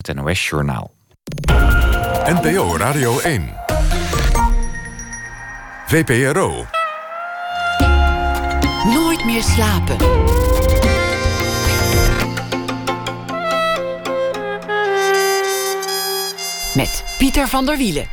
het NOS-journaal. NPO Radio 1. VPRO. Nooit meer slapen. Met Pieter van der Wielen.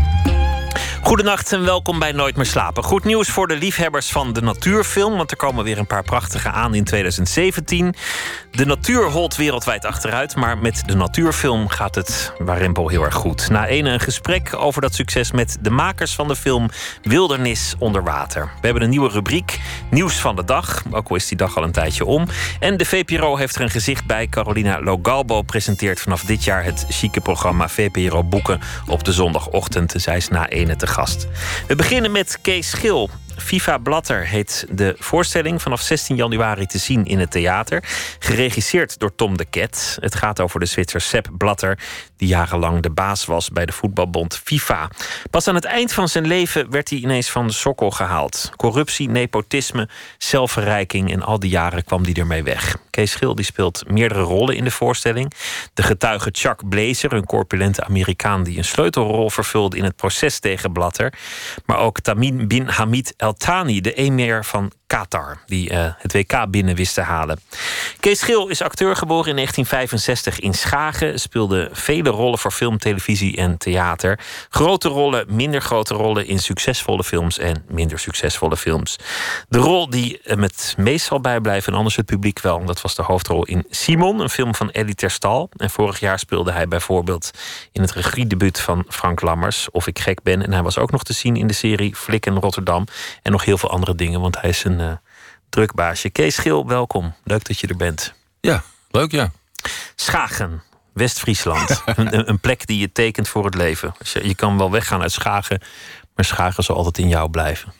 Goedenacht en welkom bij Nooit meer slapen. Goed nieuws voor de liefhebbers van de natuurfilm, want er komen weer een paar prachtige aan in 2017. De natuur holt wereldwijd achteruit, maar met de natuurfilm gaat het warempel heel erg goed. Na een gesprek over dat succes met de makers van de film Wildernis onder water. We hebben een nieuwe rubriek, Nieuws van de Dag, ook al is die dag al een tijdje om. En de VPRO heeft er een gezicht bij. Carolina Logalbo presenteert vanaf dit jaar het chique programma VPRO Boeken op de zondagochtend. Zij is na ene te gast. We beginnen met Kees Schil. Viva Blatter heet de voorstelling, vanaf 16 januari te zien in het theater. Geregisseerd door Tom de Ket. Het gaat over de Zwitser Sepp Blatter, die jarenlang de baas was bij de voetbalbond FIFA. Pas aan het eind van zijn leven werd hij ineens van de sokkel gehaald. Corruptie, nepotisme, zelfverrijking, en al die jaren kwam hij ermee weg. Kees Schil die speelt meerdere rollen in de voorstelling. De getuige Chuck Blazer, een corpulente Amerikaan die een sleutelrol vervulde in het proces tegen Blatter. Maar ook Tamim bin Hamid El Thani, de emir van Qatar, die het WK binnen wist te halen. Kees Schil is acteur, geboren in 1965 in Schagen. Speelde vele rollen voor film, televisie en theater. Grote rollen, minder grote rollen in succesvolle films en minder succesvolle films. De rol die hem het meest zal bijblijven, en anders het publiek wel, dat was de hoofdrol in Simon, een film van Ellie Terstal. En vorig jaar speelde hij bijvoorbeeld in het regiedebuut van Frank Lammers, Of ik gek ben. En hij was ook nog te zien in de serie Flikken Rotterdam. En nog heel veel andere dingen, want hij is een druk baasje. Kees Schil, welkom. Leuk dat je er bent. Ja, leuk, ja. Schagen, West-Friesland. een plek die je tekent voor het leven. Je kan wel weggaan uit Schagen, maar Schagen zal altijd in jou blijven.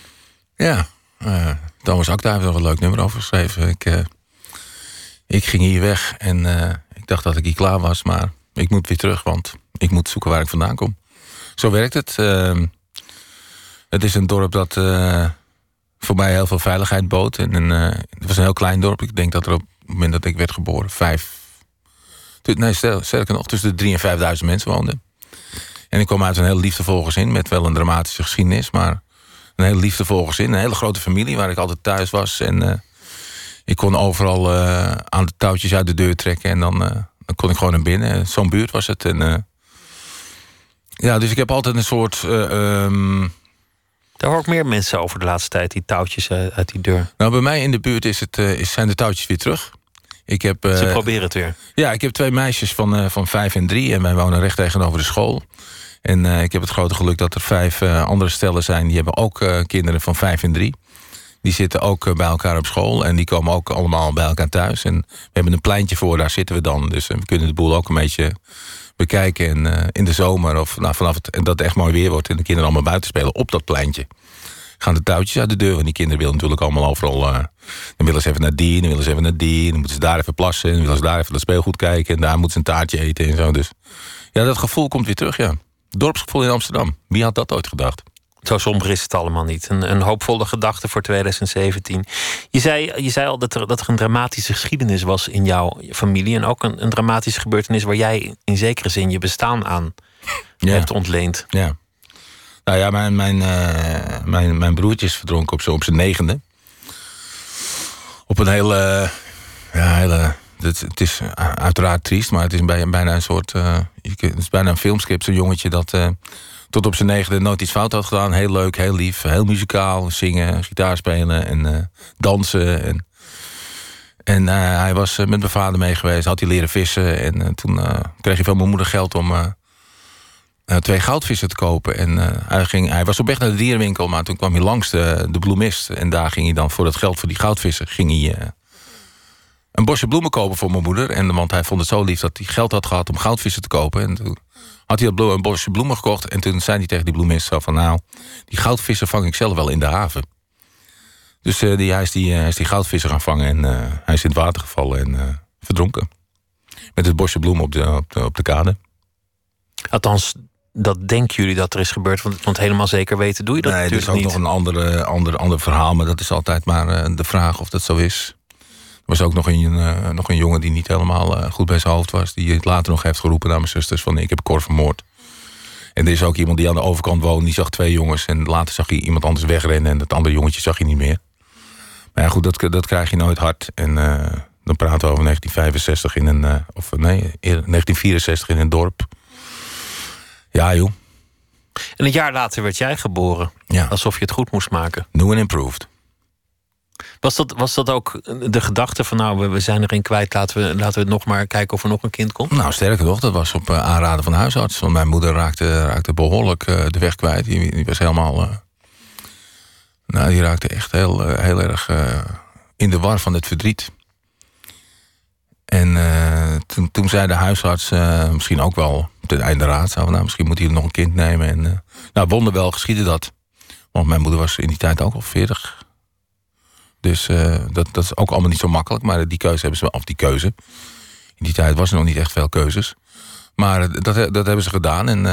Ja, Thomas Akda heeft er een leuk nummer over geschreven. Ik ging hier weg en ik dacht dat ik hier klaar was, maar ik moet weer terug, want ik moet zoeken waar ik vandaan kom. Zo werkt het. Het is een dorp dat voor mij heel veel veiligheid bood. En het was een heel klein dorp. Ik denk dat er op het moment dat ik werd geboren sterker nog, tussen de 3.000 en 5.000 mensen woonden. En ik kwam uit een heel liefdevol gezin met wel een dramatische geschiedenis, maar een heel liefdevol gezin. Een hele grote familie waar ik altijd thuis was. En ik kon overal aan de touwtjes uit de deur trekken en dan kon ik gewoon naar binnen. Zo'n buurt was het. En dus ik heb altijd een soort Daar hoor ik meer mensen over de laatste tijd, die touwtjes uit die deur. Nou, bij mij in de buurt zijn de touwtjes weer terug. Ze proberen het weer. Ja, ik heb 2 meisjes van 5 en 3 en wij wonen recht tegenover de school. En ik heb het grote geluk dat er 5 andere stellen zijn, die hebben ook kinderen van 5 en 3. Die zitten ook bij elkaar op school en die komen ook allemaal bij elkaar thuis. En we hebben een pleintje voor, daar zitten we dan. Dus we kunnen de boel ook een beetje bekijken. En in de zomer, of vanaf dat het echt mooi weer wordt en de kinderen allemaal buiten spelen op dat pleintje, gaan de touwtjes uit de deur. Want die kinderen willen natuurlijk allemaal overal. Dan willen ze even naar die, dan willen ze even naar die. Dan moeten ze daar even plassen. Dan willen ze daar even dat speelgoed kijken. En daar moeten ze een taartje eten en zo. Dus ja, dat gevoel komt weer terug, ja. Dorpsgevoel in Amsterdam. Wie had dat ooit gedacht? Zo somber is het allemaal niet. Een hoopvolle gedachte voor 2017. Je zei al dat er een dramatische geschiedenis was in jouw familie. En ook een dramatische gebeurtenis waar jij in zekere zin je bestaan aan hebt ontleend. Ja. Nou ja, mijn broertje is verdronken op zijn 9e. Op een hele... Het is uiteraard triest, maar het is bijna een soort... het is bijna een filmscript. Zo'n jongetje dat tot op zijn 9e nooit iets fout had gedaan. Heel leuk, heel lief, heel muzikaal. Zingen, gitaar spelen en dansen. En hij was met mijn vader mee geweest. Had hij leren vissen. En toen kreeg hij van mijn moeder geld om 2 goudvissen te kopen. En hij was op weg naar de dierenwinkel, maar toen kwam hij langs de bloemist. En daar ging hij dan voor het geld voor die goudvissen een bosje bloemen kopen voor mijn moeder. Want hij vond het zo lief dat hij geld had gehad om goudvissen te kopen. En toen had hij een bosje bloemen gekocht. En toen zei hij tegen die bloemist zo van, nou, die goudvissen vang ik zelf wel in de haven. Dus hij is die goudvissen gaan vangen. En hij is in het water gevallen en verdronken. Met het bosje bloemen op de kade. Althans, dat denken jullie dat er is gebeurd? Want helemaal zeker weten doe je dat natuurlijk niet. Nee, dat is ook nog een ander verhaal. Maar dat is altijd maar de vraag of dat zo is. Er was ook nog een jongen die niet helemaal goed bij zijn hoofd was. Die het later nog heeft geroepen naar mijn zusters van ik heb Cor vermoord. En er is ook iemand die aan de overkant woont. Die zag 2 jongens. En later zag hij iemand anders wegrennen. En dat andere jongetje zag je niet meer. Maar ja, goed, dat krijg je nooit hard. En dan praten we over 1965 1964 in een dorp. Ja, joh. En een jaar later werd jij geboren. Ja. Alsof je het goed moest maken. New and improved. Was dat ook de gedachte van nou, we zijn erin kwijt, laten we het nog maar kijken of er nog een kind komt? Nou, sterker nog, dat was op aanraden van de huisarts. Want mijn moeder raakte behoorlijk de weg kwijt. Die was helemaal... die raakte echt heel erg in de war van het verdriet. En toen zei de huisarts misschien ook wel ten einde raad... misschien moet hij nog een kind nemen. En wonderwel geschiedde dat. Want mijn moeder was in die tijd ook al 40. Dus dat is ook allemaal niet zo makkelijk. Maar die keuze hebben ze... Of die keuze. In die tijd was er nog niet echt veel keuzes. Maar dat hebben ze gedaan. En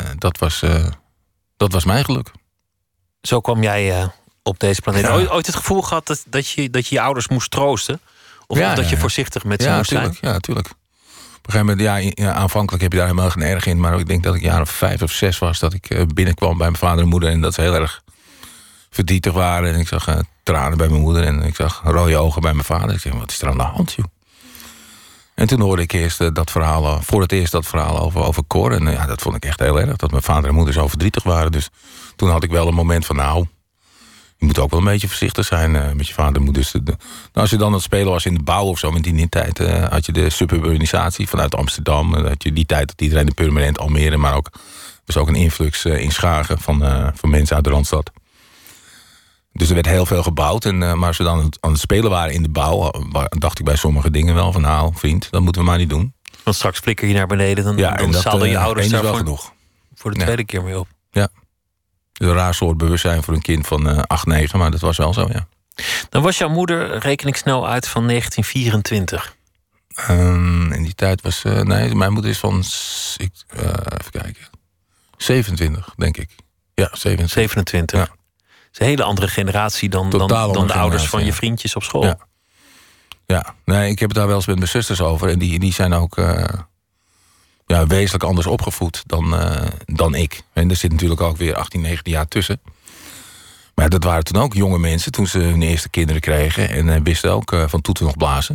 dat was mijn geluk. Zo kwam jij op deze planeet. Ja. Ooit het gevoel gehad dat je ouders moest troosten? Of dat je voorzichtig met ze moest zijn? Ja, tuurlijk. Op een gegeven moment, aanvankelijk heb je daar helemaal geen erg in. Maar ik denk dat ik jaar of 5 of 6 was... dat ik binnenkwam bij mijn vader en moeder... en dat ze heel erg verdrietig waren. En ik zag tranen bij mijn moeder... en ik zag rode ogen bij mijn vader. Ik zei, wat is er aan de hand, joh? En toen hoorde ik eerst dat verhaal... voor het eerst dat verhaal over Cor. En dat vond ik echt heel erg. Dat mijn vader en moeder zo verdrietig waren. Dus toen had ik wel een moment van... je moet ook wel een beetje voorzichtig zijn met je vader en moeder. Dus als je dan aan het spelen was in de bouw of zo... in die tijd had je de suburbanisatie vanuit Amsterdam. Had je die tijd dat iedereen de permanent Almere... maar ook was ook een influx in Schagen van mensen uit de Randstad. Dus er werd heel veel gebouwd. Maar als we dan aan het spelen waren in de bouw... dacht ik bij sommige dingen wel van... vriend, dat moeten we maar niet doen. Want straks flikker je naar beneden... dan zaalden je ouders daarvoor genoeg. Voor de tweede keer mee op. Ja. Een raar soort bewustzijn voor een kind van 8, 9, maar dat was wel zo, ja. Dan was jouw moeder, reken ik snel uit, van 1924. In die tijd was... mijn moeder is van... even kijken. 27, denk ik. Ja, 27. Ja. Het is een hele andere generatie dan de ouders van je vriendjes op school. Ja. Nee, ik heb het daar wel eens met mijn zusters over. En die zijn ook... wezenlijk anders opgevoed dan ik. En er zit natuurlijk ook weer 18, 19 jaar tussen. Maar dat waren toen ook jonge mensen... toen ze hun eerste kinderen kregen... en wisten ook van toeten nog blazen.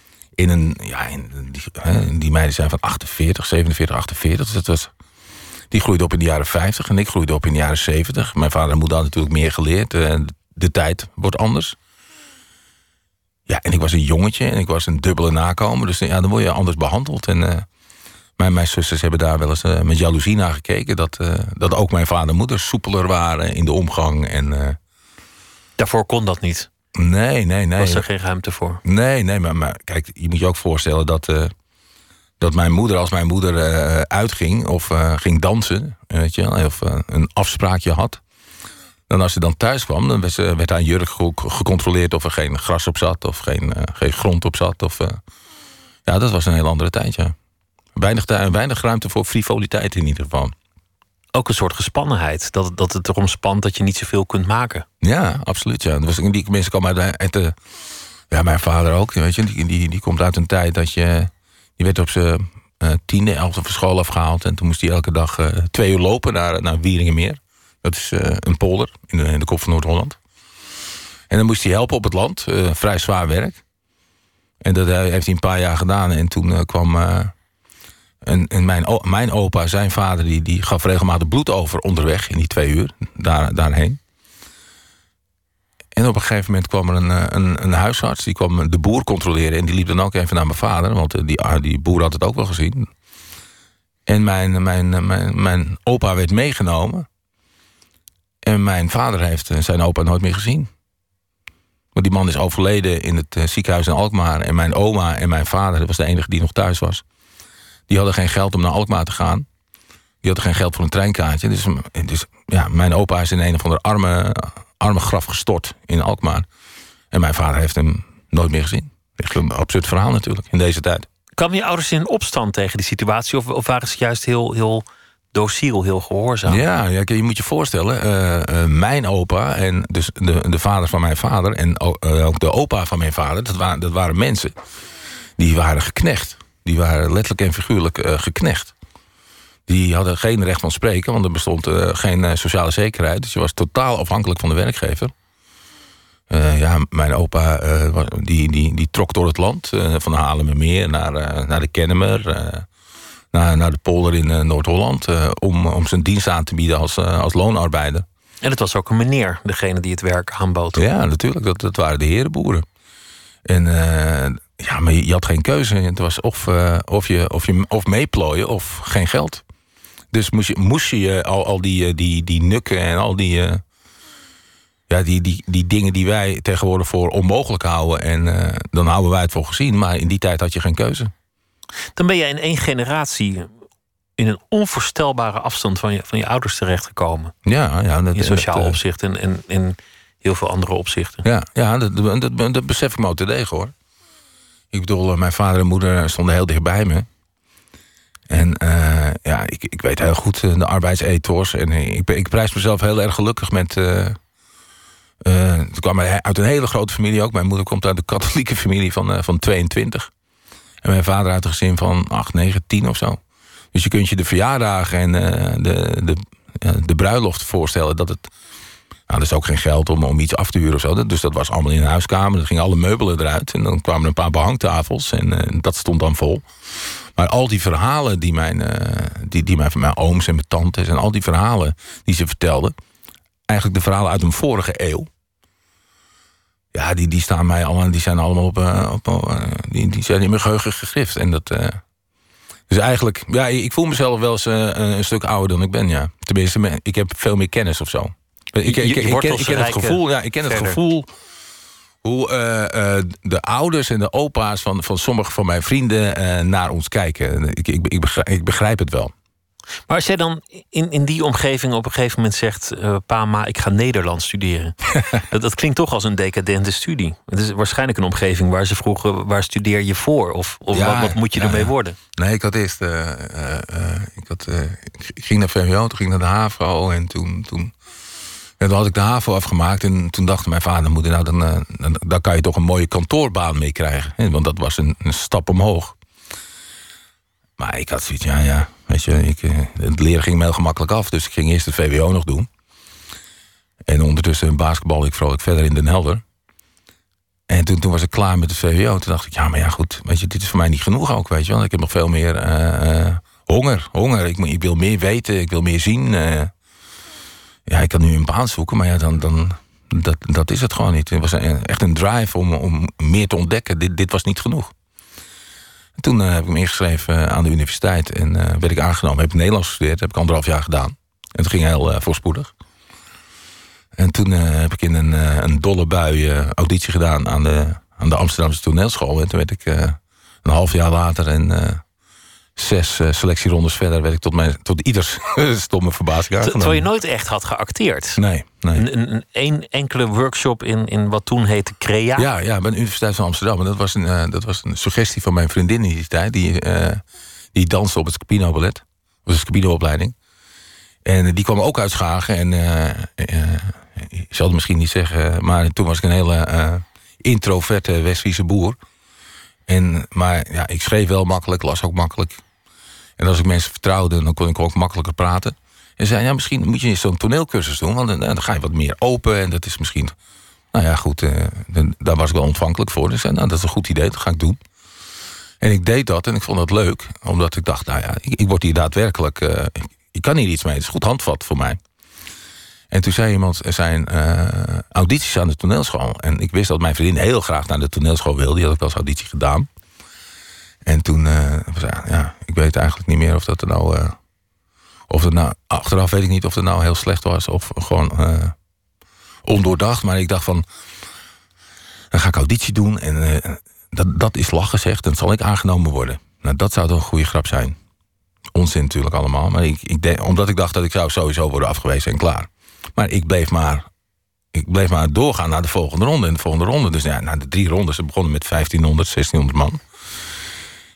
Die meiden zijn van 48, 47, 48. Dus die groeiden op in de jaren 50 en ik groeide op in de jaren 70. Mijn vader en moeder hadden natuurlijk meer geleerd. De tijd wordt anders. Ja, en ik was een jongetje en ik was een dubbele nakomer. Dus dan word je anders behandeld. En... Mijn zusters hebben daar wel eens met jaloezie naar gekeken... dat ook mijn vader en moeder soepeler waren in de omgang. En, daarvoor kon dat niet? Nee. Was er geen ruimte voor? Nee, maar kijk, je moet je ook voorstellen dat mijn moeder... als mijn moeder uitging of ging dansen... weet je, of een afspraakje had... dan als ze dan thuis kwam, dan werd haar jurk gecontroleerd... of er geen gras op zat of geen grond op zat. Dat was een heel andere tijd, ja. Weinig ruimte voor frivoliteit in ieder geval. Ook een soort gespannenheid. Dat het erom spant dat je niet zoveel kunt maken. Ja, absoluut. Ja. Die mensen komen uit mijn vader ook. Weet je, die komt uit een tijd dat die werd op zijn 10e, 11e van school afgehaald. En toen moest hij elke dag 2 uur lopen naar Wieringenmeer. Dat is een polder in de kop van Noord-Holland. En dan moest hij helpen op het land. Vrij zwaar werk. En dat heeft hij een paar jaar gedaan. En toen kwam... En mijn opa, zijn vader, die gaf regelmatig bloed over onderweg... in die 2 uur, daarheen. En op een gegeven moment kwam er een huisarts... die kwam de boer controleren en die liep dan ook even naar mijn vader... want die boer had het ook wel gezien. En mijn opa werd meegenomen... en mijn vader heeft zijn opa nooit meer gezien. Want die man is overleden in het ziekenhuis in Alkmaar... en mijn oma en mijn vader, dat was de enige die nog thuis was... die hadden geen geld om naar Alkmaar te gaan. Die hadden geen geld voor een treinkaartje. Dus mijn opa is in een of andere arme graf gestort in Alkmaar. En mijn vader heeft hem nooit meer gezien. Echt een absurd verhaal natuurlijk, in deze tijd. Kwamen je ouders in opstand tegen die situatie? Of waren ze juist heel, heel dociel, heel gehoorzaam. Ja, je moet je voorstellen, mijn opa en dus de vader van mijn vader en ook de opa van mijn vader, dat waren mensen die waren geknecht. Die waren letterlijk en figuurlijk geknecht. Die hadden geen recht van spreken, want er bestond geen sociale zekerheid. Dus je was totaal afhankelijk van de werkgever. Mijn opa die trok door het land, van de Haarlemmermeer naar de Kennemer, naar de polder in Noord-Holland, om zijn dienst aan te bieden als loonarbeider. En het was ook een meneer, degene die het werk aanbood. Ja, natuurlijk, dat waren de herenboeren. En maar je had geen keuze. Het was of meeplooien of geen geld. Dus moest je al die nukken en al die dingen die wij tegenwoordig voor onmogelijk houden. En dan houden wij het voor gezien. Maar in die tijd had je geen keuze. Dan ben jij in 1 generatie in een onvoorstelbare afstand van je ouders terechtgekomen. Ja, in sociaal opzicht en in heel veel andere opzichten. Ja, dat besef ik me ook terdege, hoor. Ik bedoel, mijn vader en moeder stonden heel dicht bij me. En ik weet heel goed de arbeidsethos. En ik prijs mezelf heel erg gelukkig met... Ik kwam uit een hele grote familie ook. Mijn moeder komt uit de katholieke familie van 22. En mijn vader uit een gezin van 8, 9, 10 of zo. Dus je kunt je de verjaardagen en de bruiloft voorstellen dat het... Nou, er is ook geen geld om iets af te huren of zo. Dus dat was allemaal in een huiskamer. Dan gingen alle meubelen eruit. En dan kwamen er een paar behangtafels. En dat stond dan vol. Maar al die verhalen die mijn ooms en mijn tantes... en al die verhalen die ze vertelden... eigenlijk de verhalen uit een vorige eeuw... ja, die staan mij allemaal... die zijn allemaal die zijn in mijn geheugen gegrift. En dat... Dus eigenlijk... Ja, ik voel mezelf wel eens een stuk ouder dan ik ben, ja. Tenminste, ik heb veel meer kennis of zo. Ik ken het gevoel... Ja, ik ken het gevoel... hoe de ouders en de opa's van sommige van mijn vrienden naar ons kijken. Ik begrijp het wel. Maar als jij dan in die omgeving op een gegeven moment zegt... pa, ma, ik ga Nederlands studeren. dat klinkt toch als een decadente studie. Het is waarschijnlijk een omgeving waar ze vroegen... waar studeer je voor? Of wat moet je ermee worden? Nee, ik had eerst... ik ging naar VWO, toen ging ik naar de HAVO... en toen had ik de HAVO afgemaakt... en toen dachten mijn vader en moeder... dan kan je toch een mooie kantoorbaan mee krijgen. Want dat was een stap omhoog. Maar ik had zoiets, weet je, het leren ging me heel gemakkelijk af. Dus ik ging eerst het VWO nog doen. En ondertussen basketbalde ik vrolijk verder in Den Helder. En toen was ik klaar met het VWO. Toen dacht ik, goed, weet je, dit is voor mij niet genoeg ook, weet je wel. Ik heb nog veel meer honger. Ik wil meer weten, ik wil meer zien. Ik kan nu een baan zoeken, maar dat is het gewoon niet. Het was echt een drive om meer te ontdekken. Dit was niet genoeg. En toen heb ik me ingeschreven aan de universiteit en werd ik aangenomen. Heb ik Nederlands gestudeerd, heb ik 1,5 jaar gedaan. En het ging heel voorspoedig. En toen heb ik in een dolle bui auditie gedaan aan de Amsterdamse toneelschool. En toen werd ik een half jaar later en 6 selectierondes verder... werd ik tot ieders stomme verbazing aangenomen. Terwijl je nooit echt had geacteerd? Nee. Een enkele workshop in wat toen heette CREA? Ja, bij de Universiteit van Amsterdam. En dat was een suggestie van mijn vriendin in die tijd. Die danste op het Scapino Ballet. Dat was een Scapino-opleiding. En die kwam ook uit Schagen. En ik zal het misschien niet zeggen... maar toen was ik een hele introverte West-Friese boer... Maar ik schreef wel makkelijk, las ook makkelijk. En als ik mensen vertrouwde, dan kon ik ook makkelijker praten. En zei, misschien moet je eens zo'n toneelcursus doen... want dan ga je wat meer open en dat is misschien... daar was ik wel ontvankelijk voor. Dus dat is een goed idee, dat ga ik doen. En ik deed dat en ik vond dat leuk. Omdat ik dacht, ik word hier daadwerkelijk... ik kan hier iets mee, het is goed handvat voor mij. En toen zei iemand, er zijn audities aan de toneelschool. En ik wist dat mijn vriendin heel graag naar de toneelschool wilde. Die had ik als auditie gedaan. En toen ik weet eigenlijk niet meer of dat er nou... achteraf weet ik niet of het nou heel slecht was. Of gewoon ondoordacht. Maar ik dacht van, dan ga ik auditie doen. En dat is lachen gezegd. Dan zal ik aangenomen worden. Nou, dat zou toch een goede grap zijn. Onzin natuurlijk allemaal. Maar omdat ik dacht dat ik zou sowieso worden afgewezen en klaar. Maar ik bleef maar doorgaan naar de volgende ronde. En de volgende ronde, dus na de 3 rondes, ze begonnen met 1500, 1600 man.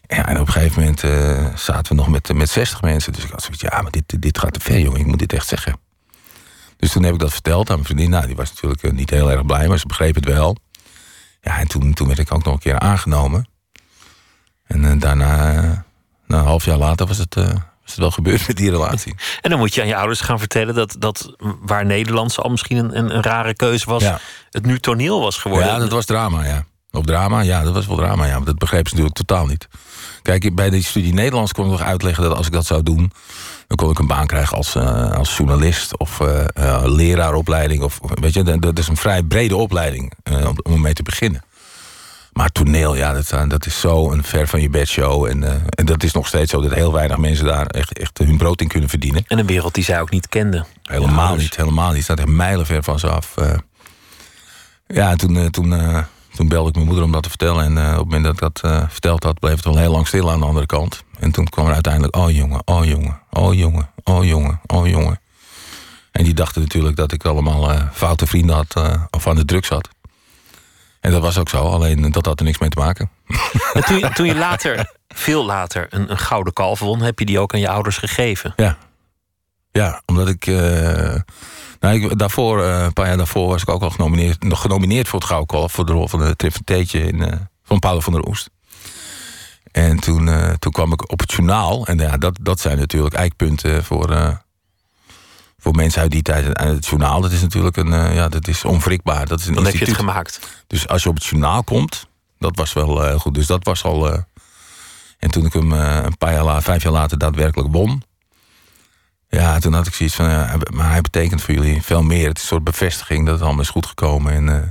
Ja, en op een gegeven moment zaten we nog met 60 mensen. Dus ik had zoiets, ja, maar dit gaat te ver, jongen. Ik moet dit echt zeggen. Dus toen heb ik dat verteld aan mijn vriendin. Nou, die was natuurlijk niet heel erg blij, maar ze begreep het wel. Ja, en toen werd ik ook nog een keer aangenomen. En daarna, een half jaar later, was het wel gebeurd met die relatie. En dan moet je aan je ouders gaan vertellen dat waar Nederlands al misschien een rare keuze was, het nu toneel was geworden. Ja, dat was drama, ja. Of drama, ja, dat was wel drama, ja. Maar dat begreep ze natuurlijk totaal niet. Kijk, bij die studie Nederlands kon ik nog uitleggen dat als ik dat zou doen, dan kon ik een baan krijgen als journalist of leraaropleiding. Of, weet je, dat is een vrij brede opleiding om mee te beginnen. Maar toneel, ja, dat is zo een ver van je bedshow. En dat is nog steeds zo dat heel weinig mensen daar echt hun brood in kunnen verdienen. En een wereld die zij ook niet kenden. Helemaal niet. Staat echt mijlenver van ze af. Ja, en toen belde ik mijn moeder om dat te vertellen. En op het moment dat ik dat verteld had, bleef het wel heel lang stil aan de andere kant. En toen kwam er uiteindelijk, oh jongen, oh jongen, oh jongen, oh jongen, oh jongen. En die dachten natuurlijk dat ik allemaal foute vrienden had of aan de drugs had. En dat was ook zo, alleen dat had er niks mee te maken. En toen je later, veel later, een gouden kalf won, heb je die ook aan je ouders gegeven? Ja, omdat ik... een paar jaar daarvoor was ik ook al genomineerd voor het Gouden Kalf, voor de rol van de Trip van Teetje van Paul van der Oest. En toen kwam ik op het journaal. En ja, dat zijn natuurlijk eikpunten voor mensen uit die tijd. En het journaal, dat is natuurlijk dat is onwrikbaar. Dat is een Dan instituut. heb je het gemaakt. Dus als je op het journaal komt, dat was wel goed. Dus dat was al... En toen ik hem 5 jaar later daadwerkelijk won, ja, toen had ik zoiets van, maar hij betekent voor jullie veel meer. Het is een soort bevestiging dat het allemaal is goed gekomen. En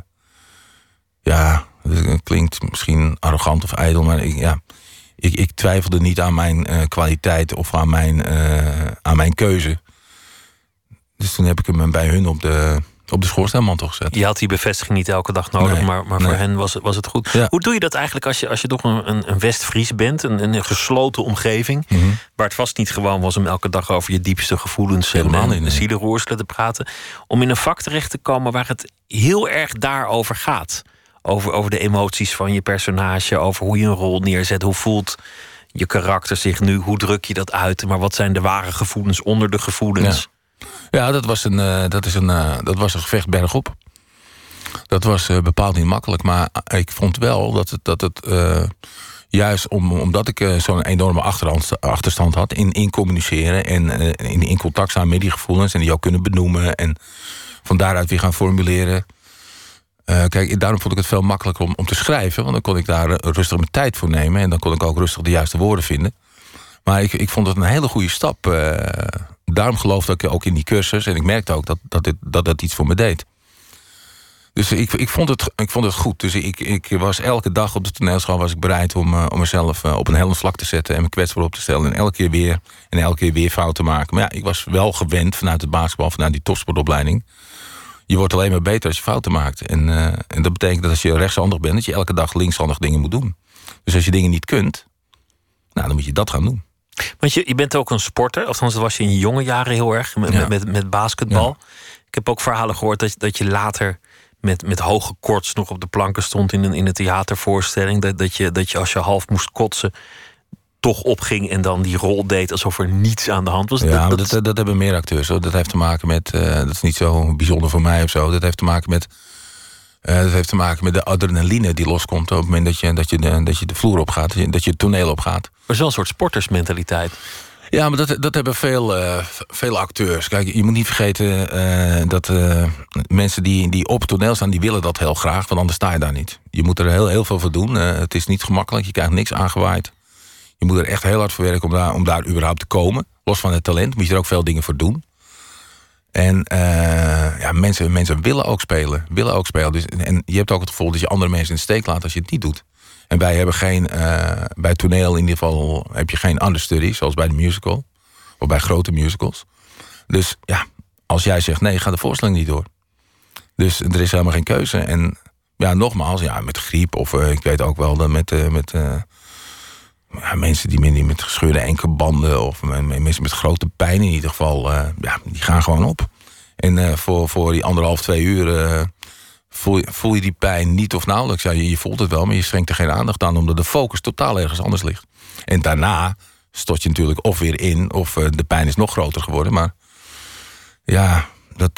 het klinkt misschien arrogant of ijdel, maar ik twijfelde niet aan mijn kwaliteit of aan mijn keuze. Dus toen heb ik hem bij hun op de schoorsteenmantel gezet. Je had die bevestiging niet elke dag nodig, maar voor hen was het goed. Ja. Hoe doe je dat eigenlijk als je toch een West-Fries bent, een gesloten omgeving, waar het vast niet gewoon was om elke dag over je diepste gevoelens en zielenroerselen te praten, om in een vak terecht te komen waar het heel erg daarover gaat? Over de emoties van je personage, over hoe je een rol neerzet, hoe voelt je karakter zich nu, hoe druk je dat uit, maar wat zijn de ware gevoelens onder de gevoelens? Ja, dat was een gevecht bergop. Dat was bepaald niet makkelijk. Maar ik vond wel dat het juist omdat ik zo'n enorme achterstand had in communiceren en in contact staan met die gevoelens en die ook kunnen benoemen en van daaruit weer gaan formuleren. Kijk, daarom vond ik het veel makkelijker om te schrijven, want dan kon ik daar rustig mijn tijd voor nemen en dan kon ik ook rustig de juiste woorden vinden. Maar ik vond het een hele goede stap. Daarom geloofde ik ook in die cursus. En ik merkte ook dat iets voor me deed. Dus ik vond het goed. Dus ik was elke dag op de toneelschool was ik bereid om mezelf op een helm vlak te zetten en me kwetsbaar op te stellen. En elke keer weer fout te maken. Maar ja, ik was wel gewend vanuit het basketbal, vanuit die topsportopleiding. Je wordt alleen maar beter als je fouten maakt. En dat betekent dat als je rechtshandig bent, dat je elke dag linkshandig dingen moet doen. Dus als je dingen niet kunt, dan moet je dat gaan doen. Want je bent ook een sporter, althans dat was je in je jonge jaren heel erg, met basketbal. Ja. Ik heb ook verhalen gehoord dat je later met hoge koorts nog op de planken stond in een theatervoorstelling. Dat je als je half moest kotsen toch opging en dan die rol deed alsof er niets aan de hand was. Ja, dat hebben meer acteurs. Hoor. Dat heeft te maken met, dat is niet zo bijzonder voor mij of zo. Dat heeft te maken met de adrenaline die loskomt op het moment dat je de vloer opgaat, dat je het toneel opgaat. Maar zo'n soort sportersmentaliteit. Ja, maar dat hebben veel acteurs. Kijk, je moet niet vergeten dat mensen die op het toneel staan, die willen dat heel graag, want anders sta je daar niet. Je moet er heel veel voor doen. Het is niet gemakkelijk, je krijgt niks aangewaaid. Je moet er echt heel hard voor werken om daar überhaupt te komen. Los van het talent moet je er ook veel dingen voor doen. En mensen willen ook spelen. Dus, en je hebt ook het gevoel dat je andere mensen in de steek laat als je het niet doet. En wij hebben bij toneel in ieder geval heb je geen understudy, zoals bij de musical. Of bij grote musicals. Dus ja, als jij zegt nee, gaat de voorstelling niet door. Dus er is helemaal geen keuze. En ja, nogmaals, met griep of ik weet ook wel dat met mensen die met gescheurde enkelbanden of mensen met grote pijn in ieder geval, die gaan gewoon op. En voor die 1,5-2 uur voel je die pijn niet of nauwelijks. Ja, je voelt het wel, maar je schenkt er geen aandacht aan, omdat de focus totaal ergens anders ligt. En daarna stort je natuurlijk of weer in, of de pijn is nog groter geworden. Maar ja,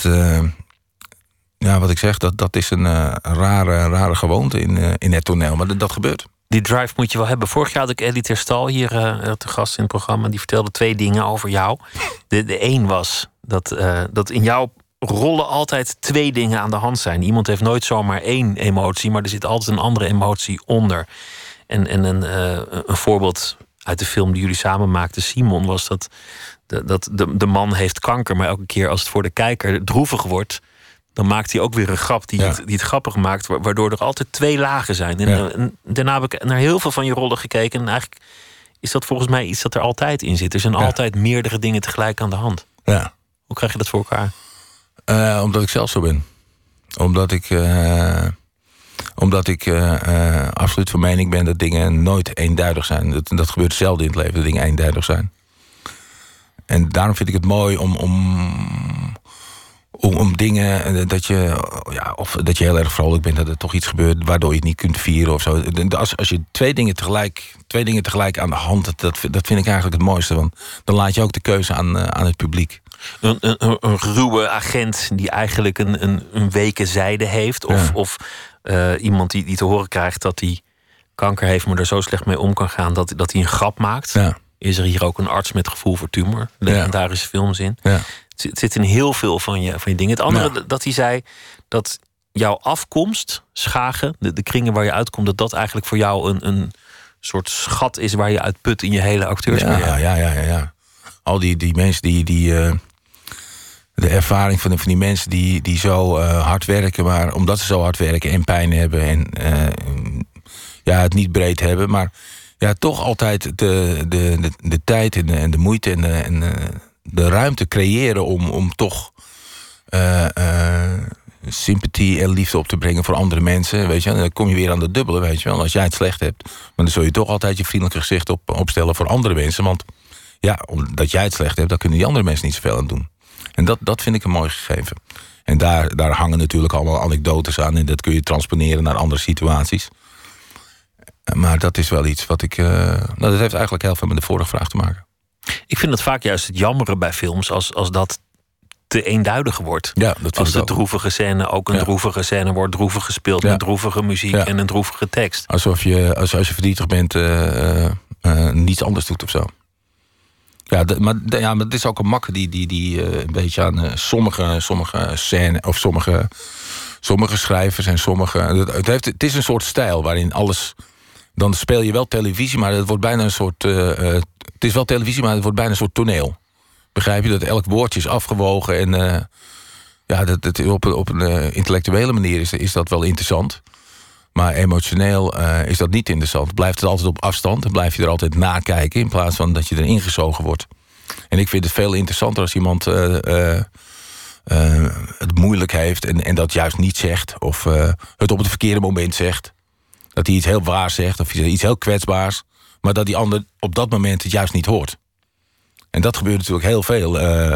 wat ik zeg, dat is een rare gewoonte in het toneel. Maar dat gebeurt. Die drive moet je wel hebben. Vorig jaar had ik Elly Terstal hier te gast in het programma. Die vertelde 2 dingen over jou. De een was dat in jouw rollen altijd 2 dingen aan de hand zijn. Iemand heeft nooit zomaar 1 emotie, maar er zit altijd een andere emotie onder. En een voorbeeld uit de film die jullie samen maakten, Simon, was dat de man heeft kanker, maar elke keer als het voor de kijker droevig wordt, dan maakt hij ook weer een grap die het grappig maakt, waardoor er altijd 2 lagen zijn. En daarna heb ik naar heel veel van je rollen gekeken. En eigenlijk is dat volgens mij iets dat er altijd in zit. Er zijn altijd meerdere dingen tegelijk aan de hand. Ja. Hoe krijg je dat voor elkaar? Omdat ik zelf zo ben. Omdat ik absoluut van mening ben dat dingen nooit eenduidig zijn. Dat gebeurt zelden in het leven, dat dingen eenduidig zijn. En daarom vind ik het mooi om dingen dat je heel erg vrolijk bent, dat er toch iets gebeurt waardoor je het niet kunt vieren of zo. Als je twee dingen tegelijk aan de hand, dat vind ik eigenlijk het mooiste. Want dan laat je ook de keuze aan het publiek. Een ruwe agent die eigenlijk een weke zijde heeft. Of iemand die te horen krijgt dat hij kanker heeft, maar er zo slecht mee om kan gaan dat hij een grap maakt. Ja. Is er hier ook een arts met gevoel voor tumor? Legendarische films in. Ja. Het zit in heel veel van je dingen. Het andere dat hij zei, dat jouw afkomst, Schagen, de kringen waar je uitkomt, dat eigenlijk voor jou een soort schat is waar je uit put in je hele acteurscarrière. Ja. Al die mensen de ervaring van die mensen die zo hard werken, maar omdat ze zo hard werken en pijn hebben en het niet breed hebben, maar toch altijd de tijd en de moeite en de ruimte creëren om toch sympathie en liefde op te brengen voor andere mensen. Weet je, en dan kom je weer aan de dubbele, weet je wel. Als jij het slecht hebt, maar dan zul je toch altijd je vriendelijke gezicht opstellen voor andere mensen. Want omdat jij het slecht hebt, dan kunnen die andere mensen niet zoveel aan doen. En dat vind ik een mooi gegeven. En daar hangen natuurlijk allemaal anekdotes aan en dat kun je transponeren naar andere situaties. Maar dat is wel iets wat ik... dat heeft eigenlijk heel veel met de vorige vraag te maken. Ik vind het vaak juist het jammeren bij films als dat te eenduidig wordt. Ja, dat als de droevige scène ook een droevige scène wordt droevig gespeeld met droevige muziek en een droevige tekst. Alsof je, als je verdrietig bent, niets anders doet of zo. Maar het is ook een makke die een beetje aan sommige scènes of sommige schrijvers en het is een soort stijl waarin alles. Dan speel je wel televisie, maar het wordt bijna een soort. Het is wel televisie, maar het wordt bijna een soort toneel. Begrijp je dat elk woordje is afgewogen en dat op een intellectuele manier is dat wel interessant. Maar emotioneel is dat niet interessant. Blijft het altijd op afstand, dan blijf je er altijd nakijken in plaats van dat je erin gezogen wordt. En ik vind het veel interessanter als iemand het moeilijk heeft en dat juist niet zegt, of het op het verkeerde moment zegt. Dat hij iets heel waars zegt of iets heel kwetsbaars, maar dat die ander op dat moment het juist niet hoort. En dat gebeurt natuurlijk heel veel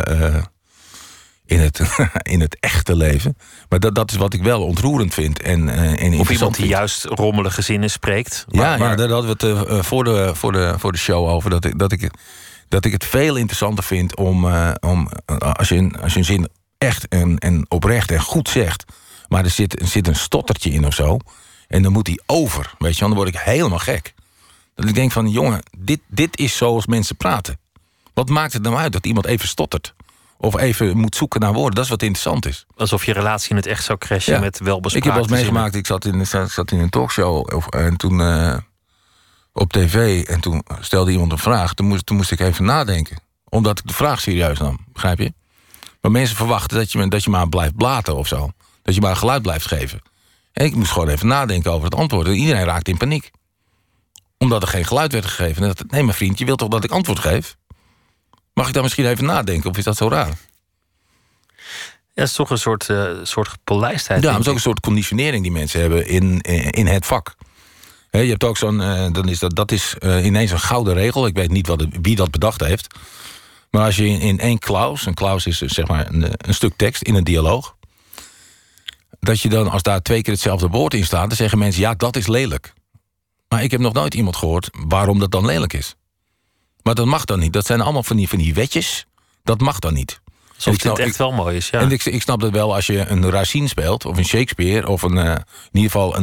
in het echte leven. Maar dat is wat ik wel ontroerend vind. Of iemand die juist rommelige zinnen spreekt. Daar hadden we het voor de show over. Dat ik het veel interessanter vind om als je een zin echt en oprecht en goed zegt, maar er zit een stottertje in of zo, en dan moet die over, weet je, dan word ik helemaal gek. Dat ik denk van, jongen, dit is zoals mensen praten. Wat maakt het nou uit dat iemand even stottert? Of even moet zoeken naar woorden, dat is wat interessant is. Alsof je relatie in het echt zou crashen met welbespraakte. Ik heb wel eens meegemaakt, ik zat in een talkshow en toen op tv, en toen stelde iemand een vraag. Toen moest ik even nadenken, omdat ik de vraag serieus nam, begrijp je? Maar mensen verwachten dat je maar blijft blaten of zo. Dat je maar geluid blijft geven. En ik moest gewoon even nadenken over het antwoord. En iedereen raakte in paniek. Omdat er geen geluid werd gegeven. En nee, mijn vriend, je wilt toch dat ik antwoord geef? Mag ik daar misschien even nadenken, of is dat zo raar? Ja, het is toch een soort gepolijstheid. Ja, maar het is ook een soort conditionering die mensen hebben in het vak. Je hebt ook zo'n... dat is ineens een gouden regel. Ik weet niet wie dat bedacht heeft. Maar als je in één klaus... Een klaus is zeg maar een stuk tekst in een dialoog. Dat je dan, als daar 2 keer hetzelfde woord in staat, dan zeggen mensen, ja, dat is lelijk. Maar ik heb nog nooit iemand gehoord waarom dat dan lelijk is. Maar dat mag dan niet. Dat zijn allemaal van die wetjes. Dat mag dan niet. Alsof het echt wel mooi is, ja. En ik snap dat wel als je een Racine speelt, of een Shakespeare, of in ieder geval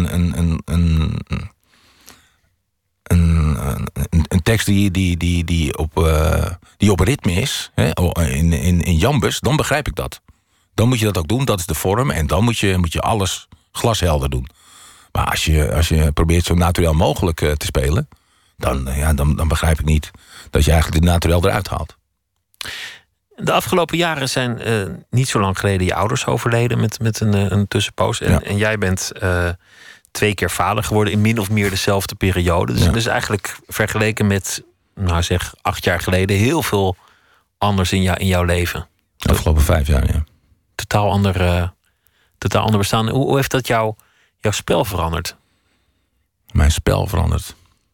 een tekst die op ritme is, hè, in jambus, dan begrijp ik dat. Dan moet je dat ook doen, dat is de vorm. En dan moet je alles glashelder doen. Maar als je probeert zo naturel mogelijk te spelen, dan begrijp ik niet dat je eigenlijk dit naturel eruit haalt. De afgelopen jaren zijn niet zo lang geleden je ouders overleden met een tussenpoos. En jij bent 2 keer vader geworden in min of meer dezelfde periode. Dus eigenlijk vergeleken met, 8 jaar geleden, heel veel anders in jouw leven. De afgelopen 5 jaar, ja. Totaal ander bestaan. Hoe heeft dat jouw spel veranderd? Mijn spel veranderd?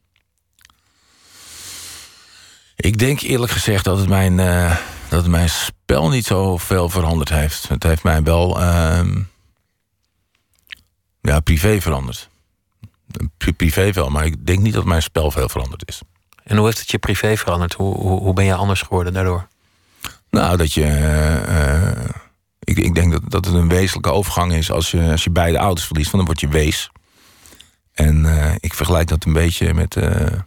Ik denk eerlijk gezegd dat het mijn spel niet zo veel veranderd heeft. Het heeft mij wel privé veranderd. Privé wel, maar ik denk niet dat mijn spel veel veranderd is. En hoe heeft het je privé veranderd? Hoe ben je anders geworden daardoor? Nou, dat je... Ik denk dat het een wezenlijke overgang is als je beide ouders verliest. Want dan word je wees. En ik vergelijk dat een beetje met...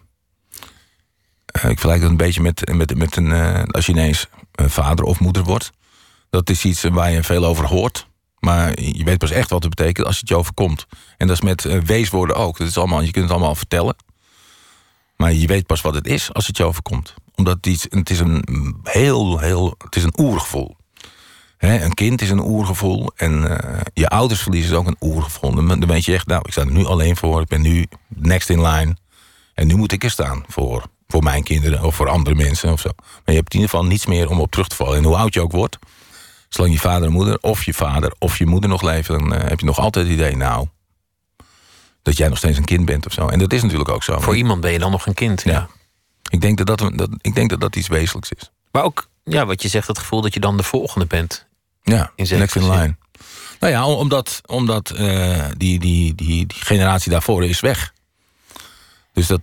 met een... als je ineens vader of moeder wordt. Dat is iets waar je veel over hoort. Maar je weet pas echt wat het betekent als het je overkomt. En dat is met weeswoorden ook. Dat is allemaal, je kunt het allemaal vertellen. Maar je weet pas wat het is als het je overkomt. Omdat het is een oergevoel. Een kind is een oergevoel. En je ouders verliezen is ook een oergevoel. Dan weet je echt, ik sta er nu alleen voor. Ik ben nu next in line. En nu moet ik er staan voor mijn kinderen of voor andere mensen of zo. Maar je hebt in ieder geval niets meer om op terug te vallen. En hoe oud je ook wordt, zolang je vader en moeder of je vader of je moeder nog leven, dan heb je nog altijd het idee, dat jij nog steeds een kind bent of zo. En dat is natuurlijk ook zo. Voor iemand ben je dan nog een kind, ja. Ik denk dat iets wezenlijks is. Maar ook, wat je zegt, het gevoel dat je dan de volgende bent. Ja, next in line. Nou ja, omdat die generatie daarvoor is weg. Dus dat...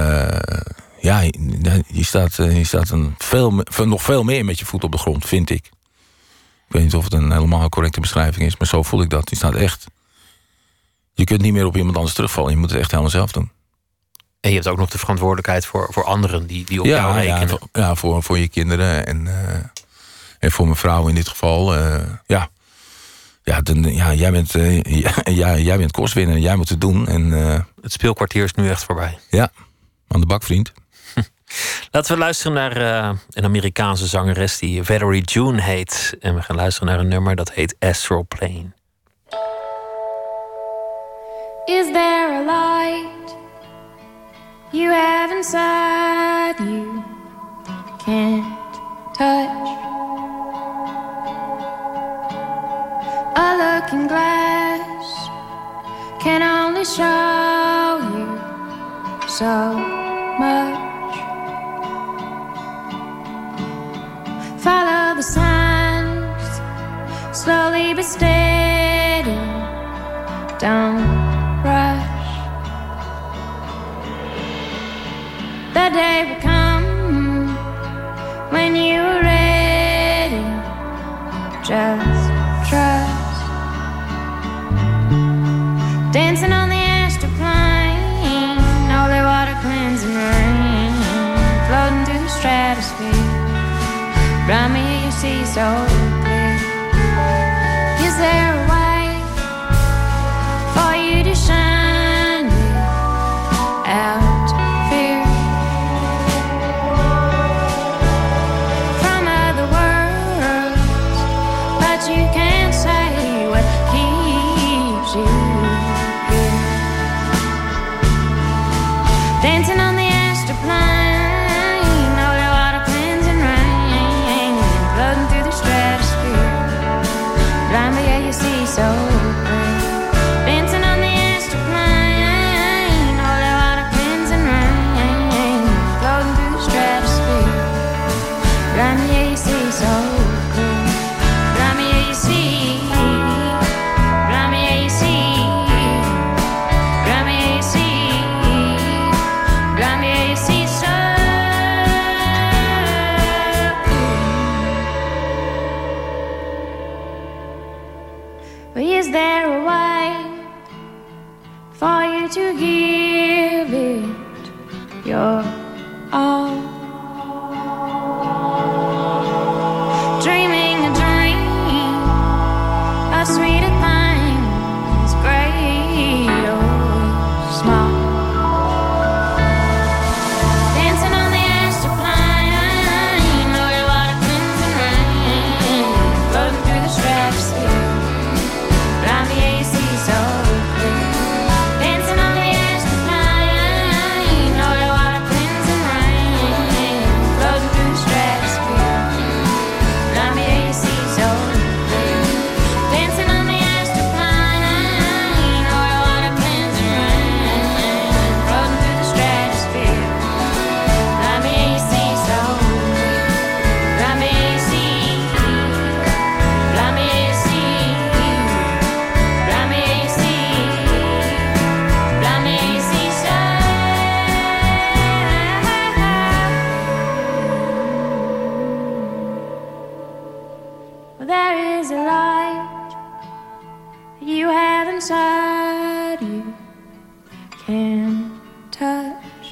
je staat nog veel meer met je voet op de grond, vind ik. Ik weet niet of het een helemaal correcte beschrijving is, maar zo voel ik dat. Je staat echt... Je kunt niet meer op iemand anders terugvallen. Je moet het echt helemaal zelf doen. En je hebt ook nog de verantwoordelijkheid voor anderen die op jou rekenen. Ja, voor je kinderen en voor mijn vrouw in dit geval. Jij bent kostwinner. Jij moet het doen. En, het speelkwartier is nu echt voorbij. Ja, aan de bak, vriend. Laten we luisteren naar een Amerikaanse zangeres die Valerie June heet. En we gaan luisteren naar een nummer dat heet Astral Plane. Is there a light you have inside you can't touch? A looking glass can only show you so much. Follow the signs, slowly but steady. Don't rush. The day will come when you're ready. Just trust. Dancing on the astral plane, holy water cleansing rain, floating through the stratosphere. Around me you see so clear. Is there a way for you to shine without fear? From other worlds, but you can't say what keeps you here. Dancing on the astral plane, holy water cleansing rain, floating through the stratosphere. Blind me, yeah, you see so clear. Dancing on the astral plane, holy water cleansing rain, floating through the stratosphere. Blind me, yeah, you see so clear. Blind me, yeah, you see. Blind me, yeah, you see. Blind me, yeah, you see. you to give it your all. Dreaming a dream of sweeter things, great or small. Dancing on the astral plane, over water, crimson rain, floating through the stratosphere. Round the AC so clear. Dancing on the astral plane, over water, crimson rain, floating through the stratosphere. Round the AC so clear. Dancing on the astral plane, over water, crimson rain, floating through the stratosphere. Round the AC so clear. Round the AC. Round the AC. Round the AC. Round the AC so. Well, there is a light you have inside you, can't touch.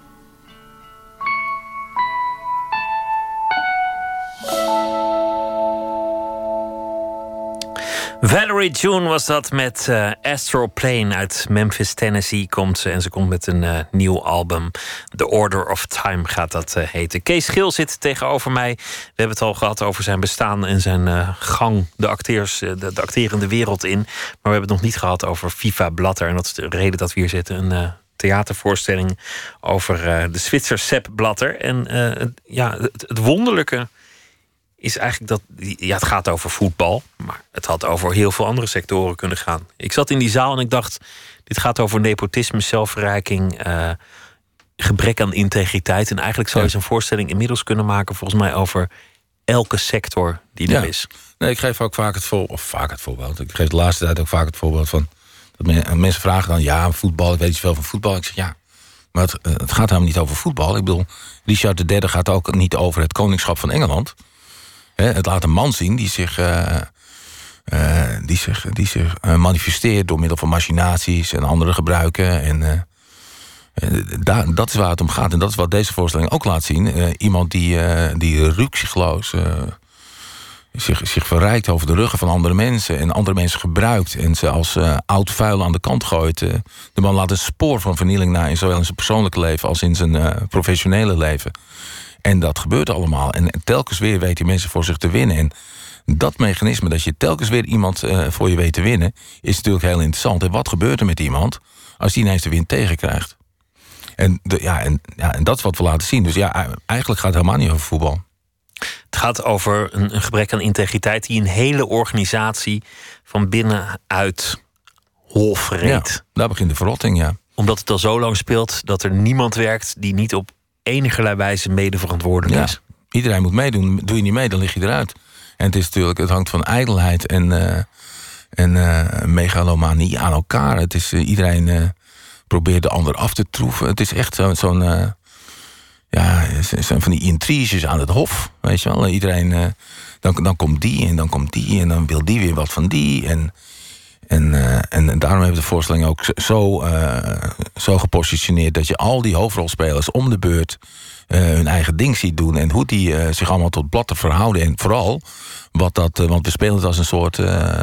Valerie June was dat met Astral Plane. Uit Memphis, Tennessee komt ze. En ze komt met een nieuw album. The Order of Time gaat dat heten. Kees Geel zit tegenover mij. We hebben het al gehad over zijn bestaan en zijn gang de acterende wereld in. Maar we hebben het nog niet gehad over Viva Blatter. En dat is de reden dat we hier zitten. Een theatervoorstelling over de Zwitser Sepp Blatter. En het wonderlijke is eigenlijk dat, het gaat over voetbal, maar het had over heel veel andere sectoren kunnen gaan. Ik zat in die zaal en ik dacht, dit gaat over nepotisme, zelfverrijking, gebrek aan integriteit. En eigenlijk zou je zo'n voorstelling inmiddels kunnen maken, volgens mij, over elke sector die er is. Nee, ik geef ook vaak het voorbeeld. Ik geef de laatste tijd ook vaak het voorbeeld van dat mensen vragen dan, ja, voetbal, ik weet niet zoveel van voetbal. Ik zeg ja, maar het gaat helemaal niet over voetbal. Ik bedoel, Richard III gaat ook niet over het koningschap van Engeland. Het laat een man zien die zich manifesteert door middel van machinaties en andere gebruiken. En dat is waar het om gaat. En dat is wat deze voorstelling ook laat zien. Iemand die ruksigloos zich verrijkt over de ruggen van andere mensen en andere mensen gebruikt en ze als oud vuil aan de kant gooit. De man laat een spoor van vernieling na, zowel in zijn persoonlijke leven als in zijn professionele leven. En dat gebeurt allemaal. En telkens weer weet die mensen voor zich te winnen. En dat mechanisme, dat je telkens weer iemand voor je weet te winnen, is natuurlijk heel interessant. En wat gebeurt er met iemand als die ineens de wind tegenkrijgt? En dat is wat we laten zien. Dus ja, eigenlijk gaat het helemaal niet over voetbal. Het gaat over een gebrek aan integriteit die een hele organisatie van binnenuit holfreet. Ja, daar begint de verrotting, ja. Omdat het al zo lang speelt dat er niemand werkt die niet op enigerlei wijze mede verantwoordelijk is. Iedereen moet meedoen. Doe je niet mee, dan lig je eruit. En het is natuurlijk, het hangt van ijdelheid en megalomanie aan elkaar. Het is iedereen probeert de ander af te troeven. Het is echt zo'n van die intriges aan het hof, weet je wel. Iedereen, dan komt die en dan komt die en dan wil die weer wat van die en daarom hebben de voorstelling ook zo gepositioneerd dat je al die hoofdrolspelers om de beurt hun eigen ding ziet doen en hoe die zich allemaal tot Blatter verhouden. En vooral want we spelen het als een soort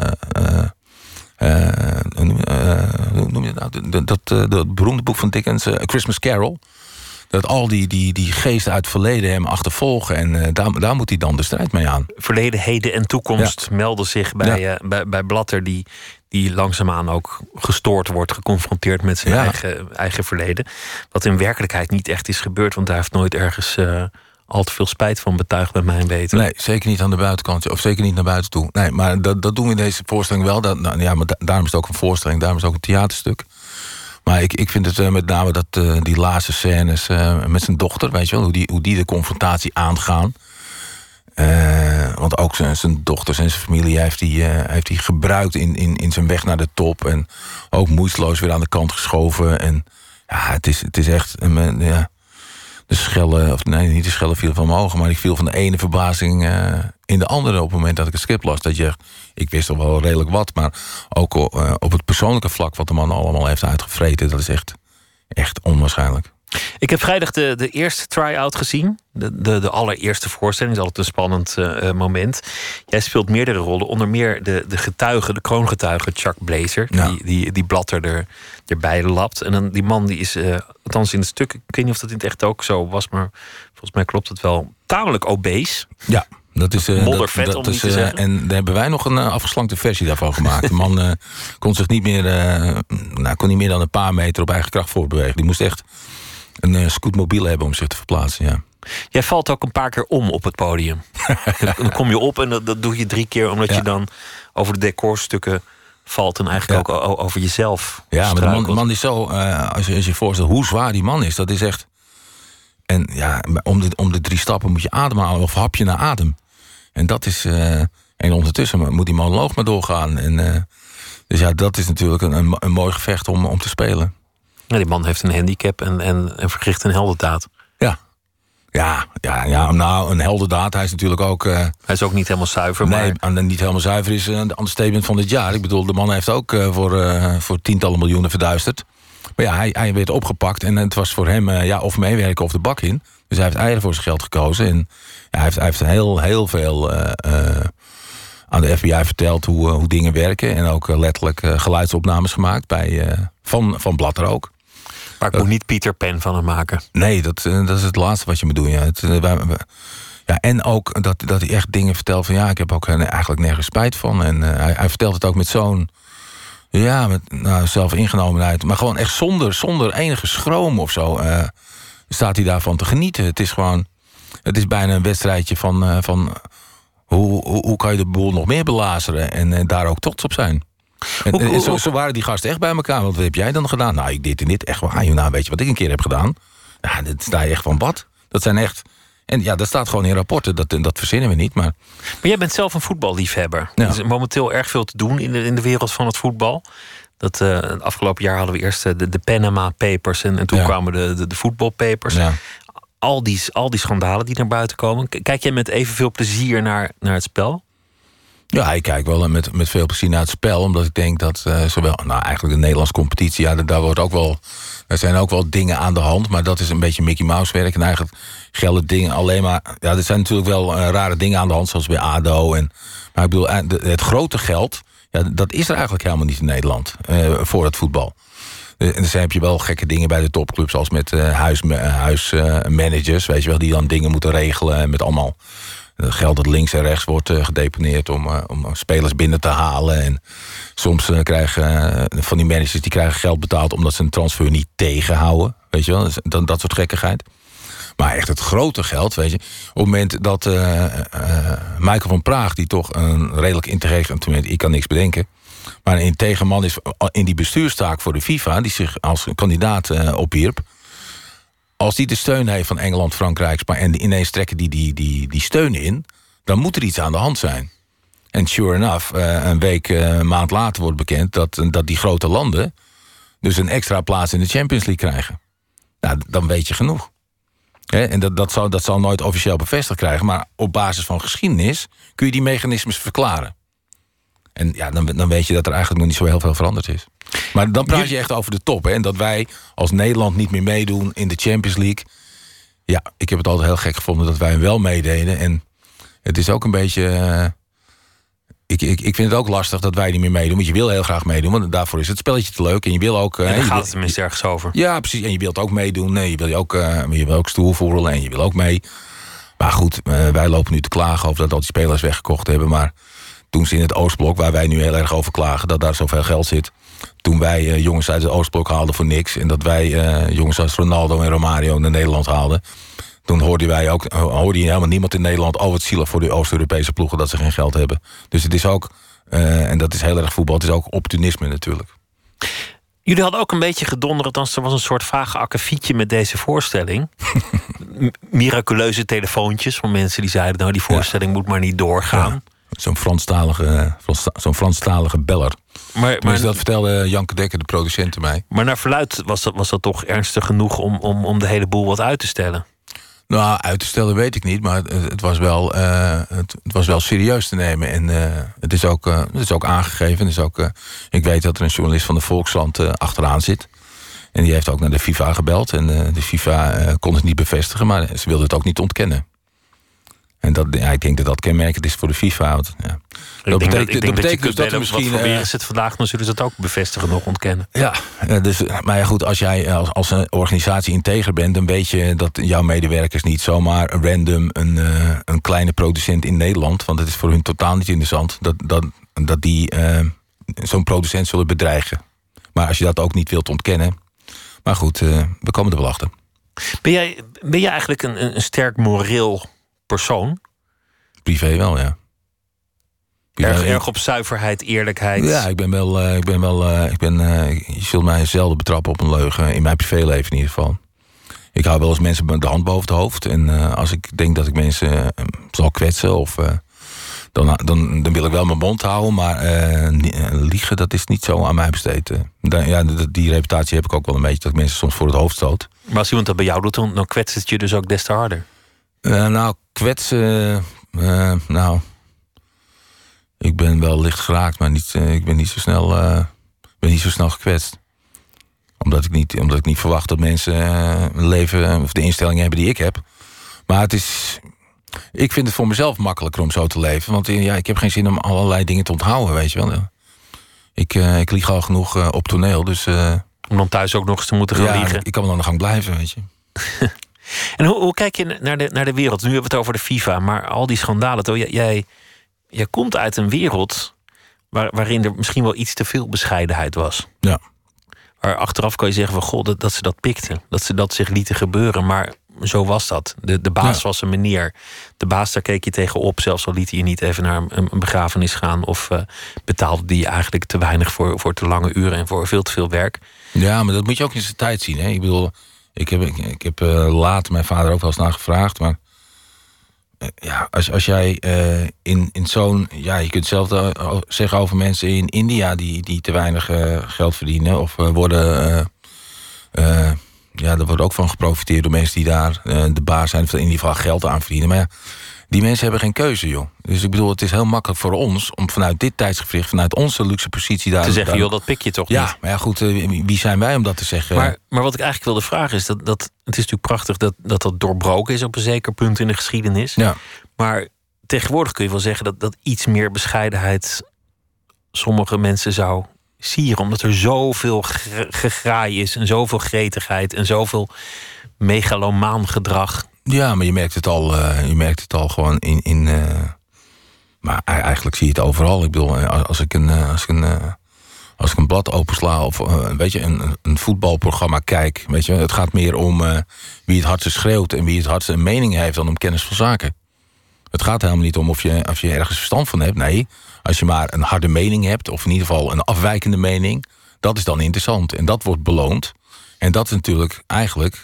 hoe noem je het nou? Dat beroemde boek van Dickens, A Christmas Carol. Dat al die geesten uit het verleden hem achtervolgen en daar moet hij dan de strijd mee aan. Verleden, heden en toekomst melden zich bij Blatter die langzaamaan ook gestoord wordt, geconfronteerd met zijn eigen verleden. Wat in werkelijkheid niet echt is gebeurd, want hij heeft nooit ergens al te veel spijt van betuigd, bij mijn weten. Nee, zeker niet aan de buitenkant, of zeker niet naar buiten toe. Nee, maar dat doen we in deze voorstelling wel. Maar daarom is het ook een voorstelling, daarom is het ook een theaterstuk. Maar ik vind het met name dat die laatste scènes met zijn dochter, weet je wel, hoe die de confrontatie aangaan. Want ook zijn dochters en zijn familie heeft hij gebruikt in zijn weg naar de top. En ook moeiteloos weer aan de kant geschoven. En ja, het is echt de schellen, of nee, niet de schellen vielen van mijn ogen, maar ik viel van de ene verbazing in de andere, op het moment dat ik het script las, dat je, ik wist al wel redelijk wat, maar ook op het persoonlijke vlak wat de man allemaal heeft uitgevreten, dat is echt onwaarschijnlijk. Ik heb vrijdag de eerste try-out gezien. De allereerste voorstelling. is altijd een spannend moment. Jij speelt meerdere rollen. Onder meer de getuige, de kroongetuige Chuck Blazer. Ja. Die Blatter erbij lapt. En dan die man die is, althans in het stuk, ik weet niet of dat in het echt ook zo was, maar volgens mij klopt het wel, tamelijk obese. Ja. Dat is moddervet, om niet te zeggen. En daar hebben wij nog een afgeslankte versie daarvan gemaakt. De man kon zich niet meer, kon niet meer dan een paar meter op eigen kracht voortbewegen. Die moest echt een scootmobiel hebben om zich te verplaatsen, ja. Jij valt ook een paar keer om op het podium. Dan kom je op en dat doe je 3 keer, omdat je dan over de decorstukken valt en eigenlijk ook over jezelf. Ja, maar de man is zo, als je je voorstelt hoe zwaar die man is, dat is echt. En ja, om de 3 stappen moet je ademhalen of hapje naar adem. En dat is. En ondertussen moet die monoloog maar doorgaan. En, dus ja, dat is natuurlijk een mooi gevecht om te spelen. Ja, die man heeft een handicap en verricht een heldendaad. Ja, nou, een heldendaad. Hij is natuurlijk ook. Hij is ook niet helemaal zuiver. Nee, niet helemaal zuiver is de understatement van dit jaar. Ik bedoel, de man heeft ook voor tientallen miljoenen verduisterd. Maar ja, hij werd opgepakt en het was voor hem of meewerken of de bak in. Dus hij heeft eieren voor zijn geld gekozen. En hij heeft heel veel aan de FBI verteld hoe dingen werken. En ook letterlijk geluidsopnames gemaakt van Blatter ook. Maar ik moet niet Peter Pan van hem maken. Nee, dat is het laatste wat je moet doen. Ja, en ook dat hij echt dingen vertelt van ik heb ook eigenlijk nergens spijt van. En hij vertelt het ook met zo'n zelfingenomenheid. Maar gewoon echt zonder enige schroom of zo staat hij daarvan te genieten. Het is bijna een wedstrijdje van hoe kan je de boel nog meer belazeren en daar ook trots op zijn. En zo waren die gasten echt bij elkaar. Want wat heb jij dan gedaan? Nou, ik dit en dit. Echt waar. Nou, weet je wat ik een keer heb gedaan? Nou, dat sta je echt van bad. Dat zijn echt. En ja, dat staat gewoon in rapporten. Dat verzinnen we niet. Maar jij bent zelf een voetballiefhebber. Ja. Er is momenteel erg veel te doen in de wereld van het voetbal. Het afgelopen jaar hadden we eerst de Panama Papers. En toen kwamen de voetbalpapers. Ja. Al die schandalen die naar buiten komen. Kijk jij met evenveel plezier naar het spel? Ja, ik kijk wel met veel plezier naar het spel. Omdat ik denk dat eigenlijk de Nederlandse competitie, daar zijn ook wel dingen aan de hand. Maar dat is een beetje Mickey Mouse werk. En eigenlijk gelden dingen alleen maar. Ja, er zijn natuurlijk wel rare dingen aan de hand, zoals bij ADO. Maar ik bedoel, het grote geld, dat is er eigenlijk helemaal niet in Nederland voor het voetbal. En dus heb je wel gekke dingen bij de topclubs, als met huismanagers, weet je wel, die dan dingen moeten regelen met allemaal geld dat links en rechts wordt gedeponeerd om spelers binnen te halen. En soms krijgen van die managers die krijgen geld betaald omdat ze een transfer niet tegenhouden. Weet je wel, dat soort gekkigheid. Maar echt het grote geld, weet je. Op het moment dat Michael van Praag, die toch een redelijk integer, ik kan niks bedenken, maar een integer man is in die bestuurstaak voor de FIFA, die zich als kandidaat opwierp. Als die de steun heeft van Engeland, Frankrijk, Spanje, en ineens trekken die steun in, dan moet er iets aan de hand zijn. En sure enough, een maand later wordt bekend dat die grote landen dus een extra plaats in de Champions League krijgen. Nou, dan weet je genoeg. En dat zal nooit officieel bevestigd krijgen, maar op basis van geschiedenis kun je die mechanismes verklaren. En ja, dan weet je dat er eigenlijk nog niet zo heel veel veranderd is. Maar dan praat je echt over de top. Hè? En dat wij als Nederland niet meer meedoen in de Champions League. Ja, ik heb het altijd heel gek gevonden dat wij hem wel meededen. En het is ook een beetje. Ik vind het ook lastig dat wij niet meer meedoen. Want je wil heel graag meedoen, want daarvoor is het spelletje te leuk. En je wil ook. En daar gaat het tenminste ergens over. Ja, precies. En je wilt ook meedoen. Nee, je wil ook stoel voeren en je wil ook mee. Maar goed, wij lopen nu te klagen over dat al die spelers weggekocht hebben. Maar toen ze in het Oostblok, waar wij nu heel erg over klagen dat daar zoveel geld zit. Toen wij jongens uit het Oostblok haalden voor niks. En dat wij jongens als Ronaldo en Romario naar Nederland haalden. Toen hoorde je helemaal niemand in Nederland. Oh, wat zielig voor de Oost-Europese ploegen dat ze geen geld hebben. Dus het is ook, en dat is heel erg voetbal, het is ook opportunisme natuurlijk. Jullie hadden ook een beetje gedonderd, althans er was een soort vage akkefietje met deze voorstelling. Miraculeuze telefoontjes van mensen die zeiden, nou die voorstelling moet maar niet doorgaan. Ja. Zo'n Franstalige beller. Maar dat vertelde Janke Dekker, de producent, mij. Maar naar verluidt was dat toch ernstig genoeg om de hele boel wat uit te stellen? Nou, uit te stellen weet ik niet, maar het was wel serieus te nemen. En het is ook aangegeven. Ik weet dat er een journalist van de Volkskrant achteraan zit. En die heeft ook naar de FIFA gebeld. En de FIFA kon het niet bevestigen, maar ze wilde het ook niet ontkennen. En ik denk dat kenmerkend is voor de FIFA. Want, ja. Ik denk dat je kunt bellen, misschien, wat voor weer is het vandaag, dan zullen ze het ook bevestigen nog ontkennen. Ja, maar ja goed, als jij als een organisatie integer bent, dan weet je dat jouw medewerkers niet zomaar random een kleine producent in Nederland, want het is voor hun totaal niet interessant, dat die zo'n producent zullen bedreigen. Maar als je dat ook niet wilt ontkennen. Maar goed, we komen er wel achter. Ben jij eigenlijk een sterk moreel persoon? Privé wel, ja. Erg op zuiverheid, eerlijkheid. Ja, je zult mij zelden betrappen op een leugen. In mijn privéleven in ieder geval. Ik hou wel eens mensen met de hand boven het hoofd. En als ik denk dat ik mensen zal kwetsen of dan wil ik wel mijn mond houden. Maar liegen, dat is niet zo aan mij besteed. Die reputatie heb ik ook wel een beetje, dat ik mensen soms voor het hoofd stoot. Maar als iemand dat bij jou doet, dan kwetst het je dus ook des te harder. Kwetsen. Ik ben wel licht geraakt, maar ik ben niet zo snel gekwetst. Omdat ik niet verwacht dat mensen een leven of de instellingen hebben die ik heb. Maar ik vind het voor mezelf makkelijker om zo te leven. Want ik heb geen zin om allerlei dingen te onthouden, weet je wel. Ik lieg al genoeg op toneel, dus... om dan thuis ook nog eens te moeten gaan liegen. Ik kan wel aan de gang blijven, weet je. En hoe kijk je naar de wereld? Nu hebben we het over de FIFA, maar al die schandalen. Jij komt uit een wereld waarin er misschien wel iets te veel bescheidenheid was. Ja. Waar achteraf kan je zeggen van goh, dat ze dat pikten. Dat ze dat zich lieten gebeuren, maar zo was dat. De baas was een meneer. De baas, daar keek je tegenop. Zelfs al liet hij je niet even naar een begrafenis gaan. Of betaalde die je eigenlijk te weinig voor te lange uren en voor veel te veel werk. Ja, maar dat moet je ook in zijn tijd zien. Hè? Ik bedoel, ik heb later mijn vader ook wel eens naar gevraagd, maar als jij in zo'n... Ja, je kunt zelf zeggen over mensen in India die te weinig geld verdienen. Of worden... er wordt ook van geprofiteerd door mensen die daar de baas zijn. Of in ieder geval geld aan verdienen. Maar ja, die mensen hebben geen keuze, joh. Dus ik bedoel, het is heel makkelijk voor ons om vanuit dit tijdsgevricht, vanuit onze luxe positie daar... Te zeggen, joh, dat pik je toch niet? Ja, maar ja, goed, wie zijn wij om dat te zeggen? Maar wat ik eigenlijk wilde vragen is, dat het is natuurlijk prachtig dat doorbroken is op een zeker punt in de geschiedenis. Ja. Maar tegenwoordig kun je wel zeggen dat iets meer bescheidenheid sommige mensen zou sieren. Omdat er zoveel gegraai is en zoveel gretigheid en zoveel megalomaan gedrag. Ja, maar je merkt het al gewoon in maar eigenlijk zie je het overal. Ik bedoel, als ik een blad opensla of een voetbalprogramma kijk, weet je, het gaat meer om wie het hardste schreeuwt en wie het hardste een mening heeft dan om kennis van zaken. Het gaat helemaal niet om of je ergens verstand van hebt. Nee, als je maar een harde mening hebt, of in ieder geval een afwijkende mening, dat is dan interessant. En dat wordt beloond. En dat is natuurlijk eigenlijk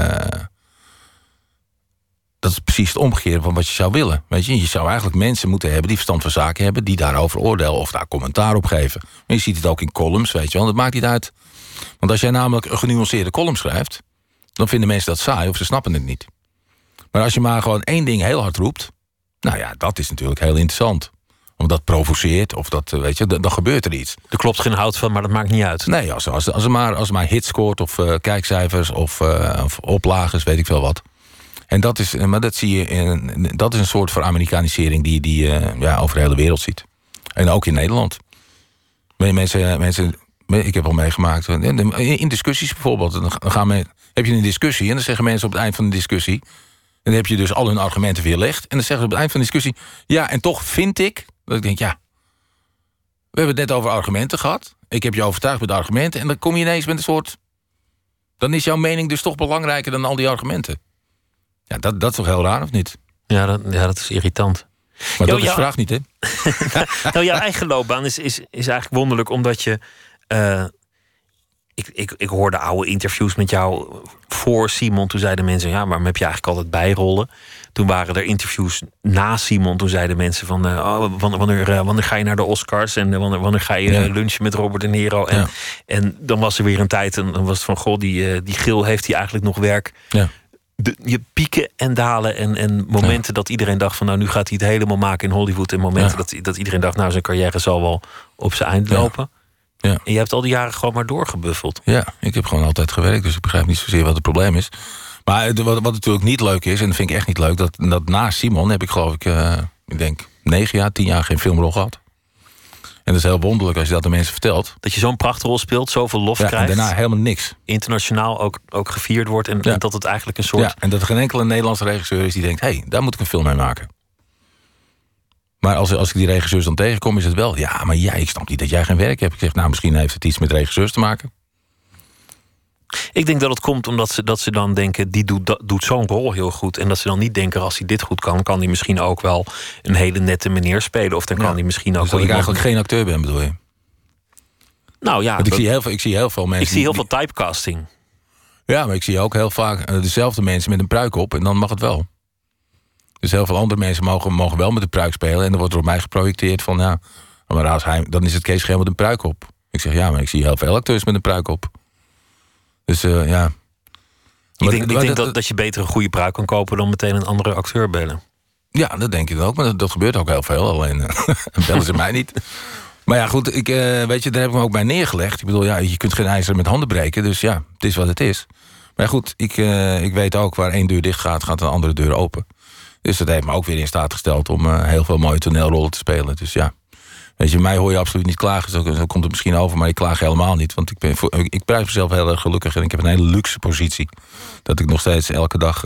dat is precies het omgekeerde van wat je zou willen. Weet je zou eigenlijk mensen moeten hebben die verstand van zaken hebben, die daarover oordelen of daar commentaar op geven. Maar je ziet het ook in columns, weet je wel. Dat maakt niet uit. Want als jij namelijk een genuanceerde column schrijft, dan vinden mensen dat saai of ze snappen het niet. Maar als je maar gewoon één ding heel hard roept, nou ja, dat is natuurlijk heel interessant. Omdat dat provoceert of dat, weet je, dan gebeurt er iets. Er klopt geen hout van, maar dat maakt niet uit. Nee, als er maar hits scoort of kijkcijfers of oplagers, weet ik veel wat. En dat is, maar dat zie je, dat is een soort van Amerikanisering die je over de hele wereld ziet. En ook in Nederland. Mensen, ik heb al meegemaakt, in discussies bijvoorbeeld. Dan heb je een discussie en dan zeggen mensen op het eind van de discussie, dan heb je dus al hun argumenten weerlegd. En dan zeggen ze op het eind van de discussie, ja, en toch vind ik, dat ik denk, ja, we hebben het net over argumenten gehad. Ik heb je overtuigd met de argumenten. En dan kom je ineens met een soort, dan is jouw mening dus toch belangrijker dan al die argumenten. Ja, dat is toch heel raar, of niet? Ja, dat is irritant. Maar dat is de vraag niet, hè? Nou, jouw eigen loopbaan is eigenlijk wonderlijk, omdat je... Ik hoorde oude interviews met jou voor Simon. Toen zeiden mensen, ja, waarom heb je eigenlijk altijd bijrollen? Toen waren er interviews na Simon. Toen zeiden mensen van, wanneer ga je naar de Oscars? En wanneer ga je lunchen met Robert De Niro? En dan was er weer een tijd, en dan was het van, goh, die Gil, heeft hij eigenlijk nog werk? Ja. je pieken en dalen en momenten dat iedereen dacht van... nou, nu gaat hij het helemaal maken in Hollywood. En momenten dat iedereen dacht, nou, zijn carrière zal wel op zijn eind lopen. Ja. En je hebt al die jaren gewoon maar doorgebuffeld. Ja, ik heb gewoon altijd gewerkt, dus ik begrijp niet zozeer wat het probleem is. Maar wat natuurlijk niet leuk is, en dat vind ik echt niet leuk... dat na Simon heb ik geloof ik, ik denk 10 jaar geen filmrol gehad. En dat is heel wonderlijk als je dat aan mensen vertelt. Dat je zo'n prachtrol speelt, zoveel lof krijgt. En daarna helemaal niks. Internationaal ook gevierd wordt en dat het eigenlijk een soort... Ja, en dat er geen enkele Nederlandse regisseur is die denkt... hé, daar moet ik een film mee maken. Maar als ik die regisseurs dan tegenkom, is het wel... ja, maar ik snap niet dat jij geen werk hebt. Ik zeg, nou, misschien heeft het iets met regisseurs te maken. Ik denk dat het komt omdat ze dan denken... die doet zo'n rol heel goed. En dat ze dan niet denken, als hij dit goed kan hij misschien ook wel een hele nette meneer spelen. Of dan kan hij misschien ook dus wel... dat ik eigenlijk geen acteur ben, bedoel je? Nou ja... Want ik zie heel veel mensen... Ik zie heel veel typecasting. Ja, maar ik zie ook heel vaak dezelfde mensen met een pruik op. En dan mag het wel. Dus heel veel andere mensen mogen wel met een pruik spelen. En dan wordt er op mij geprojecteerd van... ja, maar als dan is het Kees Scheel met een pruik op. Ik zeg, ja, maar ik zie heel veel acteurs met een pruik op. Dus ja... Ik denk dat je beter een goede pruik kan kopen... dan meteen een andere acteur bellen. Ja, dat denk ik dan ook. Maar dat gebeurt ook heel veel. Alleen bellen ze mij niet. Maar ja, goed, weet je, daar heb ik me ook bij neergelegd. Ik bedoel, ja, je kunt geen ijzer met handen breken. Dus ja, het is wat het is. Maar ja, goed, ik weet ook waar één deur dicht gaat... gaat een andere deur open. Dus dat heeft me ook weer in staat gesteld... om heel veel mooie toneelrollen te spelen. Dus ja, weet je, mij hoor je absoluut niet klagen. Zo komt het misschien over, maar ik klaag helemaal niet. Want ik prijs mezelf heel erg gelukkig. En ik heb een hele luxe positie. Dat ik nog steeds elke dag...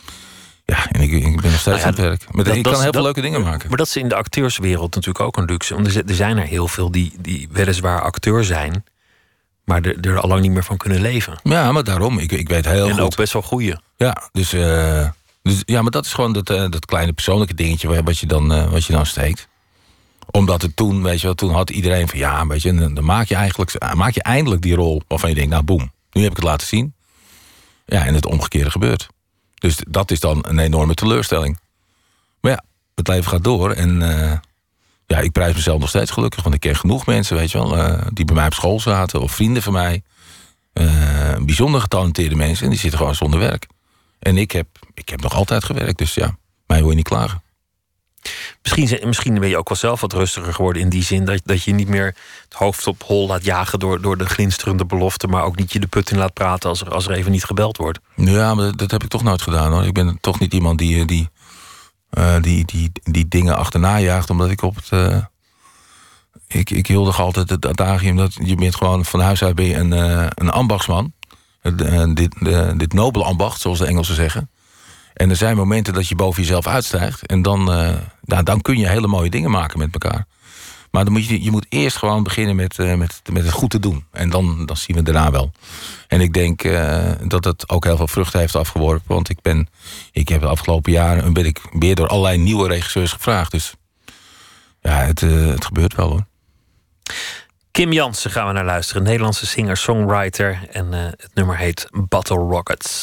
en ik ben nog steeds aan het werk. Ik kan heel veel leuke dingen maken. Maar dat is in de acteurswereld natuurlijk ook een luxe. Want er zijn er heel veel die weliswaar acteur zijn... maar er al lang niet meer van kunnen leven. Ja, maar daarom. Ik weet heel goed. En ook best wel goeie. Ja, dus ja, maar dat is gewoon dat kleine persoonlijke dingetje... wat je dan steekt. Omdat het toen, weet je wel, toen had iedereen van... ja, weet je, dan maak je eindelijk die rol waarvan je denkt... nou, boem, nu heb ik het laten zien. Ja, en het omgekeerde gebeurt. Dus dat is dan een enorme teleurstelling. Maar ja, het leven gaat door. En ik prijs mezelf nog steeds gelukkig. Want ik ken genoeg mensen, weet je wel... die bij mij op school zaten, of vrienden van mij. Bijzonder getalenteerde mensen. En die zitten gewoon zonder werk. En ik heb nog altijd gewerkt. Dus ja, mij hoor je niet klagen. Misschien ben je ook wel zelf wat rustiger geworden... in die zin dat je niet meer het hoofd op hol laat jagen... door de glinsterende belofte... maar ook niet je de put in laat praten als er even niet gebeld wordt. Ja, maar dat heb ik toch nooit gedaan, hoor. Ik ben toch niet iemand die dingen achterna jaagt... omdat ik op het... Ik huldig altijd het adagium dat je bent gewoon van huis uit ben je een ambachtsman. Dit nobele ambacht, zoals de Engelsen zeggen... En er zijn momenten dat je boven jezelf uitstijgt... en dan kun je hele mooie dingen maken met elkaar. Maar dan je moet eerst gewoon beginnen met het goed te doen. En dan zien we daarna wel. En ik denk dat het ook heel veel vruchten heeft afgeworpen. Want ik heb de afgelopen jaren... ben ik weer door allerlei nieuwe regisseurs gevraagd. Dus ja, het gebeurt wel, hoor. Kim Jansen gaan we naar luisteren. Nederlandse singer-songwriter. En het nummer heet Bottle Rockets.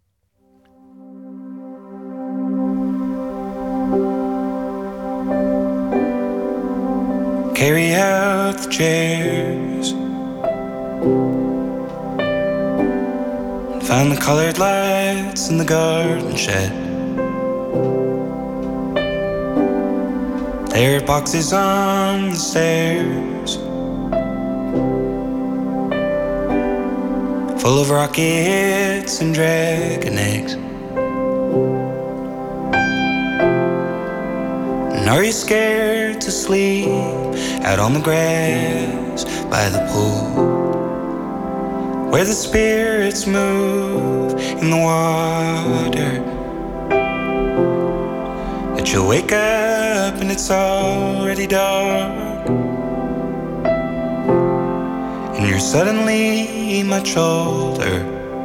Carry out the chairs, find the colored lights in the garden shed. There are boxes on the stairs, full of rockets and dragon eggs. Are you scared to sleep out on the grass by the pool, where the spirits move in the water? That you'll wake up and it's already dark, and you're suddenly much older.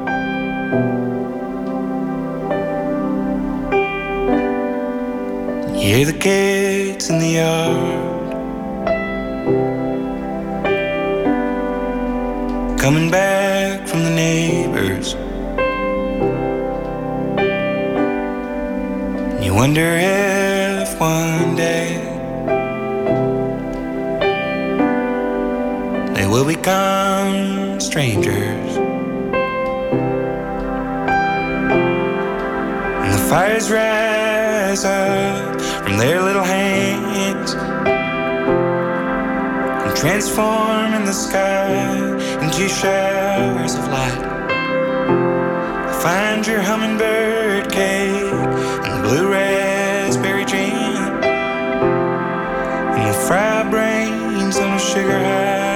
You hear the kids in the yard coming back from the neighbors, and you wonder if one day they will become strangers. Fires rise up from their little hands and transform in the sky into showers of light. Find your hummingbird cake and the blue raspberry jam and the fried brains on a sugar high.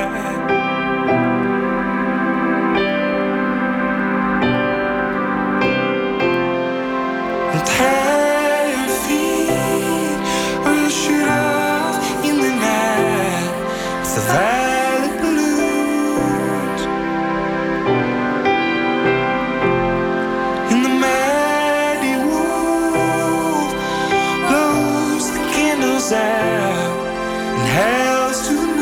And tired feet will shoot off in the night with the violet blues. And the mighty wolf blows the candles out and howls to the moon.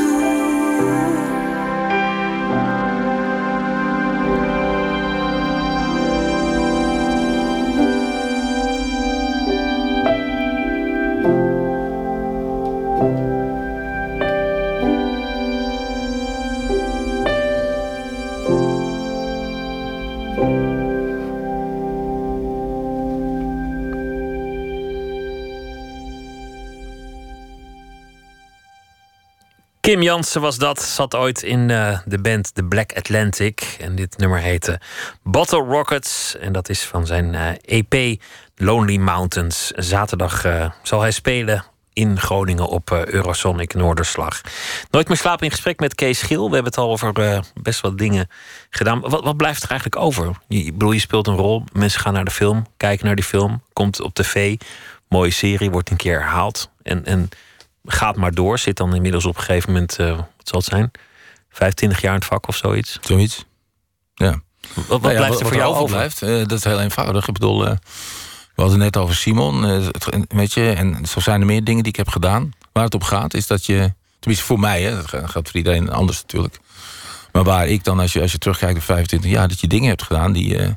Kim Jansen was dat, zat ooit in de band The Black Atlantic. En dit nummer heette Bottle Rockets. En dat is van zijn EP Lonely Mountains. Zaterdag zal hij spelen in Groningen op Eurosonic Noorderslag. Nooit meer slapen in gesprek met Kees Giel. We hebben het al over best wat dingen gedaan. Wat blijft er eigenlijk over? Je speelt een rol, mensen gaan naar de film, kijken naar die film, komt op tv, mooie serie, wordt een keer herhaald. En gaat maar door, zit dan inmiddels op een gegeven moment, wat zal het zijn? 25 jaar in het vak of zoiets? Zoiets, ja. Wat blijft er voor jou overblijft? Dat is heel eenvoudig. Ik bedoel, we hadden het net over Simon, weet je, en zo zijn er meer dingen die ik heb gedaan. Waar het op gaat is dat je, tenminste voor mij, hè, dat gaat voor iedereen anders natuurlijk. Maar waar ik dan, als je terugkijkt op 25 jaar, dat je dingen hebt gedaan die,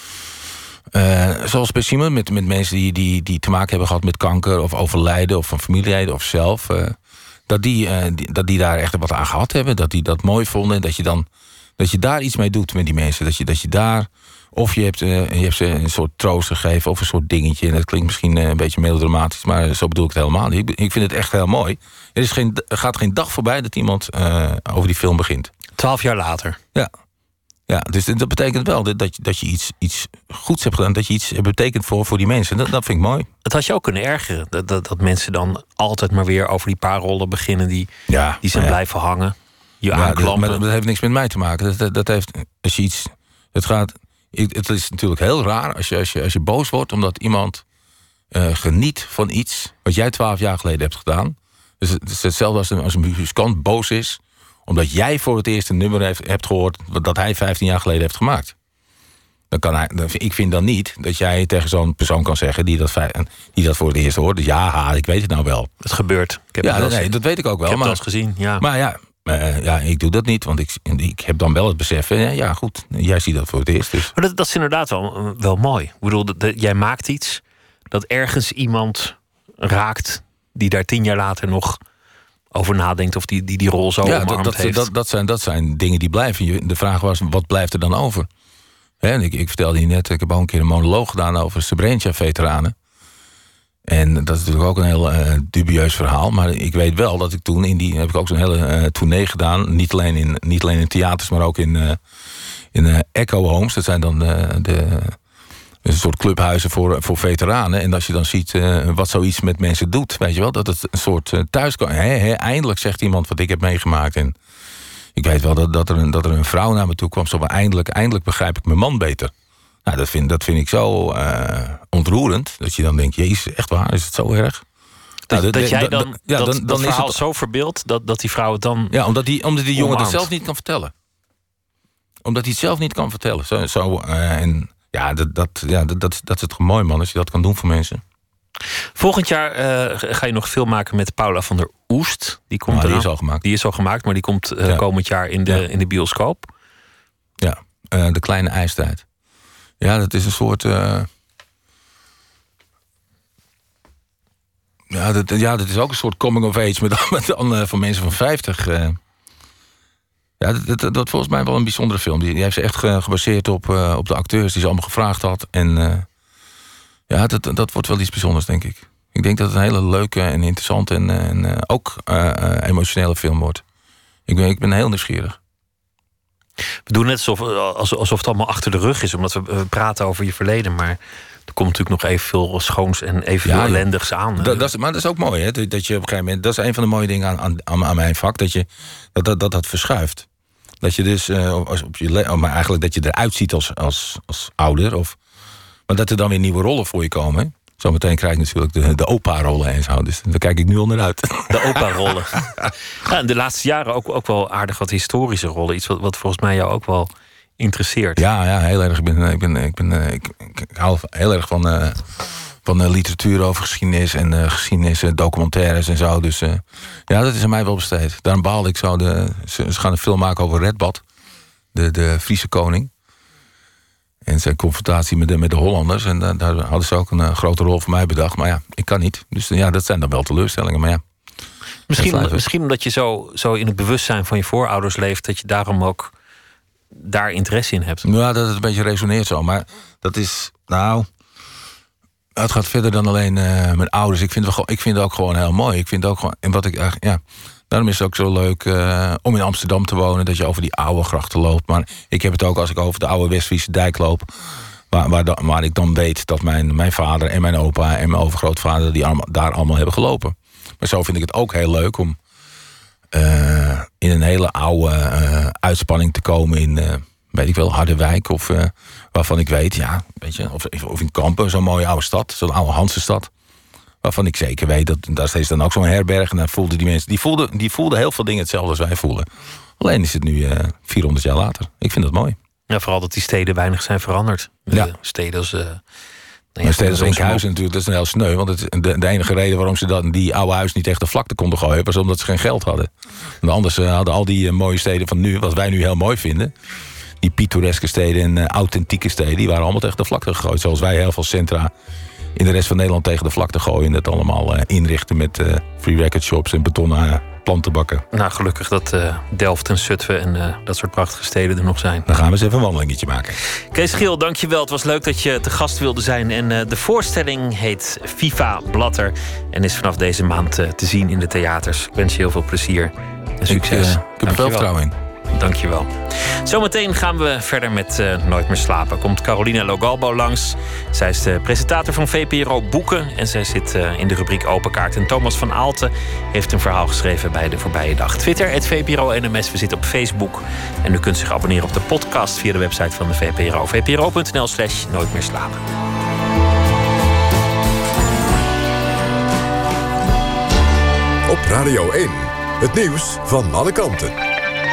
zoals bij Simon, met mensen die te maken hebben gehad met kanker of overlijden of van familieleden of zelf, dat die daar echt wat aan gehad hebben, dat die dat mooi vonden en dat je daar iets mee doet met die mensen, dat je daar, of je hebt ze een soort troost gegeven of een soort dingetje, en dat klinkt misschien een beetje melodramatisch, maar zo bedoel ik het helemaal niet. Ik vind het echt heel mooi. Er gaat geen dag voorbij dat iemand over die film begint. 12 jaar later. Ja, dus dat betekent wel dat je iets goeds hebt gedaan, dat je iets betekent voor die mensen. Dat vind ik mooi. Het had je ook kunnen ergeren, dat mensen dan altijd maar weer over die paar rollen beginnen die zijn blijven hangen. Je aanklampen. Maar dat heeft niks met mij te maken. Dat heeft, als je iets, het is natuurlijk heel raar als je boos wordt omdat iemand geniet van iets wat jij 12 jaar geleden hebt gedaan. Dus het is hetzelfde als een muzikant boos is omdat jij voor het eerst een nummer hebt gehoord dat hij 15 jaar geleden heeft gemaakt. Ik vind dan niet dat jij tegen zo'n persoon kan zeggen die dat voor het eerst hoort. Dus ik weet het nou wel. Het gebeurt. Dat weet ik ook wel. Ik heb het al eens gezien, ja. Maar ik doe dat niet, want ik heb dan wel het besef. Ja, goed, jij ziet dat voor het eerst. Dus. Maar dat is inderdaad wel mooi. Ik bedoel, jij maakt iets dat ergens iemand raakt die daar 10 jaar later nog over nadenkt of die rol zo omarmd heeft. Dat zijn dingen die blijven. De vraag was, wat blijft er dan over? Ik vertelde je net, ik heb al een keer een monoloog gedaan over Srebrenica-veteranen. En dat is natuurlijk ook een heel dubieus verhaal. Maar ik weet wel dat ik toen heb ik ook zo'n hele tournee gedaan. Niet alleen in theaters, maar ook in Echo Homes. Dat zijn dan een soort clubhuizen voor veteranen. En als je dan ziet wat zoiets met mensen doet, weet je wel, dat het een soort thuiskomen. Eindelijk zegt iemand wat ik heb meegemaakt. En ik weet wel dat er een vrouw naar me toe kwam. Zo, maar eindelijk begrijp ik mijn man beter. Nou, dat vind ik zo ontroerend. Dat je dan denkt, jezus, echt waar, is het zo erg? Dat jij dan dat verhaal het zo verbeeldt dat die vrouw het dan. Ja, omdat die jongen het zelf niet kan vertellen. Omdat hij het zelf niet kan vertellen. Dat is het mooi, man, als je dat kan doen voor mensen. Volgend jaar ga je nog film maken met Paula van der Oest. Die is al gemaakt. Die is al gemaakt, maar die komt komend jaar in de bioscoop. Ja, De Kleine IJstijd. Ja, dat is een soort. Dat is ook een soort coming of age met dan van mensen van 50. Dat volgens mij wel een bijzondere film. Die heeft ze echt gebaseerd op de acteurs die ze allemaal gevraagd had. En Ja, dat wordt wel iets bijzonders, denk ik. Ik denk dat het een hele leuke en interessante en ook emotionele film wordt. Ik ben heel nieuwsgierig. We doen net alsof het allemaal achter de rug is, omdat we praten over je verleden. Maar er komt natuurlijk nog evenveel schoons en evenveel ellendigs aan. Maar dat is ook mooi, hè? Dat je op een gegeven moment. Dat is een van de mooie dingen aan mijn vak, dat verschuift. Dat je dus maar eigenlijk dat je eruit ziet als ouder. Maar dat er dan weer nieuwe rollen voor je komen. Hè? Zometeen krijg ik natuurlijk de opa-rollen en zo. Dus daar kijk ik nu onderuit. De opa-rollen. Ja, in de laatste jaren ook wel aardig wat historische rollen. Iets wat volgens mij jou ook wel interesseert. Ja, heel erg. Ik hou heel erg van literatuur over geschiedenis en geschiedenis, documentaires en zo. Dus dat is aan mij wel besteed. Daarom baalde ik zo. Ze gaan een film maken over Redbad, de Friese koning. En zijn confrontatie met de Hollanders. En daar hadden ze ook een grote rol voor mij bedacht. Maar ja, ik kan niet. Dus dat zijn dan wel teleurstellingen. Maar ja. Misschien omdat je zo in het bewustzijn van je voorouders leeft, dat je daarom ook daar interesse in hebt. Ja, dat het een beetje resoneert zo. Maar dat is, het gaat verder dan alleen mijn ouders. Ik vind het ook gewoon heel mooi. Ik vind ook gewoon, en wat ik daarom is het ook zo leuk om in Amsterdam te wonen, dat je over die oude grachten loopt. Maar ik heb het ook als ik over de oude Westfriese dijk loop, waar ik dan weet dat mijn vader en mijn opa en mijn overgrootvader daar allemaal hebben gelopen. Maar zo vind ik het ook heel leuk om in een hele oude uitspanning te komen in, weet ik wel, Harderwijk. Of waarvan ik weet, weet je, of in Kampen, zo'n mooie oude stad, zo'n oude Hansenstad. Waarvan ik zeker weet, dat daar steeds dan ook zo'n herberg. En daar voelden die mensen, die voelden heel veel dingen hetzelfde als wij voelen. Alleen is het nu 400 jaar later. Ik vind dat mooi. Ja, vooral dat die steden weinig zijn veranderd. Steden als steden als Enkhuizen natuurlijk, dat is een heel sneu. Want de enige reden waarom ze die oude huis niet echt de vlakte konden gooien, was omdat ze geen geld hadden. En anders hadden al die mooie steden van nu, wat wij nu heel mooi vinden, die pittoreske steden en authentieke steden, die waren allemaal tegen de vlakte gegooid. Zoals wij heel veel centra in de rest van Nederland tegen de vlakte gooien en dat allemaal inrichten met free record shops en betonnen plantenbakken. Nou, gelukkig dat Delft en Zutphen en dat soort prachtige steden er nog zijn. Dan gaan we eens even een wandelingetje maken. Kees Giel, dankjewel. Het was leuk dat je te gast wilde zijn. En de voorstelling heet Viva Blatter en is vanaf deze maand te zien in de theaters. Ik wens je heel veel plezier en succes. Ik heb er veel vertrouwen in. Dankjewel. Zometeen gaan we verder met Nooit meer slapen. Komt Carolina Logalbo langs. Zij is de presentator van VPRO Boeken. En zij zit in de rubriek Open Kaart. En Thomas van Aalten heeft een verhaal geschreven bij De Voorbije Dag. Twitter, @VPRO-NMS. We zitten op Facebook. En u kunt zich abonneren op de podcast via de website van de VPRO. VPRO.nl/Nooit meer slapen. Op Radio 1. Het nieuws van alle kanten.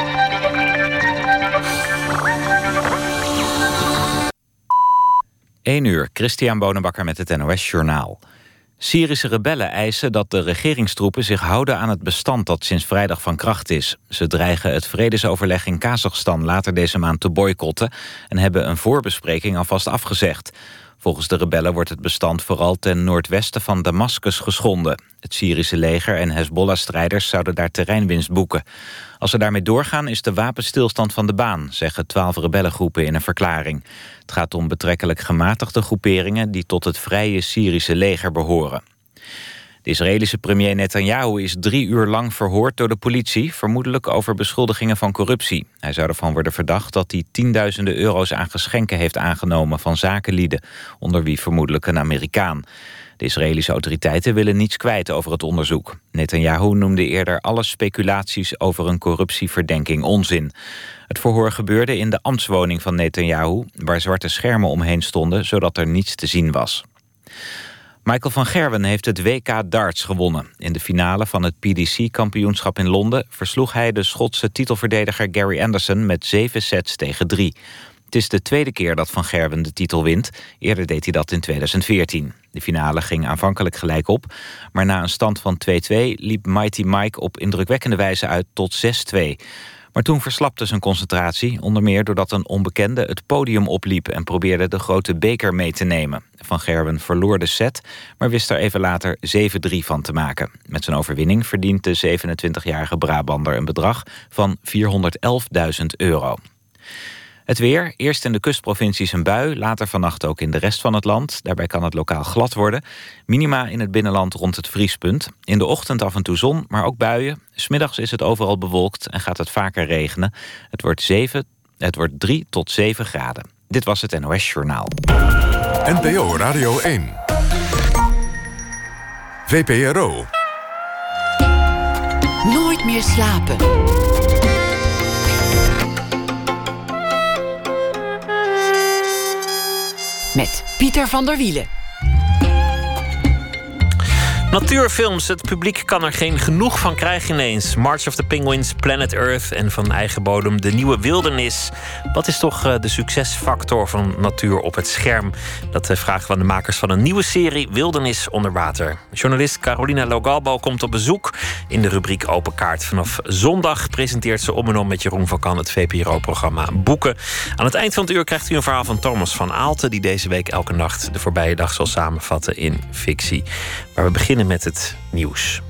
1 uur, Christian Bonenbakker met het NOS Journaal. Syrische rebellen eisen dat de regeringstroepen zich houden aan het bestand dat sinds vrijdag van kracht is. Ze dreigen het vredesoverleg in Kazachstan later deze maand te boycotten en hebben een voorbespreking alvast afgezegd. Volgens de rebellen wordt het bestand vooral ten noordwesten van Damascus geschonden. Het Syrische leger en Hezbollah-strijders zouden daar terreinwinst boeken. Als ze daarmee doorgaan is de wapenstilstand van de baan, zeggen 12 rebellengroepen in een verklaring. Het gaat om betrekkelijk gematigde groeperingen die tot het vrije Syrische leger behoren. De Israëlische premier Netanyahu is 3 uur lang verhoord door de politie, vermoedelijk over beschuldigingen van corruptie. Hij zou ervan worden verdacht dat hij tienduizenden euro's aan geschenken heeft aangenomen van zakenlieden, onder wie vermoedelijk een Amerikaan. De Israëlische autoriteiten willen niets kwijt over het onderzoek. Netanyahu noemde eerder alle speculaties over een corruptieverdenking onzin. Het verhoor gebeurde in de ambtswoning van Netanyahu, waar zwarte schermen omheen stonden, zodat er niets te zien was. Michael van Gerwen heeft het WK darts gewonnen. In de finale van het PDC-kampioenschap in Londen versloeg hij de Schotse titelverdediger Gary Anderson met 7 sets tegen 3. Het is de tweede keer dat Van Gerwen de titel wint. Eerder deed hij dat in 2014. De finale ging aanvankelijk gelijk op, maar na een stand van 2-2 liep Mighty Mike op indrukwekkende wijze uit tot 6-2. Maar toen verslapte zijn concentratie, onder meer doordat een onbekende het podium opliep en probeerde de grote beker mee te nemen. Van Gerwen verloor de set, maar wist er even later 7-3 van te maken. Met zijn overwinning verdient de 27-jarige Brabander een bedrag van €411.000. Het weer, eerst in de kustprovincies een bui, later vannacht ook in de rest van het land. Daarbij kan het lokaal glad worden. Minima in het binnenland rond het vriespunt. In de ochtend af en toe zon, maar ook buien. 's Middags is het overal bewolkt en gaat het vaker regenen. Het wordt 3 tot 7 graden. Dit was het NOS Journaal. NPO Radio 1. VPRO. Nooit meer slapen. Met Pieter van der Wielen. Natuurfilms, het publiek kan er geen genoeg van krijgen ineens. March of the Penguins, Planet Earth en van eigen bodem De Nieuwe Wildernis. Wat is toch de succesfactor van natuur op het scherm? Dat vragen we aan de makers van een nieuwe serie Wildernis onder water. Journalist Carolina Logalbo komt op bezoek in de rubriek Open Kaart. Vanaf zondag presenteert ze om en om met Jeroen van Kan het VPRO-programma Boeken. Aan het eind van het uur krijgt u een verhaal van Thomas van Aalten, die deze week elke nacht de voorbije dag zal samenvatten in fictie. Maar we beginnen met het nieuws.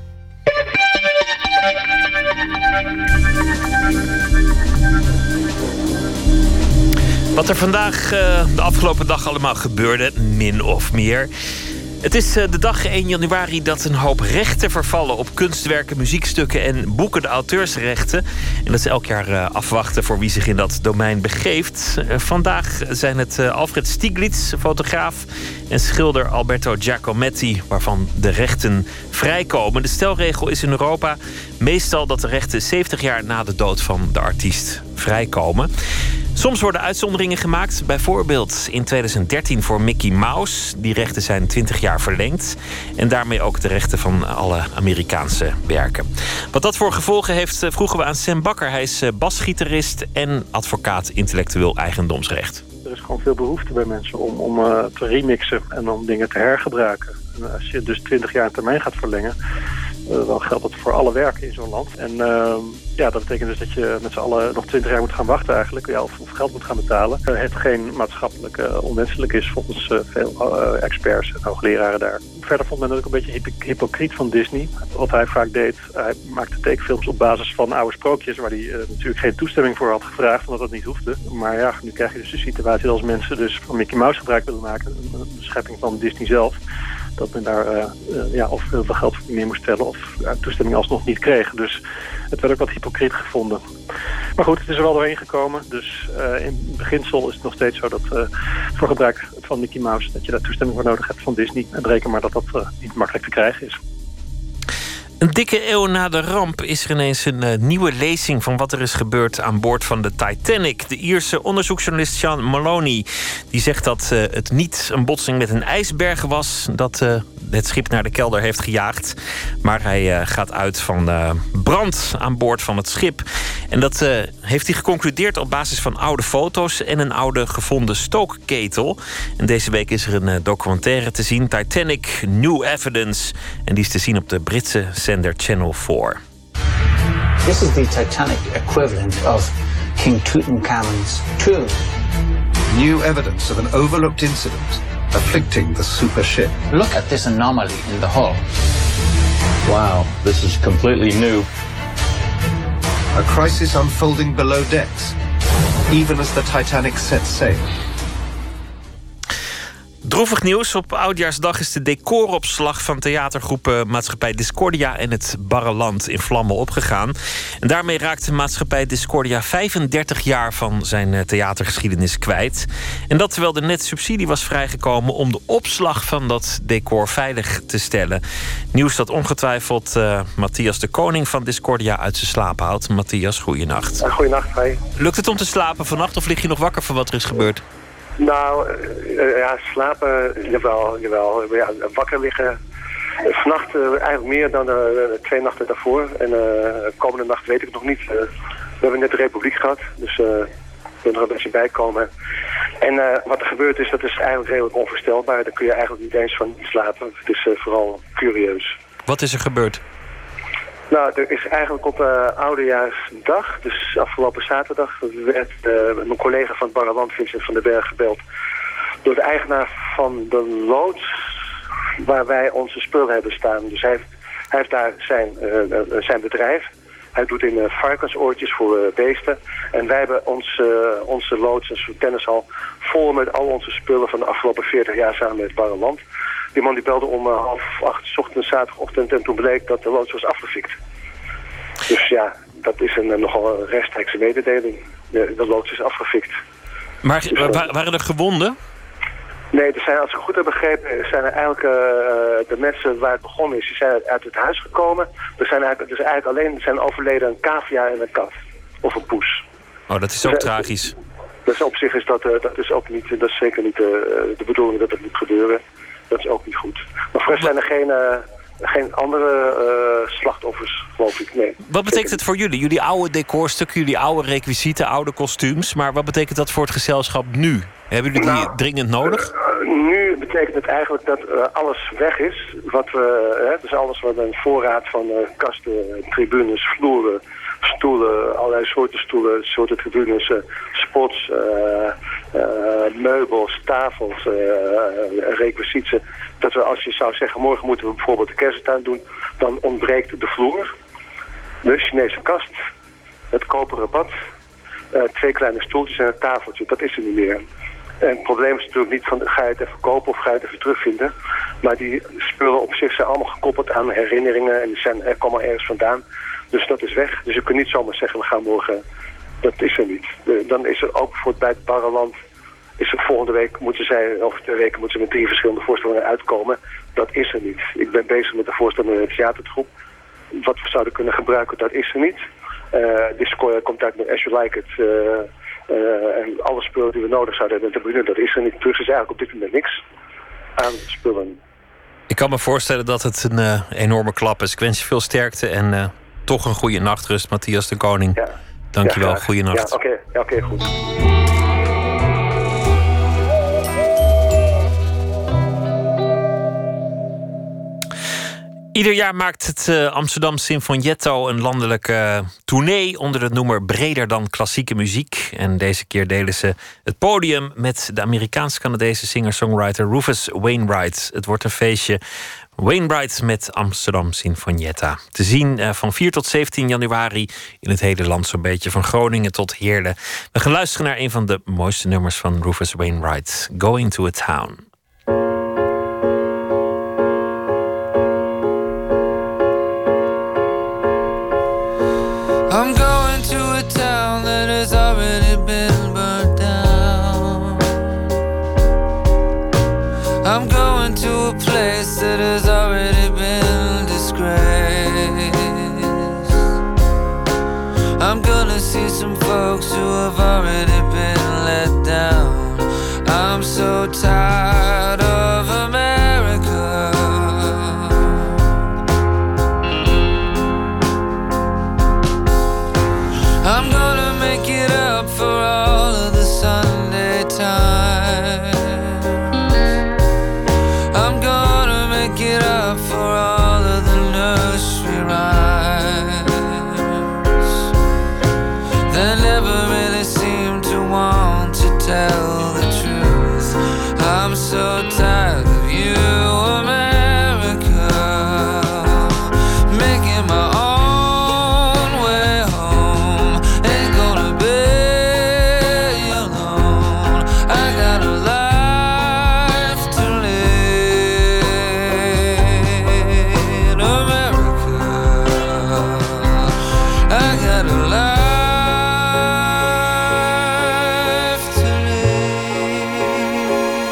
Wat er vandaag de afgelopen dag allemaal gebeurde, min of meer. Het is de dag 1 januari dat een hoop rechten vervallen op kunstwerken, muziekstukken en boeken, de auteursrechten. En dat is elk jaar afwachten voor wie zich in dat domein begeeft. Vandaag zijn het Alfred Stieglitz, fotograaf, en schilder Alberto Giacometti, waarvan de rechten vrijkomen. De stelregel is in Europa meestal dat de rechten 70 jaar na de dood van de artiest vrijkomen. Soms worden uitzonderingen gemaakt. Bijvoorbeeld in 2013 voor Mickey Mouse. Die rechten zijn 20 jaar verlengd. En daarmee ook de rechten van alle Amerikaanse werken. Wat dat voor gevolgen heeft, vroegen we aan Sam Bakker. Hij is basgitarist en advocaat intellectueel eigendomsrecht. Er is gewoon veel behoefte bij mensen om te remixen en om dingen te hergebruiken. En als je dus 20 jaar een termijn gaat verlengen, dan geldt dat voor alle werken in zo'n land. En dat betekent dus dat je met z'n allen nog 20 jaar moet gaan wachten eigenlijk. Ja, of geld moet gaan betalen. Hetgeen maatschappelijk onwenselijk is volgens veel experts en hoogleraren daar. Verder vond men het ook een beetje hypocriet van Disney. Wat hij vaak deed, hij maakte tekenfilms op basis van oude sprookjes, waar hij natuurlijk geen toestemming voor had gevraagd, omdat dat niet hoefde. Maar ja, nu krijg je dus de situatie dat als mensen dus van Mickey Mouse gebruik willen maken, een schepping van Disney zelf, dat men daar of heel veel geld voor meer moest stellen of toestemming alsnog niet kreeg. Dus het werd ook wat hypocriet gevonden. Maar goed, het is er wel doorheen gekomen. Dus in beginsel is het nog steeds zo dat voor gebruik van Mickey Mouse dat je daar toestemming voor nodig hebt van Disney. En reken maar dat dat niet makkelijk te krijgen is. Een dikke eeuw na de ramp is er ineens een nieuwe lezing van wat er is gebeurd aan boord van de Titanic. De Ierse onderzoeksjournalist Sean Maloney die zegt dat het niet een botsing met een ijsberg was dat het schip naar de kelder heeft gejaagd. Maar hij gaat uit van brand aan boord van het schip. En dat heeft hij geconcludeerd op basis van oude foto's en een oude gevonden stookketel. En deze week is er een documentaire te zien, Titanic New Evidence. En die is te zien op de Britse zender Channel 4. This is the Titanic equivalent of King Tutankhamun's tomb. New evidence of an overlooked incident afflicting the super ship. Look at this anomaly in the hull. Wow, this is completely new. A crisis unfolding below decks, even as the Titanic sets sail. Droevig nieuws. Op Oudjaarsdag is de decoropslag van theatergroepen Maatschappij Discordia en het Barreland in vlammen opgegaan. En daarmee raakte Maatschappij Discordia 35 jaar van zijn theatergeschiedenis kwijt. En dat terwijl er net subsidie was vrijgekomen om de opslag van dat decor veilig te stellen. Nieuws dat ongetwijfeld Matthias de Koning van Discordia uit zijn slaap haalt. Matthias, goeienacht. Goeienacht, hi. Lukt het om te slapen vannacht of lig je nog wakker van wat er is gebeurd? Nou, slapen, jawel. Ja, wakker liggen. Vannacht eigenlijk meer dan de 2 nachten daarvoor. En komende nacht weet ik het nog niet. We hebben net de Republiek gehad, dus we er een beetje bij komen. En wat er gebeurd is, dat is eigenlijk redelijk onvoorstelbaar. Daar kun je eigenlijk niet eens van slapen. Het is vooral curieus. Wat is er gebeurd? Nou, er is eigenlijk op Oudejaarsdag, dus afgelopen zaterdag, werd mijn collega van het Barreland, Vincent van den Berg, gebeld door de eigenaar van de loods waar wij onze spullen hebben staan. Dus hij heeft daar zijn bedrijf. Hij doet in varkensoortjes voor beesten. En wij hebben onze loods, onze tennishal, vol met al onze spullen van de afgelopen 40 jaar samen met Barreland. Die man die belde om 7:30 's ochtends, zaterdagochtend, en toen bleek dat de loods was afgefikt. Dus ja, dat is nogal een rechtstreekse mededeling. De loods is afgefikt. Maar waren er gewonden? Nee, er zijn, als ik goed heb begrepen, zijn er eigenlijk de mensen waar het begonnen is, die zijn uit het huis gekomen. Er zijn eigenlijk alleen overleden een cavia en een kat. Of een poes. Oh, dat is ook tragisch. Dus op zich is dat is zeker niet de bedoeling dat dat moet gebeuren. Dat is ook niet goed. Maar voor zijn er geen andere slachtoffers, geloof ik. Nee. Wat betekent het voor jullie? Jullie oude decorstukken, jullie oude requisieten, oude kostuums. Maar wat betekent dat voor het gezelschap nu? Hebben jullie die dringend nodig? Nu betekent het eigenlijk dat alles weg is. Dus alles wat een voorraad van kasten, tribunes, vloeren, stoelen, allerlei soorten stoelen, soorten tribunes, spots, meubels, tafels, requisieten. Dat we, als je zou zeggen, morgen moeten we bijvoorbeeld de kersttuin doen, dan ontbreekt de vloer, de Chinese kast, het koperen bad, 2 kleine stoeltjes en een tafeltje. Dat is er niet meer. En het probleem is natuurlijk niet van, ga je het even kopen of ga je het even terugvinden. Maar die spullen op zich zijn allemaal gekoppeld aan herinneringen en die komen ergens vandaan. Dus dat is weg. Dus je kunt niet zomaar zeggen, we gaan morgen. Dat is er niet. Dan is er ook voor bij het Barreland, is er volgende week, over 2 weken moeten ze met 3 verschillende voorstellingen uitkomen. Dat is er niet. Ik ben bezig met de voorstelling met de theatergroep. Wat we zouden kunnen gebruiken, dat is er niet. Discord komt uit met As You Like It. En alle spullen die we nodig zouden hebben in de tribune, dat is er niet. Dus is eigenlijk op dit moment niks aan spullen. Ik kan me voorstellen dat het een enorme klap is. Ik wens je veel sterkte en toch een goede nachtrust, Matthias de Koning. Ja. Dankjewel, goeie nacht. Ja, oké, goed. Ieder jaar maakt het Amsterdam Sinfonietto een landelijke tournee onder de noemer Breder dan klassieke muziek. En deze keer delen ze het podium met de Amerikaans-Canadese singer-songwriter Rufus Wainwright. Het wordt een feestje Wainwright met Amsterdam Sinfonietta. Te zien van 4 tot 17 januari in het hele land, zo'n beetje van Groningen tot Heerlen. We gaan luisteren naar een van de mooiste nummers van Rufus Wainwright, Going to a Town. I'm going to a town that has already been burned down. I'm going to a place that has already been disgraced. I'm gonna see some folks who have already been let down. I'm so tired of America. I'm gonna make it up for all of the Sunday times. I'm gonna make it up for all of the nursery rhymes that never really seem to want to tell the truth. I'm so tired of you, America, making my own way home. Ain't gonna be alone. I got a life to lead, America. I got a life to lead.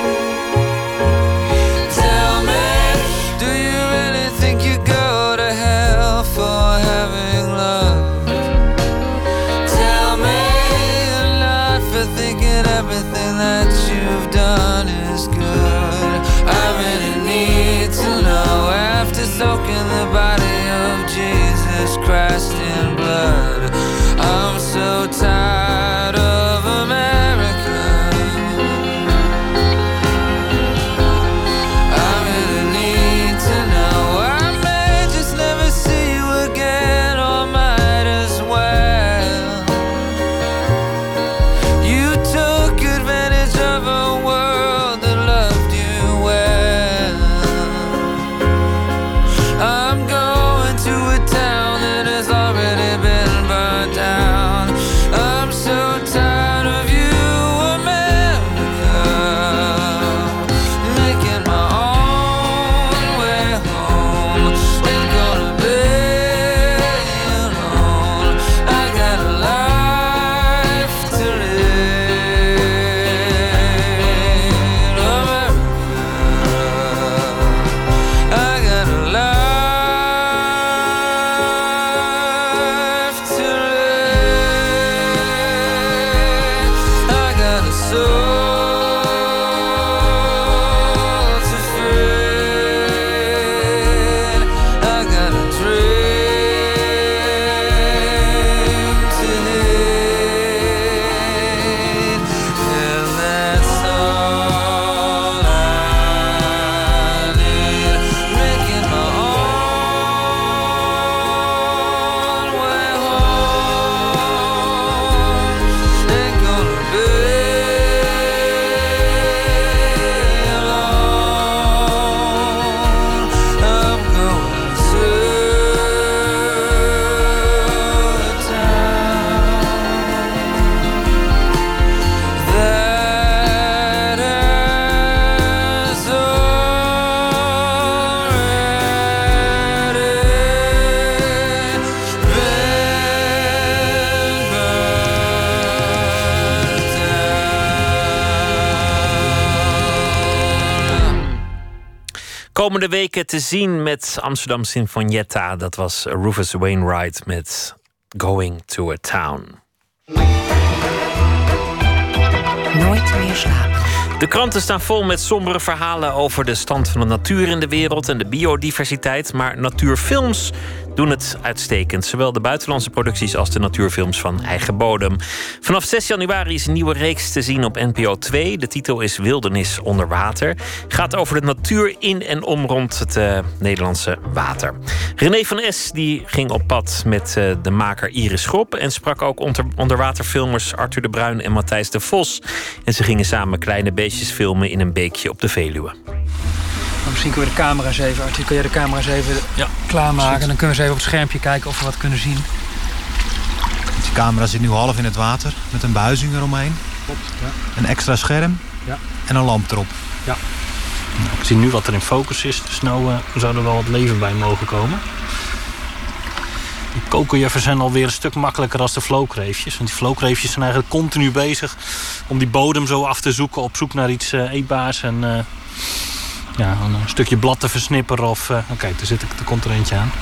Tell me, do you really think you go to hell for having love? Tell me you're not for thinking everything that you've done is good. I really need to know, after soaking the body of Jesus Christ in blood. I'm so tired of America. I really need to know. I may just never see you again, or might as well. You took advantage of a world that loved you well. I'm going to a town that has already been komende weken te zien met Amsterdam Sinfonietta. Dat was Rufus Wainwright met Going to a Town. Nooit meer slapen. De kranten staan vol met sombere verhalen over de stand van de natuur in de wereld en de biodiversiteit. Maar natuurfilms doen het uitstekend. Zowel de buitenlandse producties als de natuurfilms van eigen bodem. Vanaf 6 januari is een nieuwe reeks te zien op NPO 2. De titel is Wildernis onder water. Gaat over de natuur in en om rond het Nederlandse water. René van Es die ging op pad met de maker Iris Grop en sprak ook onderwaterfilmers Arthur de Bruin en Matthijs de Vos. En ze gingen samen kleine beestjes filmen in een beekje op de Veluwe. Misschien kunnen we de camera's even, Arthur, kun jij de camera's even klaarmaken? Dan kunnen we eens even op het schermpje kijken of we wat kunnen zien. De camera zit nu half in het water met een buizing eromheen. Klopt, ja. Een extra scherm en een lamp erop. Ja. Ik zie nu wat er in focus is, dus nou zou er wel wat leven bij mogen komen. Die kokerjuffen zijn alweer een stuk makkelijker als de flookreefjes. Want die flookreefjes zijn eigenlijk continu bezig om die bodem zo af te zoeken, op zoek naar iets eetbaars en een stukje blad te versnipperen. Kijk, er komt er eentje aan.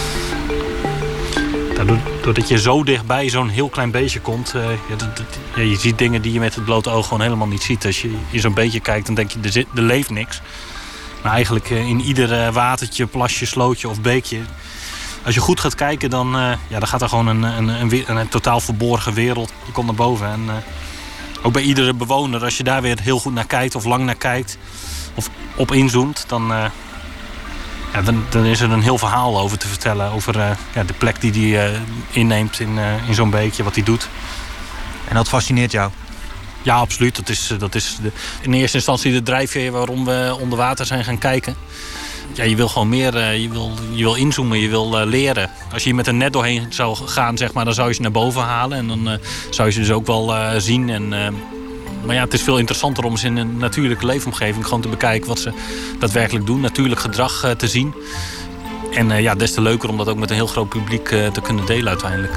Doordat je zo dichtbij zo'n heel klein beestje komt, je ziet dingen die je met het blote oog gewoon helemaal niet ziet. Als je in zo'n beetje kijkt, dan denk je, er leeft niks. Maar eigenlijk in ieder watertje, plasje, slootje of beekje, als je goed gaat kijken, dan gaat er gewoon een totaal verborgen wereld. Je komt naar boven. En ook bij iedere bewoner, als je daar weer heel goed naar kijkt of lang naar kijkt of op inzoomt, dan is er een heel verhaal over te vertellen. Over de plek die hij inneemt in zo'n beekje, wat hij doet. En dat fascineert jou? Ja, absoluut. Dat is in eerste instantie de drijfveer waarom we onder water zijn gaan kijken. Ja, je wil gewoon meer, je wil inzoomen, je wil leren. Als je hier met een net doorheen zou gaan, zeg maar, dan zou je ze naar boven halen. En dan zou je ze dus ook wel zien. Maar ja, het is veel interessanter om ze in een natuurlijke leefomgeving gewoon te bekijken wat ze daadwerkelijk doen. Natuurlijk gedrag te zien. En des te leuker om dat ook met een heel groot publiek te kunnen delen uiteindelijk.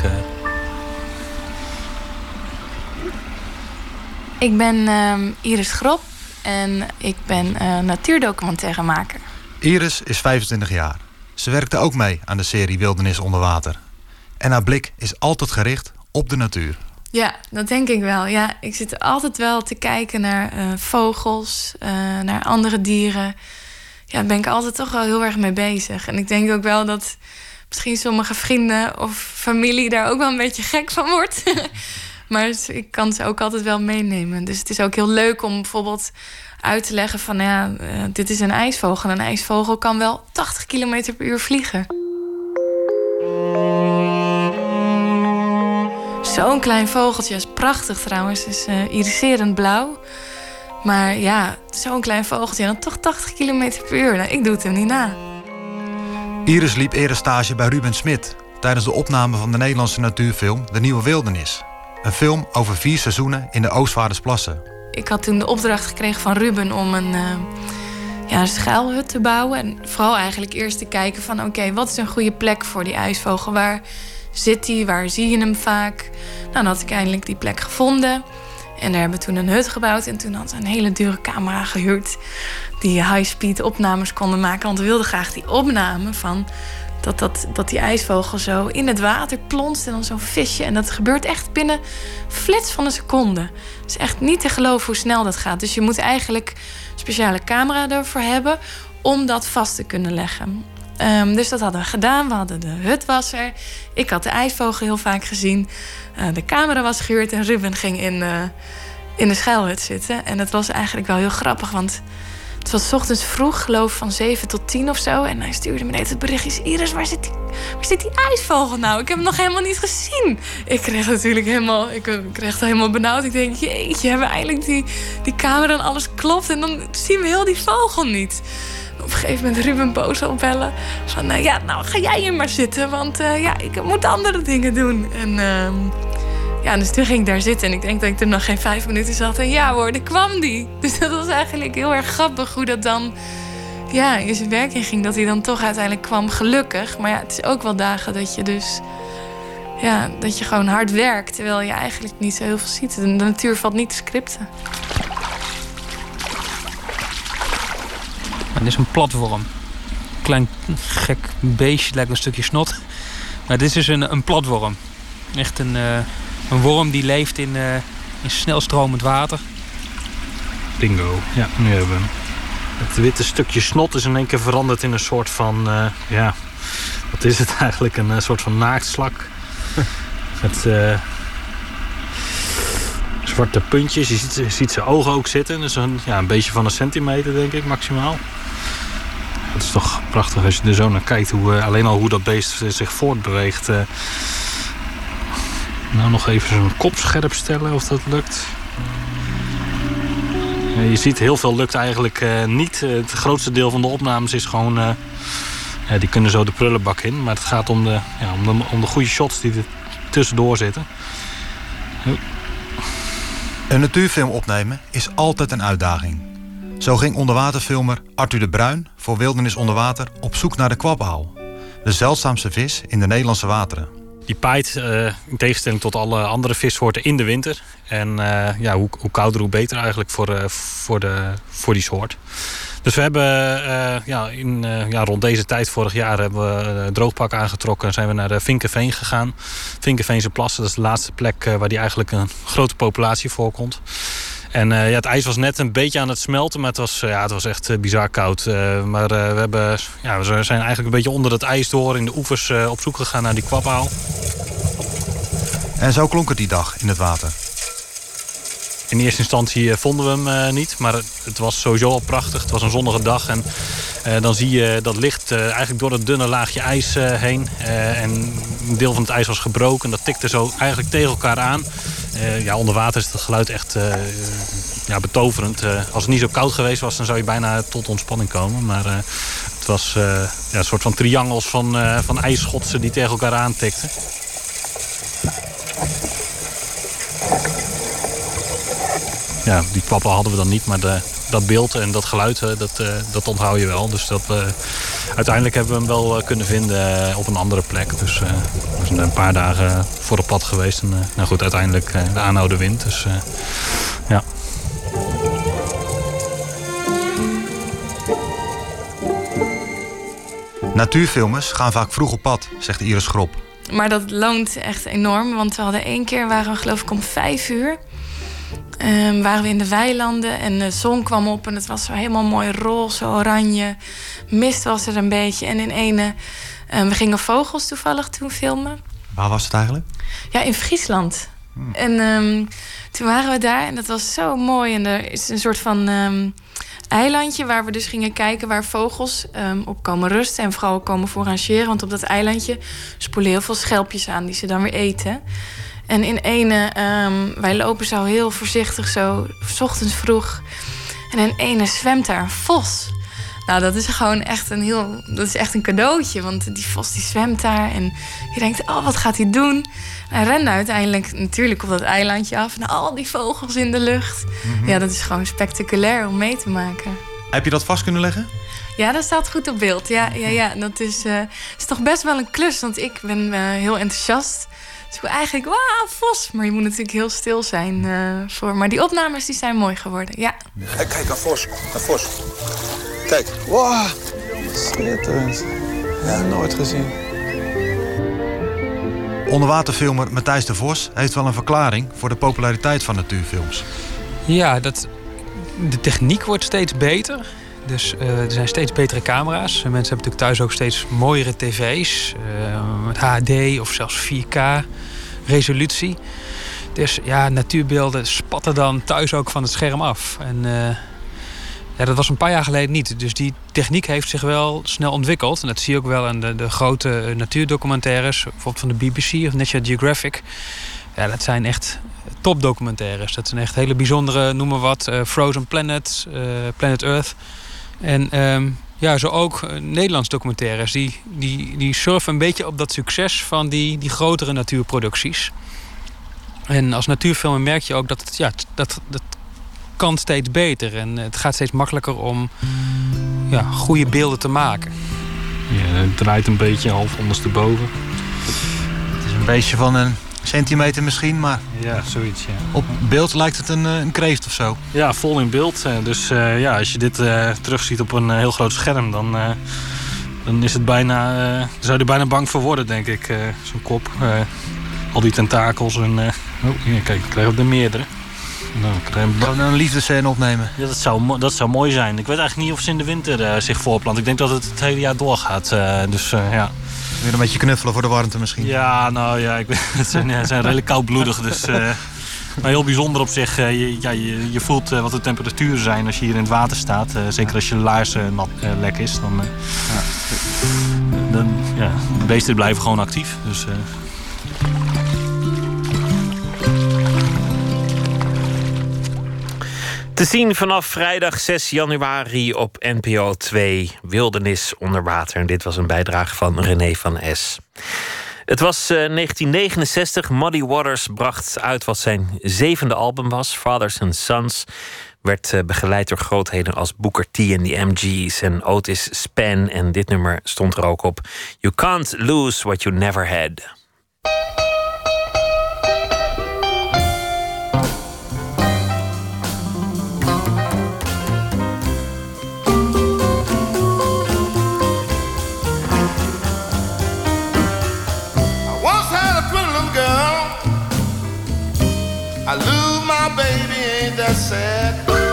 Ik ben Iris Grop en ik ben natuurdocumentairemaker. Iris is 25 jaar. Ze werkte ook mee aan de serie Wildernis onder water. En haar blik is altijd gericht op de natuur. Ja, dat denk ik wel. Ja, ik zit altijd wel te kijken naar vogels, naar andere dieren. Ja, daar ben ik altijd toch wel heel erg mee bezig. En ik denk ook wel dat misschien sommige vrienden of familie daar ook wel een beetje gek van wordt. Maar ik kan ze ook altijd wel meenemen. Dus het is ook heel leuk om bijvoorbeeld uit te leggen van dit is een ijsvogel. Een ijsvogel kan wel 80 km per uur vliegen. Zo'n klein vogeltje is prachtig trouwens. Het is iriserend blauw. Maar ja, zo'n klein vogeltje dan toch 80 km per uur. Nou, ik doe het hem niet na. Iris liep eerder stage bij Ruben Smit tijdens de opname van de Nederlandse natuurfilm De Nieuwe Wildernis. Een film over 4 seizoenen in de Oostvaardersplassen. Ik had toen de opdracht gekregen van Ruben om een schuilhut te bouwen. En vooral eigenlijk eerst te kijken van oké, wat is een goede plek voor die ijsvogel? Waar zit hij? Waar zie je hem vaak? Nou, dan had ik eindelijk die plek gevonden. En daar hebben we toen een hut gebouwd. En toen hadden we een hele dure camera gehuurd die high-speed opnames konden maken. Want we wilden graag die opname van dat die ijsvogel zo in het water plonst en dan zo'n visje. En dat gebeurt echt binnen flits van een seconde. Het is echt niet te geloven hoe snel dat gaat. Dus je moet eigenlijk een speciale camera ervoor hebben om dat vast te kunnen leggen. Dus dat hadden we gedaan. We hadden de hut was er. Ik had de ijsvogel heel vaak gezien. De camera was gehuurd en Ruben ging in de schuilhut zitten. En dat was eigenlijk wel heel grappig, want het was 's ochtends vroeg, geloof ik, van 7 tot 10 of zo. En hij stuurde me net het berichtje: Iris, waar zit die ijsvogel nou? Ik heb hem nog helemaal niet gezien. Ik kreeg natuurlijk helemaal benauwd. Ik denk, jeetje, hebben we eindelijk die camera en alles klopt. En dan zien we heel die vogel niet. Op een gegeven moment Ruben boos opbellen. Van, nou ga jij hier maar zitten. Want ik moet andere dingen doen. En dus toen ging ik daar zitten. En ik denk dat ik er nog geen 5 minuten zat. En ja hoor, daar kwam die. Dus dat was eigenlijk heel erg grappig hoe dat dan in zijn werk in ging. Dat hij dan toch uiteindelijk kwam, gelukkig. Maar ja, het is ook wel dagen dat je dus dat je gewoon hard werkt. Terwijl je eigenlijk niet zo heel veel ziet. De natuur valt niet te scripten. Het is een platform. klein gek beestje, lijkt een stukje snot. Maar dit is dus een platworm. Echt een worm die leeft in snelstromend water. Bingo, ja, nu hebben we hem. Het witte stukje snot is in één keer veranderd in een soort van... wat is het eigenlijk? Een soort van naaktslak. Met zwarte puntjes. Je ziet zijn ogen ook zitten. Dus een beetje van 1 centimeter, denk ik, maximaal. Het is toch prachtig als je er zo naar kijkt. Alleen al hoe dat beest zich voortbeweegt. Nou, nog even zijn kop scherp stellen of dat lukt. Je ziet, heel veel lukt eigenlijk niet. Het grootste deel van de opnames is gewoon... die kunnen zo de prullenbak in. Maar het gaat om de goede shots die er tussendoor zitten. Een natuurfilm opnemen is altijd een uitdaging. Zo ging onderwaterfilmer Arthur de Bruin voor Wildernis onder water op zoek naar de kwapaal. De zeldzaamste vis in de Nederlandse wateren. Die paait, in tegenstelling tot alle andere vissoorten, in de winter. En hoe kouder, hoe beter eigenlijk voor die soort. Dus we hebben rond deze tijd vorig jaar hebben we droogpak aangetrokken en zijn we naar de Vinkeveen gegaan. Vinkeveense plassen, dat is de laatste plek waar die eigenlijk een grote populatie voorkomt. En het ijs was net een beetje aan het smelten, maar het was echt bizar koud. We zijn eigenlijk een beetje onder het ijs door in de oevers op zoek gegaan naar die kwapaal. En zo klonk het die dag in het water. In eerste instantie vonden we hem niet, maar het was sowieso al prachtig. Het was een zonnige dag en dan zie je dat licht eigenlijk door het dunne laagje ijs heen. En een deel van het ijs was gebroken. Dat tikte zo eigenlijk tegen elkaar aan. Onder water is het geluid echt betoverend. Als het niet zo koud geweest was, dan zou je bijna tot ontspanning komen. Maar het was een soort van triangels van ijsschotsen die tegen elkaar aantikten. Ja, die kwappen hadden we dan niet, maar dat beeld en dat geluid, dat onthoud je wel. Dus uiteindelijk hebben we hem wel kunnen vinden op een andere plek. Dus we zijn een paar dagen voor het pad geweest. En uiteindelijk de aanhouden wind. Dus ja. Natuurfilmers gaan vaak vroeg op pad, zegt Iris Grop. Maar dat loont echt enorm, want we hadden 1 keer, waren we geloof ik om 5 uur... waren we in de weilanden en de zon kwam op en het was zo helemaal mooi roze, oranje. Mist was er een beetje. En in ene, we gingen vogels toevallig toen filmen. Waar was het eigenlijk? Ja, in Friesland. En toen waren we daar en dat was zo mooi. En er is een soort van eilandje waar we dus gingen kijken waar vogels op komen rusten. En vooral komen fourageren, want op dat eilandje spoelen heel veel schelpjes aan die ze dan weer eten. En in ene, wij lopen zo heel voorzichtig zo, 's ochtends vroeg. En in ene zwemt daar een vos. Nou, dat is gewoon echt een cadeautje. Want die vos die zwemt daar en je denkt, oh, wat gaat hij doen? Hij rende uiteindelijk natuurlijk op dat eilandje af. En al die vogels in de lucht. Mm-hmm. Ja, dat is gewoon spectaculair om mee te maken. Heb je dat vast kunnen leggen? Ja, dat staat goed op beeld. Ja, dat is toch best wel een klus. Want ik ben heel enthousiast. Dus ik eigenlijk, wauw, vos. Maar je moet natuurlijk heel stil zijn voor. Maar die opnames die zijn mooi geworden, ja. Kijk, een vos. Kijk, wow, schitterend. Ja, nooit gezien. Onderwaterfilmer Matthijs de Vos heeft wel een verklaring voor de populariteit van natuurfilms. Ja, de techniek wordt steeds beter. Dus er zijn steeds betere camera's. Mensen hebben natuurlijk thuis ook steeds mooiere tv's. Met HD of zelfs 4K resolutie. Dus ja, natuurbeelden spatten dan thuis ook van het scherm af. En dat was een paar jaar geleden niet. Dus die techniek heeft zich wel snel ontwikkeld. En dat zie je ook wel in de grote natuurdocumentaires. Bijvoorbeeld van de BBC of National Geographic. Ja, dat zijn echt topdocumentaires. Dat zijn echt hele bijzondere, noem maar wat. Frozen Planet, Planet Earth. En zo ook Nederlands documentaires. Die surfen een beetje op dat succes van die grotere natuurproducties. En als natuurfilmer merk je ook dat kan steeds beter. En het gaat steeds makkelijker om goede beelden te maken. Ja, het draait een beetje half ondersteboven. Het is een beestje van een centimeter misschien, maar ja, zoiets, ja. Op beeld lijkt het een kreeft of zo. Ja, vol in beeld. Dus als je dit terugziet op een heel groot scherm, dan Dan is het bijna, zou je er bijna bang voor worden, denk ik. Zo'n kop. Al die tentakels. En, hier, kijk, ik krijg er meerdere. Gaan we een liefdescène opnemen? Ja, dat zou mooi zijn. Ik weet eigenlijk niet of ze in de winter zich voorplant. Ik denk dat het hele jaar doorgaat. Ja. Weer een beetje knuffelen voor de warmte misschien? Ja, nou ja, het zijn redelijk koudbloedig. Dus, maar heel bijzonder op zich. Je voelt wat de temperaturen zijn als je hier in het water staat. Zeker als je laarzen nat lek is. De beesten blijven gewoon actief. Dus, Te zien vanaf vrijdag 6 januari op NPO 2, Wildernis onder water. En dit was een bijdrage van René van S. Het was 1969. Muddy Waters bracht uit wat zijn 7e album was, Fathers and Sons. Werd begeleid door grootheden als Booker T en the MG's en Otis Spann. En dit nummer stond er ook op. You can't lose what you never had. I lose my baby, ain't that sad?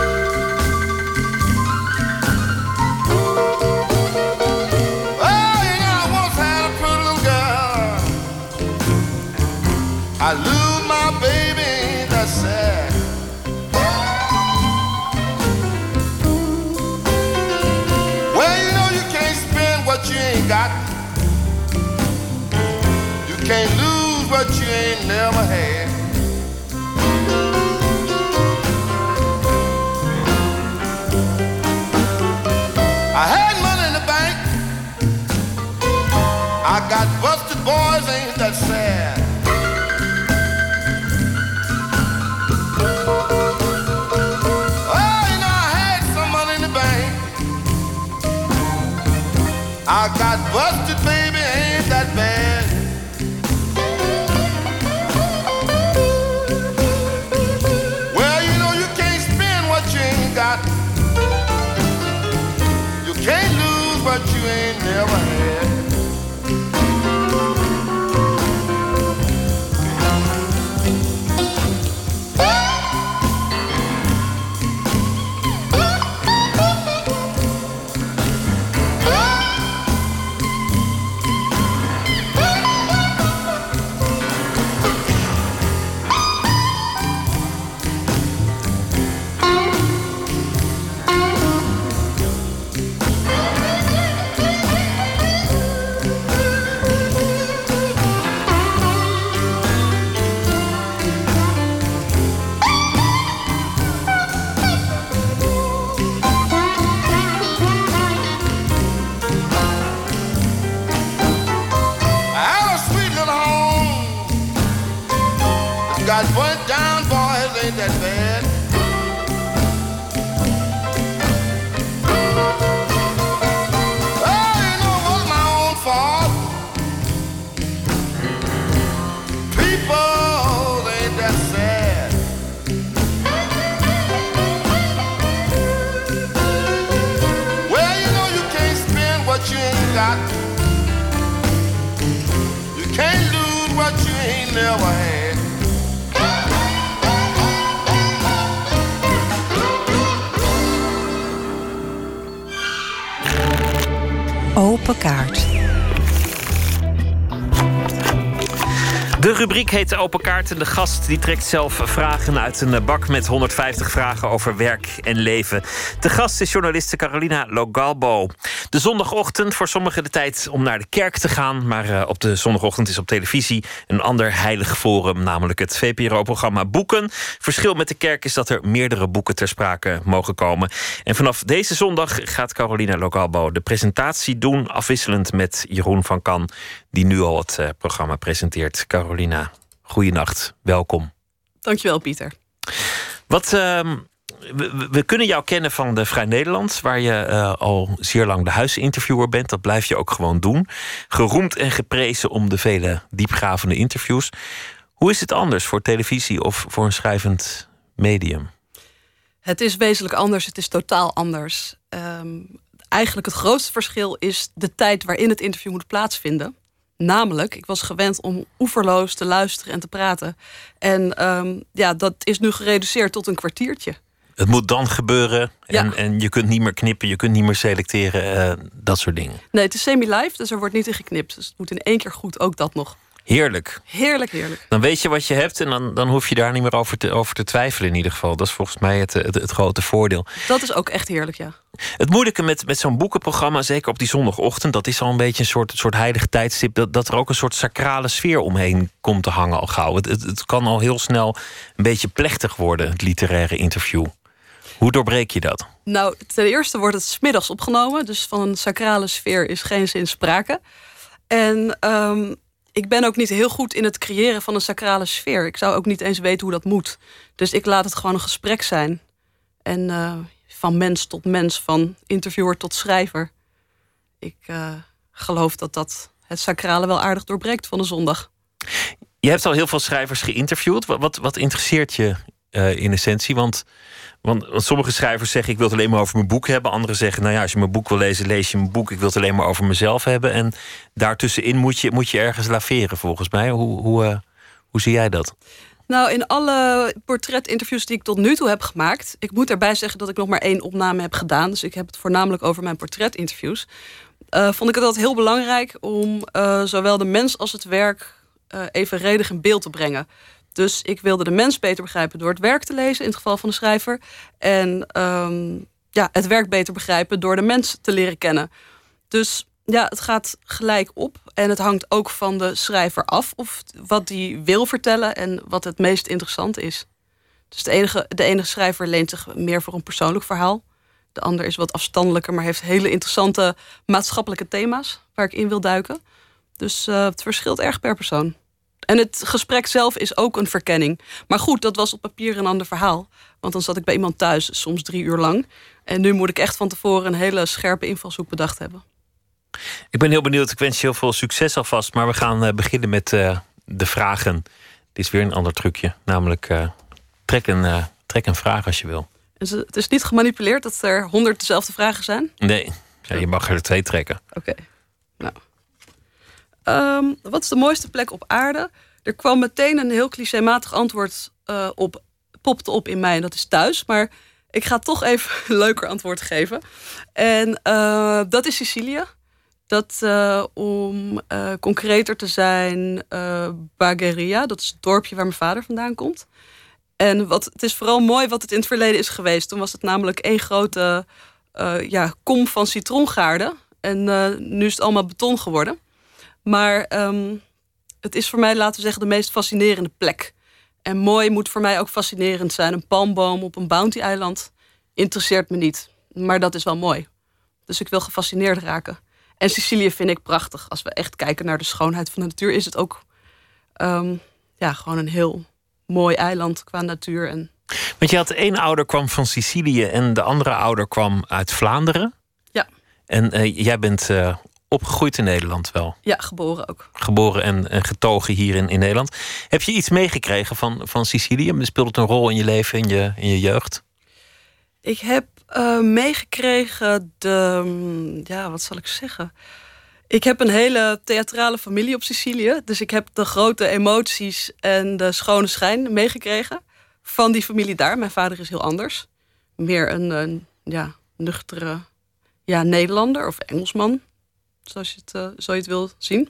Oh, you know, I once had a pretty little girl. I lose my baby, ain't that sad? Well, you know you can't spend what you ain't got. You can't lose what you ain't never had. I had money in the bank. I got busted boys, ain't that sad? Oh, you know I had some money in the bank. I got busted, baby, ain't that bad? Well, you know you can't spend what you ain't got. Can't lose what you ain't never had. Got burnt down, boys, ain't that bad? Oh, you know it was my own fault. People, ain't that sad? Well, you know you can't spend what you ain't got. You can't lose what you ain't never had. Open kaart. De rubriek heet Open Kaart en de gast die trekt zelf vragen uit een bak met 150 vragen over werk en leven. De gast is journaliste Carolina Logalbo. De zondagochtend, voor sommigen de tijd om naar de kerk te gaan, maar op de zondagochtend is op televisie een ander heilig forum, namelijk het VPRO-programma Boeken. Verschil met de kerk is dat er meerdere boeken ter sprake mogen komen. En vanaf deze zondag gaat Carolina Logalbo de presentatie doen, afwisselend met Jeroen van Kan, die nu al het programma presenteert. Carolina, goeienacht, welkom. Dankjewel, Pieter. We kunnen jou kennen van de Vrij Nederland, waar je al zeer lang de huisinterviewer bent. Dat blijf je ook gewoon doen. Geroemd en geprezen om de vele diepgravende interviews. Hoe is het anders voor televisie of voor een schrijvend medium? Het is wezenlijk anders, het is totaal anders. eigenlijk het grootste verschil is de tijd waarin het interview moet plaatsvinden. Namelijk, ik was gewend om oeverloos te luisteren en te praten. En dat is nu gereduceerd tot een kwartiertje. Het moet dan gebeuren en je kunt niet meer knippen, je kunt niet meer selecteren, dat soort dingen. Nee, het is semi-live, dus er wordt niet in geknipt. Dus het moet in 1 keer goed, ook dat nog. Heerlijk. Heerlijk, heerlijk. Dan weet je wat je hebt en dan hoef je daar niet meer over te twijfelen in ieder geval. Dat is volgens mij het grote voordeel. Dat is ook echt heerlijk, ja. Het moeilijke met zo'n boekenprogramma, zeker op die zondagochtend, dat is al een beetje een soort heilig tijdstip, dat er ook een soort sacrale sfeer omheen komt te hangen al gauw. Het kan al heel snel een beetje plechtig worden, het literaire interview. Hoe doorbreek je dat? Nou, ten eerste wordt het 's middags opgenomen, dus van een sacrale sfeer is geen zin sprake. En ik ben ook niet heel goed in het creëren van een sacrale sfeer. Ik zou ook niet eens weten hoe dat moet. Dus ik laat het gewoon een gesprek zijn. En van mens tot mens, van interviewer tot schrijver. Ik geloof dat het sacrale wel aardig doorbreekt van de zondag. Je hebt al heel veel schrijvers geïnterviewd. Wat interesseert je in essentie? Want sommige schrijvers zeggen, ik wil het alleen maar over mijn boek hebben. Anderen zeggen, nou ja, als je mijn boek wil lezen, lees je mijn boek. Ik wil het alleen maar over mezelf hebben. En daartussenin moet je ergens laveren, volgens mij. Hoe zie jij dat? Nou, in alle portretinterviews die ik tot nu toe heb gemaakt, ik moet erbij zeggen dat ik nog maar 1 opname heb gedaan. Dus ik heb het voornamelijk over mijn portretinterviews. Vond ik het altijd heel belangrijk om zowel de mens als het werk evenredig in beeld te brengen. Dus ik wilde de mens beter begrijpen door het werk te lezen, in het geval van de schrijver. En het werk beter begrijpen door de mens te leren kennen. Dus ja, het gaat gelijk op. En het hangt ook van de schrijver af of wat hij wil vertellen en wat het meest interessant is. Dus de ene schrijver leent zich meer voor een persoonlijk verhaal. De ander is wat afstandelijker, maar heeft hele interessante maatschappelijke thema's waar ik in wil duiken. Dus het verschilt erg per persoon. En het gesprek zelf is ook een verkenning. Maar goed, dat was op papier een ander verhaal. Want dan zat ik bij iemand thuis, soms 3 uur lang. En nu moet ik echt van tevoren een hele scherpe invalshoek bedacht hebben. Ik ben heel benieuwd. Ik wens je heel veel succes alvast. Maar we gaan beginnen met de vragen. Dit is weer een ander trucje. Namelijk, trek een vraag als je wil. Het is niet gemanipuleerd dat er 100 dezelfde vragen zijn? Nee, je mag er 2 trekken. Oké. Nou. Wat is de mooiste plek op aarde? Er kwam meteen een heel clichématig antwoord popte op in mij. En dat is thuis. Maar ik ga toch even een leuker antwoord geven. En dat is Sicilië. Dat, om concreter te zijn, Bagheria. Dat is het dorpje waar mijn vader vandaan komt. En het is vooral mooi wat het in het verleden is geweest. Toen was het namelijk 1 grote kom van citroengaarden. En nu is het allemaal beton geworden. Maar het is voor mij, laten we zeggen, de meest fascinerende plek. En mooi moet voor mij ook fascinerend zijn. Een palmboom op een bounty-eiland interesseert me niet. Maar dat is wel mooi. Dus ik wil gefascineerd raken. En Sicilië vind ik prachtig. Als we echt kijken naar de schoonheid van de natuur, is het ook gewoon een heel mooi eiland qua natuur. Want je had 1 ouder kwam van Sicilië en de andere ouder kwam uit Vlaanderen. Ja. En jij bent opgegroeid in Nederland wel? Ja, geboren ook. Geboren en getogen hier in Nederland. Heb je iets meegekregen van Sicilië? Speelt het een rol in je leven, in je jeugd? Ik heb meegekregen wat zal ik zeggen? Ik heb een hele theatrale familie op Sicilië. Dus ik heb de grote emoties en de schone schijn meegekregen van die familie daar. Mijn vader is heel anders. Meer een nuchtere Nederlander of Engelsman. Zoals je het wil zien.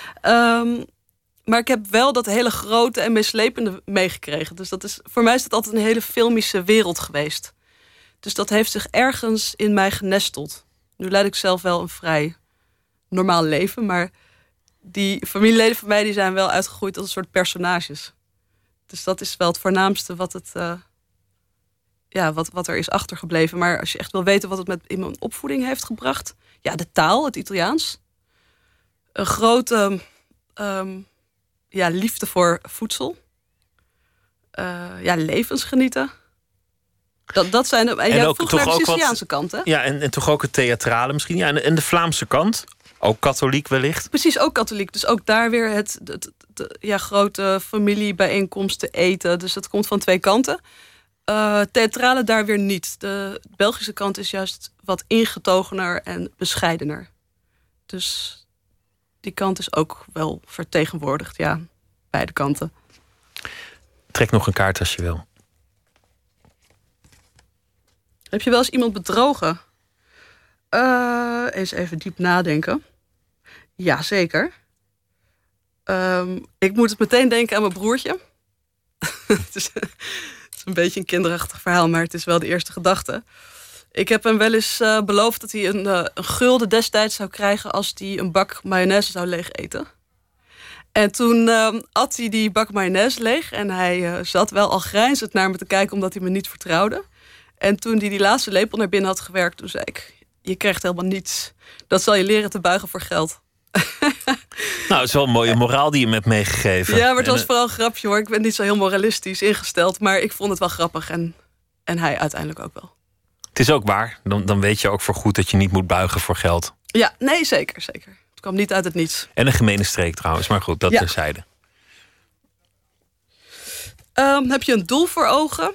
Maar ik heb wel dat hele grote en meeslepende meegekregen. Dus voor mij is dat altijd een hele filmische wereld geweest. Dus dat heeft zich ergens in mij genesteld. Nu leid ik zelf wel een vrij normaal leven. Maar die familieleden van mij die zijn wel uitgegroeid als een soort personages. Dus dat is wel het voornaamste wat er is achtergebleven. Maar als je echt wil weten wat het in mijn opvoeding heeft gebracht. Ja, de taal, het Italiaans. Een grote liefde voor voedsel. Levensgenieten. Dat zijn en jij vroeg naar de Siciliaanse kant, hè? Ja, en toch ook het theatrale misschien. Ja, en de Vlaamse kant. Ook katholiek wellicht. Precies, ook katholiek. Dus ook daar weer het grote familiebijeenkomsten eten. Dus dat komt van 2 kanten. Theatrale daar weer niet. De Belgische kant is juist wat ingetogener en bescheidener. Dus die kant is ook wel vertegenwoordigd, ja. Beide kanten. Trek nog een kaart als je wil. Heb je wel eens iemand bedrogen? Eens even diep nadenken. Ja, zeker. Ik moet het meteen denken aan mijn broertje. Het is een beetje een kinderachtig verhaal, maar het is wel de eerste gedachte. Ik heb hem wel eens beloofd dat hij een gulden destijds zou krijgen als hij een bak mayonaise zou leeg eten. En toen at hij die bak mayonaise leeg en hij zat wel al grijnzend naar me te kijken omdat hij me niet vertrouwde. En toen hij die laatste lepel naar binnen had gewerkt, toen zei ik: je krijgt helemaal niets. Dat zal je leren te buigen voor geld. Nou, het is wel een mooie moraal die je me hebt meegegeven. Ja, maar het was vooral een grapje hoor. Ik ben niet zo heel moralistisch ingesteld, maar ik vond het wel grappig. En hij uiteindelijk ook wel. Het is ook waar. Dan weet je ook voorgoed dat je niet moet buigen voor geld. Ja, nee, zeker. Het kwam niet uit het niets. En een gemene streek trouwens, maar goed, dat ja. terzijde. Heb je een doel voor ogen?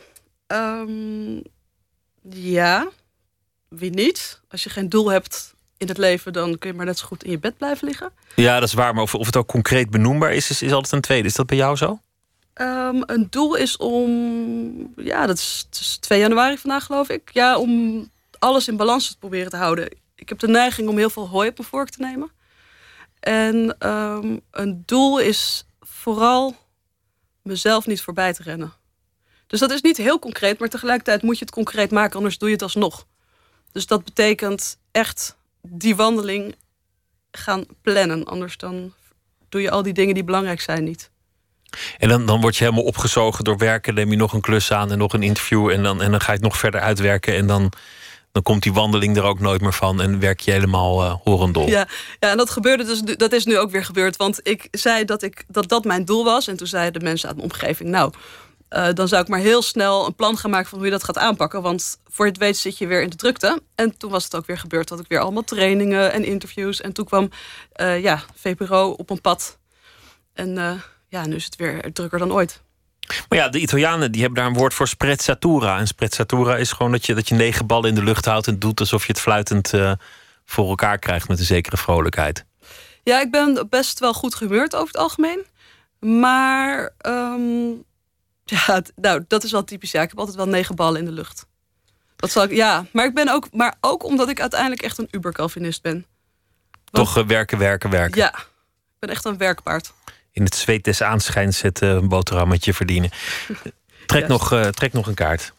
Ja, wie niet? Als je geen doel hebt in het leven, dan kun je maar net zo goed in je bed blijven liggen. Ja, dat is waar, maar of het ook concreet benoembaar is altijd een tweede. Is dat bij jou zo? Een doel is om... Ja, dat is 2 januari vandaag, geloof ik. Ja, om alles in balans te proberen te houden. Ik heb de neiging om heel veel hooi op mijn vork te nemen. En een doel is vooral mezelf niet voorbij te rennen. Dus dat is niet heel concreet, maar tegelijkertijd moet je het concreet maken, anders doe je het alsnog. Dus dat betekent echt die wandeling gaan plannen. Anders dan doe je al die dingen die belangrijk zijn niet. En dan word je helemaal opgezogen door werken. Dan neem je nog een klus aan en nog een interview. En dan ga je het nog verder uitwerken. En dan komt die wandeling er ook nooit meer van. En werk je helemaal horendol. Ja, en dat gebeurde dus. Dat is nu ook weer gebeurd. Want ik zei dat mijn doel was. En toen zeiden de mensen uit mijn omgeving: nou, dan zou ik maar heel snel een plan gaan maken van hoe je dat gaat aanpakken. Want voor je het weet zit je weer in de drukte. En toen was het ook weer gebeurd. Had ik weer allemaal trainingen en interviews. En toen kwam VPRO op een pad. En nu is het weer drukker dan ooit. Maar ja, de Italianen die hebben daar een woord voor: sprezzatura. En sprezzatura is gewoon dat je 9 ballen in de lucht houdt en doet alsof je het fluitend voor elkaar krijgt met een zekere vrolijkheid. Ja, ik ben best wel goed gehumeurd over het algemeen. Maar dat is wel typisch. Ja, ik heb altijd wel 9 ballen in de lucht. Dat zal ik, ja, maar ik ben ook omdat ik uiteindelijk echt een uber-Calvinist ben. Toch werken. Ja, ik ben echt een werkpaard. In het zweet des aanschijns het boterhammetje verdienen. Trek nog een kaart.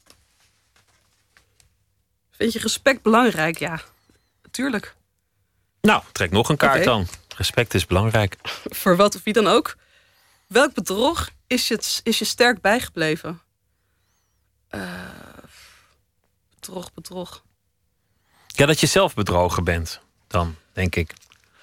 Vind je respect belangrijk? Ja, tuurlijk. Nou, trek nog een kaart dan. Respect is belangrijk. Voor wat of wie dan ook. Welk bedrog is je sterk bijgebleven? Bedrog. Ja, dat je zelf bedrogen bent, dan, denk ik.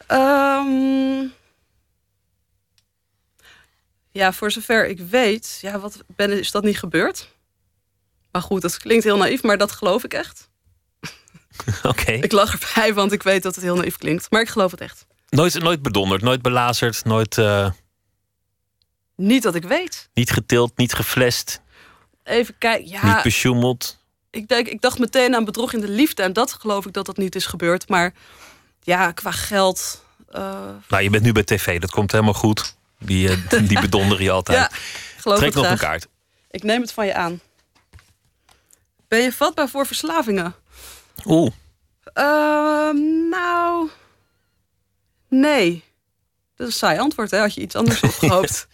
Ja, voor zover ik weet, is dat niet gebeurd? Maar goed, dat klinkt heel naïef, maar dat geloof ik echt. Oké. Ik lach erbij, want ik weet dat het heel naïef klinkt. Maar ik geloof het echt. Nooit bedonderd, nooit belazerd, nooit... Niet dat ik weet. Niet getild, niet geflasht. Even kijken, ja... Niet besjoemeld. Ik dacht meteen aan bedrog in de liefde. En dat geloof ik dat niet is gebeurd. Maar ja, qua geld... Nou, je bent nu bij tv, dat komt helemaal goed. Die bedonder je altijd. Ja, geloof Trek het nog graag. een kaart. Ik neem het van je aan. Ben je vatbaar voor verslavingen? Oeh. Nou... Nee. Dat is een saai antwoord, hè? Had je iets anders opgehoopt.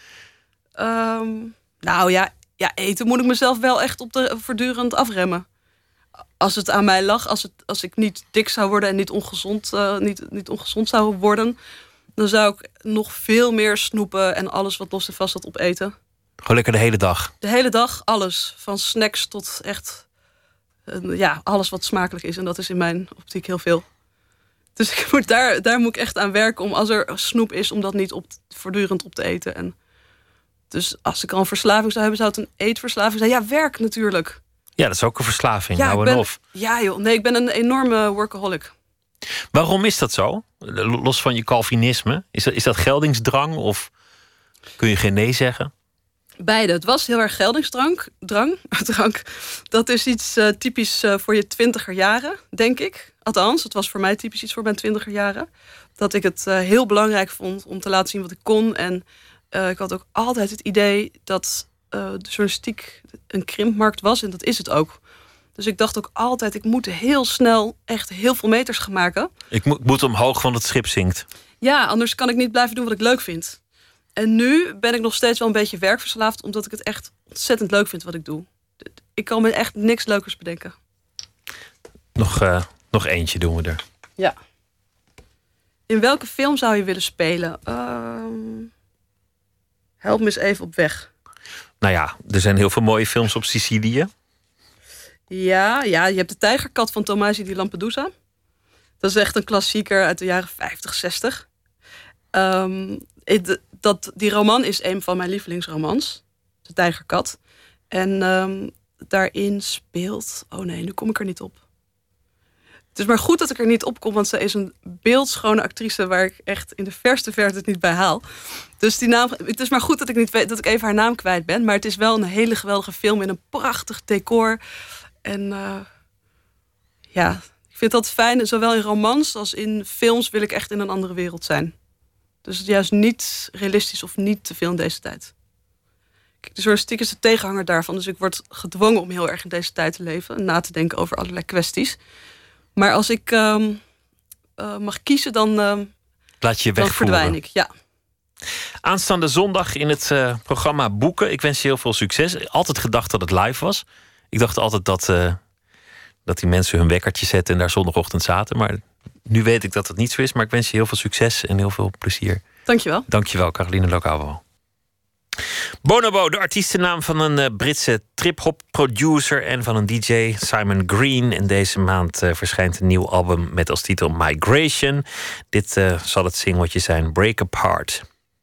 Nou ja, eten moet ik mezelf wel echt voortdurend afremmen. Als het aan mij lag, als ik niet dik zou worden en niet ongezond zou worden, dan zou ik nog veel meer snoepen en alles wat los en vast zat opeten. Gewoon lekker de hele dag? De hele dag, alles. Van snacks tot echt... alles wat smakelijk is. En dat is in mijn optiek heel veel. Dus daar moet ik echt aan werken om, als er snoep is, om dat niet voortdurend op te eten. En dus als ik al een verslaving zou hebben, zou het een eetverslaving zijn. Ja, werk natuurlijk. Ja, dat is ook een verslaving. Ja joh, nee, ik ben een enorme workaholic. Waarom is dat zo? Los van je Calvinisme. Is dat geldingsdrang of kun je geen nee zeggen? Beide. Het was heel erg geldingsdrang. Drank. Dat is iets typisch voor je 20er jaren, denk ik. Althans, het was voor mij typisch iets voor mijn 20er jaren. Dat ik het heel belangrijk vond om te laten zien wat ik kon. En ik had ook altijd het idee dat de journalistiek een krimpmarkt was. En dat is het ook. Dus ik dacht ook altijd, ik moet heel snel echt heel veel meters gaan maken. Ik moet omhoog, want het schip zinkt. Ja, anders kan ik niet blijven doen wat ik leuk vind. En nu ben ik nog steeds wel een beetje werkverslaafd, omdat ik het echt ontzettend leuk vind wat ik doe. Ik kan me echt niks leukers bedenken. Nog eentje doen we er. Ja. In welke film zou je willen spelen? Help me eens even op weg. Nou ja, er zijn heel veel mooie films op Sicilië. Ja, je hebt De Tijgerkat van Tomasi di Lampedusa. Dat is echt een klassieker uit de jaren 50, 60. Die roman is een van mijn lievelingsromans. De Tijgerkat. En daarin speelt... Oh nee, nu kom ik er niet op. Het is maar goed dat ik er niet op kom, want ze is een beeldschone actrice waar ik echt in de verste verte het niet bij haal. Dus die naam, het is maar goed dat ik niet weet dat ik even haar naam kwijt ben. Maar het is wel een hele geweldige film in een prachtig decor. En ik vind dat fijn. Zowel in romans als in films wil ik echt in een andere wereld zijn. Dus juist niet realistisch of niet te veel in deze tijd. Kijk, de journalistiek is de tegenhanger daarvan. Dus ik word gedwongen om heel erg in deze tijd te leven en na te denken over allerlei kwesties. Maar als ik mag kiezen, dan laat je dan verdwijn ik. Ja. Aanstaande zondag in het programma Boeken. Ik wens je heel veel succes. Altijd gedacht dat het live was. Ik dacht altijd dat die mensen hun wekkertje zetten en daar zondagochtend zaten. Maar nu weet ik dat het niet zo is. Maar ik wens je heel veel succes en heel veel plezier. Dankjewel. Dankjewel, Caroline Locavo. Bonobo, de artiestennaam van een Britse trip-hop producer en van een DJ, Simon Green. En deze maand verschijnt een nieuw album met als titel Migration. Dit zal het singeltje zijn, Break Apart.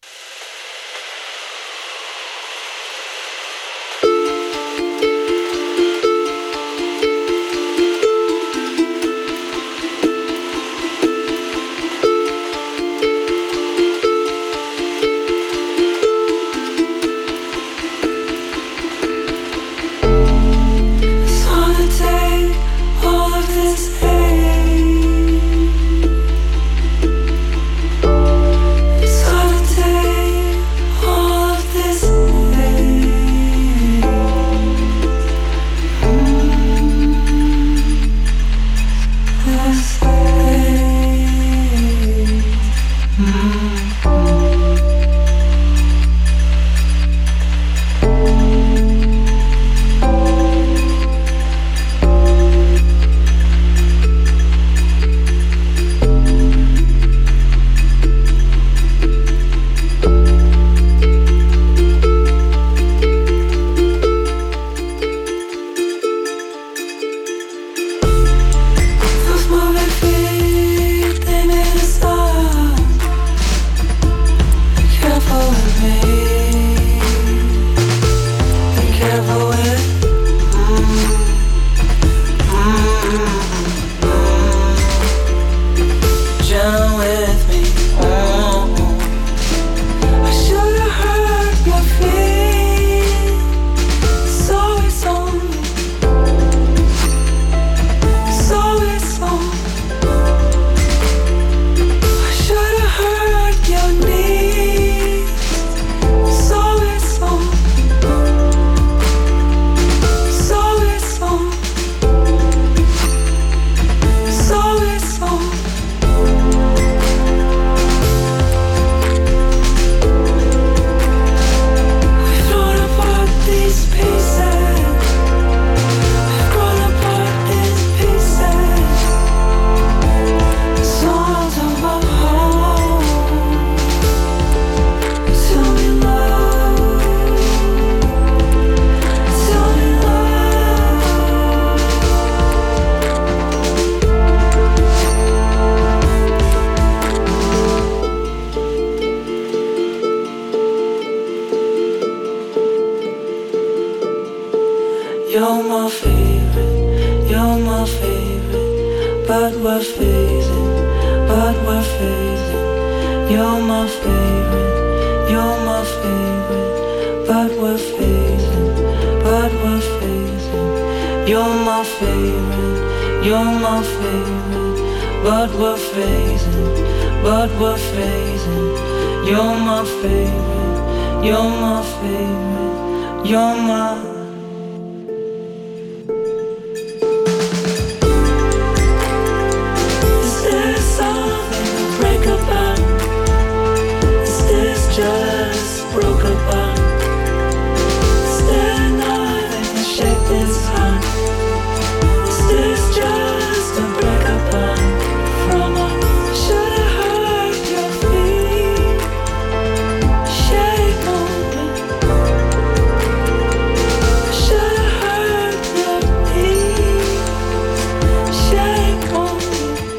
You're my favorite, but we're fading, You're my favorite, but we're fading. You're my favorite, you're my favorite. But we're phasing, but we're phasing. You're my favorite, you're my favorite. You're my Is there something to break apart? Is this just broken apart? Is there nothing to shake this heart? Is this just a break apart? From a should I hurt your feet? Shake on me. Should I hurt your feet? Shake on me.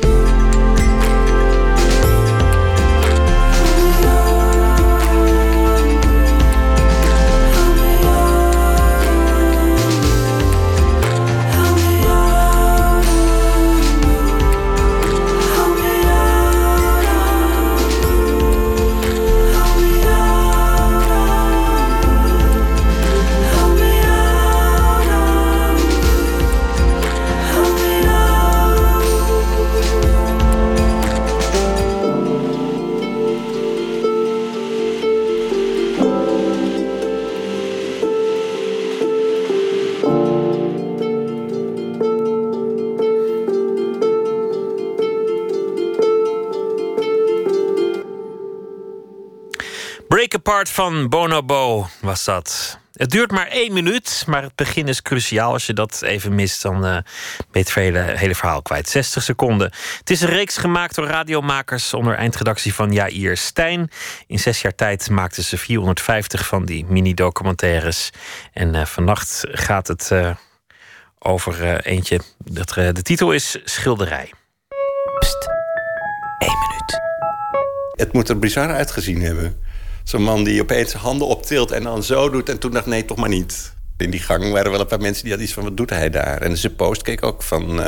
Break Apart van Bonobo was dat. Het duurt maar 1 minuut, maar het begin is cruciaal. Als je dat even mist, dan ben je het hele verhaal kwijt. 60 seconden. Het is een reeks gemaakt door radiomakers onder eindredactie van Jair Stijn. In 6 jaar tijd maakten ze 450 van die mini-documentaires. En vannacht gaat het over eentje. De titel is Schilderij. Pst, 1 minuut. Het moet er bizar uitgezien hebben. Zo'n man die opeens zijn handen optilt en dan zo doet. En toen dacht nee, toch maar niet. In die gang waren wel een paar mensen die hadden iets van, wat doet hij daar? En zijn post keek ook van,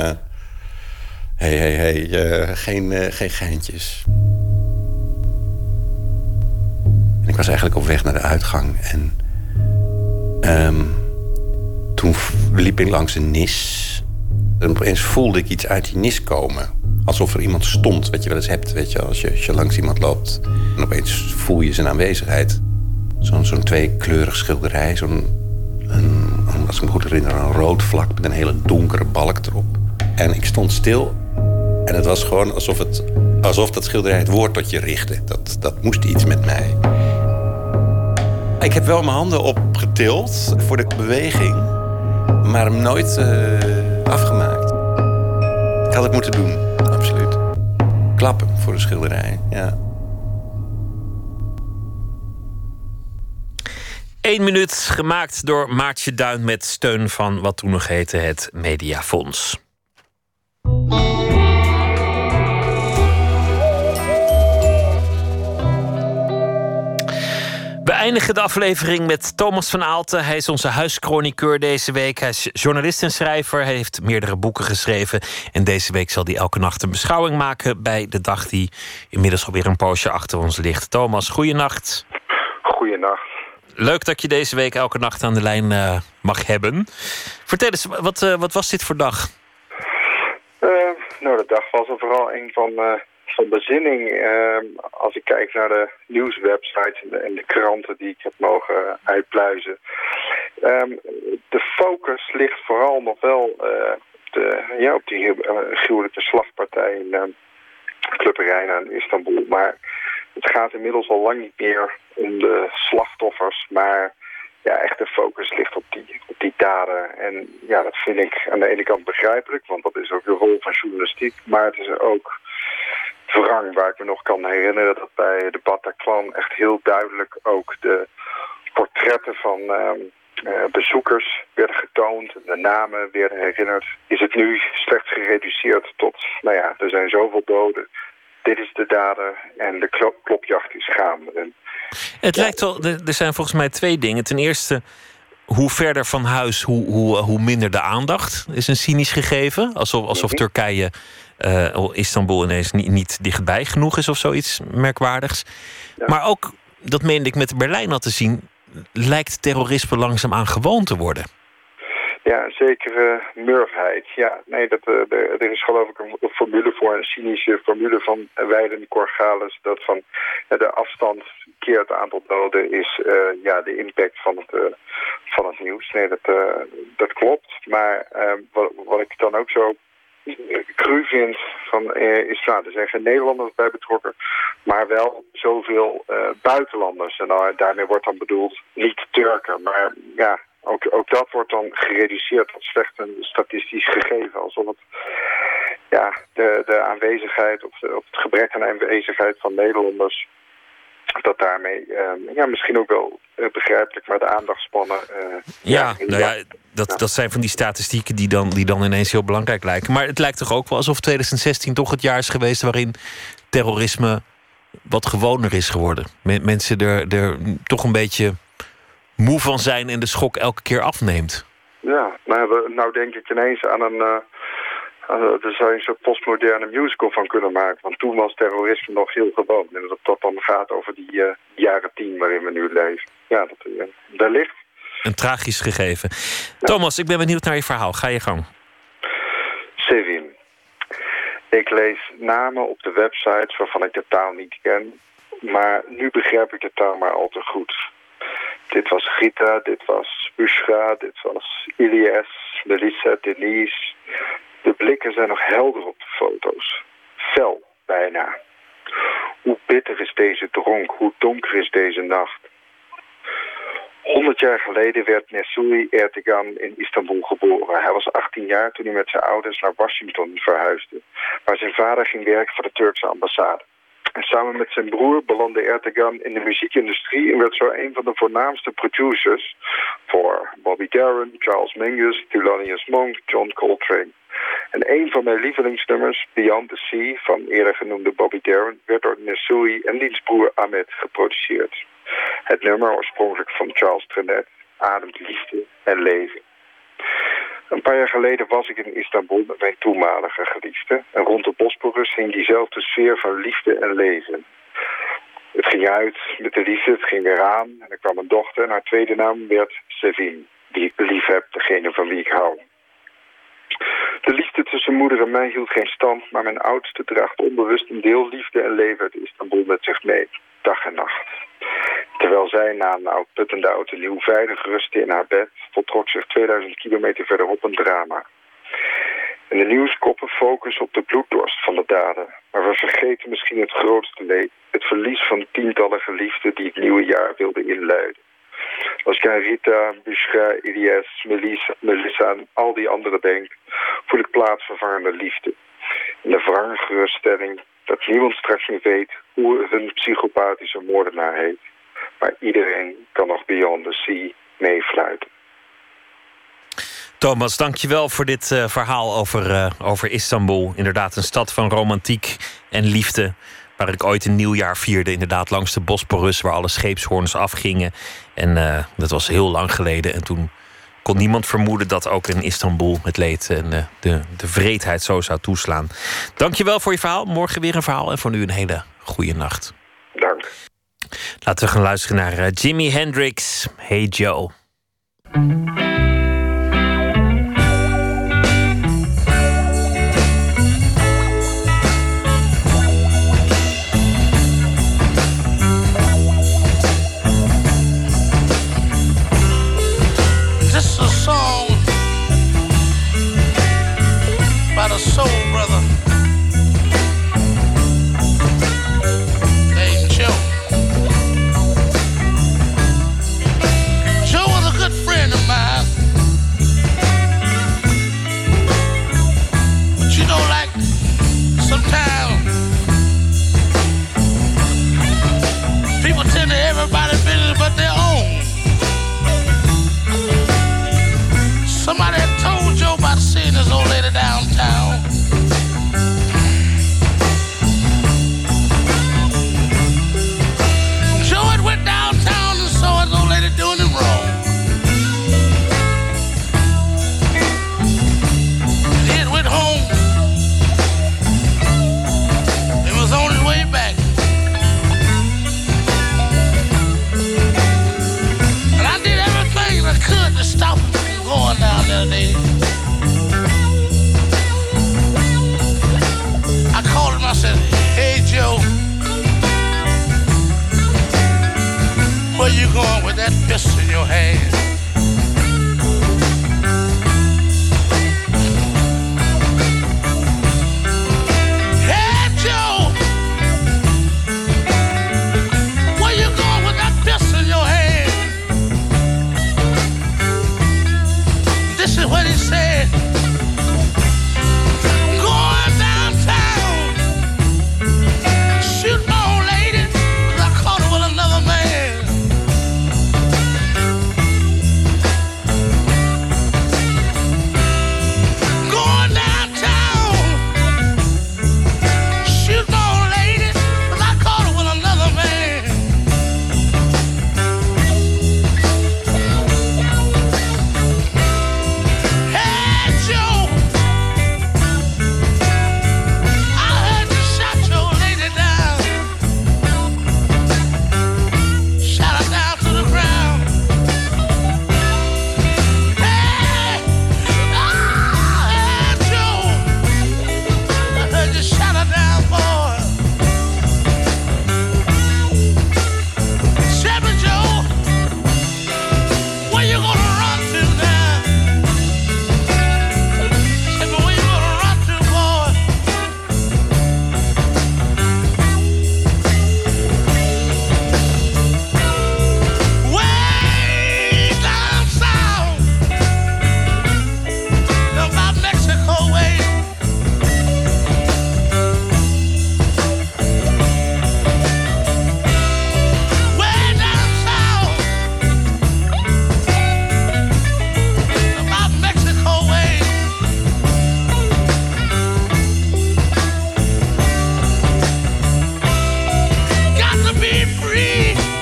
geen geintjes. En ik was eigenlijk op weg naar de uitgang. En toen liep ik langs een nis. En opeens voelde ik iets uit die nis komen. Alsof er iemand stond, wat je wel eens hebt, weet je, als je langs iemand loopt. En opeens voel je zijn aanwezigheid. Zo'n tweekleurig schilderij, als ik me goed herinner, een rood vlak met een hele donkere balk erop. En ik stond stil en het was gewoon alsof dat schilderij het woord tot je richtte. Dat moest iets met mij. Ik heb wel mijn handen opgetild voor de beweging, maar hem nooit afgemaakt. Ik had het moeten doen. Absoluut. Klappen voor een schilderij, ja. 1 minuut, gemaakt door Maartje Duin met steun van wat toen nog heette het Mediafonds. We eindigen de aflevering met Thomas van Aalten. Hij is onze huischroniqueur deze week. Hij is journalist en schrijver. Hij heeft meerdere boeken geschreven. En deze week zal hij elke nacht een beschouwing maken bij de dag die inmiddels alweer een poosje achter ons ligt. Thomas, goeienacht. Goeienacht. Leuk dat je deze week elke nacht aan de lijn mag hebben. Vertel eens, wat was dit voor dag? De dag was er vooral een van bezinning. Als ik kijk naar de nieuwswebsites en de kranten die ik heb mogen uitpluizen. De focus ligt vooral nog wel op die gruwelijke slagpartij in Club Arena in Istanbul. Maar het gaat inmiddels al lang niet meer om de slachtoffers, maar echt de focus ligt op die daden. En ja, dat vind ik aan de ene kant begrijpelijk, want dat is ook de rol van journalistiek. Maar het is ook wrang, waar ik me nog kan herinneren dat bij de Bataclan echt heel duidelijk ook de portretten van bezoekers werden getoond, de namen werden herinnerd. Is het nu slechts gereduceerd tot, er zijn zoveel doden. Dit is de dader en de klopjacht is gaande. Het lijkt wel, er zijn volgens mij 2 dingen. Ten eerste, hoe verder van huis, hoe minder de aandacht is een cynisch gegeven. Alsof Turkije Istanbul ineens niet dichtbij genoeg is of zoiets merkwaardigs. Ja. Maar ook, dat meende ik met Berlijn al te zien, lijkt terrorisme langzaamaan gewoon te worden. Ja, een zekere murfheid. Ja, nee, er is geloof ik een formule voor, een cynische formule van Weiden Corgalis, dat van de afstand keer het aantal doden is de impact van het nieuws. Nee, dat klopt. Maar wat ik dan ook zo cru vind is, er zijn geen Nederlanders bij betrokken, maar wel zoveel buitenlanders. En daarmee wordt dan bedoeld niet Turken, maar ja, ook dat wordt dan gereduceerd tot slechts een statistisch gegeven. Alsof het de aanwezigheid of het gebrek aan aanwezigheid van Nederlanders, dat daarmee misschien ook wel begrijpelijk, maar de aandachtspannen. Dat zijn van die statistieken die dan ineens heel belangrijk lijken. Maar het lijkt toch ook wel alsof 2016 toch het jaar is geweest waarin terrorisme wat gewoner is geworden. Mensen er toch een beetje moe van zijn en de schok elke keer afneemt. Ja, nou denk ik ineens aan daar zou je een soort postmoderne musical van kunnen maken. Want toen was terrorisme nog heel gewoon. En dat dan gaat over die jaren 10 waarin we nu leven. Ja, daar ligt. Een tragisch gegeven. Ja. Thomas, ik ben benieuwd naar je verhaal. Ga je gang. Sevin. Ik lees namen op de websites waarvan ik de taal niet ken. Maar nu begrijp ik de taal maar al te goed. Dit was Rita, dit was Bushra, dit was Ilyes, Melissa, Denise. De blikken zijn nog helder op de foto's. Fel, bijna. Hoe bitter is deze dronk, hoe donker is deze nacht. 100 jaar geleden werd Nesoui Ertegan in Istanbul geboren. Hij was 18 jaar toen hij met zijn ouders naar Washington verhuisde, waar zijn vader ging werken voor de Turkse ambassade. En samen met zijn broer belandde Ertegan in de muziekindustrie en werd zo een van de voornaamste producers voor Bobby Darin, Charles Mingus, Thelonious Monk, John Coltrane. En een van mijn lievelingsnummers, Beyond the Sea, van eerder genoemde Bobby Darin, werd door Nesoui en diens broer Ahmed geproduceerd. Het nummer, oorspronkelijk van Charles Trenet, ademt liefde en leven. Een paar jaar geleden was ik in Istanbul met mijn toenmalige geliefde. En rond de Bosporus hing diezelfde sfeer van liefde en leven. Het ging uit met de liefde, het ging eraan. En er kwam een dochter en haar tweede naam werd Sevin, die ik lief heb, degene van wie ik hou. De liefde tussen moeder en mij hield geen stand, maar mijn oudste draagt onbewust een deel liefde en leven uit Istanbul met zich mee, dag en nacht. Terwijl zij na een uitputtende oud en nieuw veilig rustte in haar bed, voltrok zich 2000 kilometer verderop een drama. En de nieuwskoppen focussen op de bloeddorst van de daden, maar we vergeten misschien het grootste leed, het verlies van tientallen geliefden die het nieuwe jaar wilden inluiden. Als ik aan Rita, Bushra, Ilyes, Melissa en al die anderen denk, voel ik plaatsvervangende liefde. In de wrange geruststelling dat niemand straks meer weet hoe hun psychopathische moordenaar heet. Maar iedereen kan nog Beyond the Sea meefluiten. Thomas, dankjewel voor dit verhaal over Istanbul. Inderdaad, een stad van romantiek en liefde, waar ik ooit een nieuwjaar vierde, inderdaad langs de Bosporus, waar alle scheepshoorns afgingen. En dat was heel lang geleden. En toen kon niemand vermoeden dat ook in Istanbul het leed en de wreedheid zo zou toeslaan. Dankjewel voor je verhaal. Morgen weer een verhaal en voor nu een hele goede nacht. Dank. Laten we gaan luisteren naar Jimi Hendrix. Hey Joe. Soul brother named Joe. Joe was a good friend of mine. you going with that pistol in your hand? Hey, Joe, where you going with that pistol in your hand? This is what he said. Going downtown, shoot my old lady, 'cause I caught her with another man. Going downtown, shoot my old lady, 'cause I caught her with another man. Hey, Joe, I heard you shot your lady down. Shot her down to the ground. Hey, Joe, I heard you shot her down, boy. Chevy Joe, where you gonna run to now? Chevy, where you gonna run to, boy? Way down south, about Mexico way. Way down south, about Mexico way. Got to be free.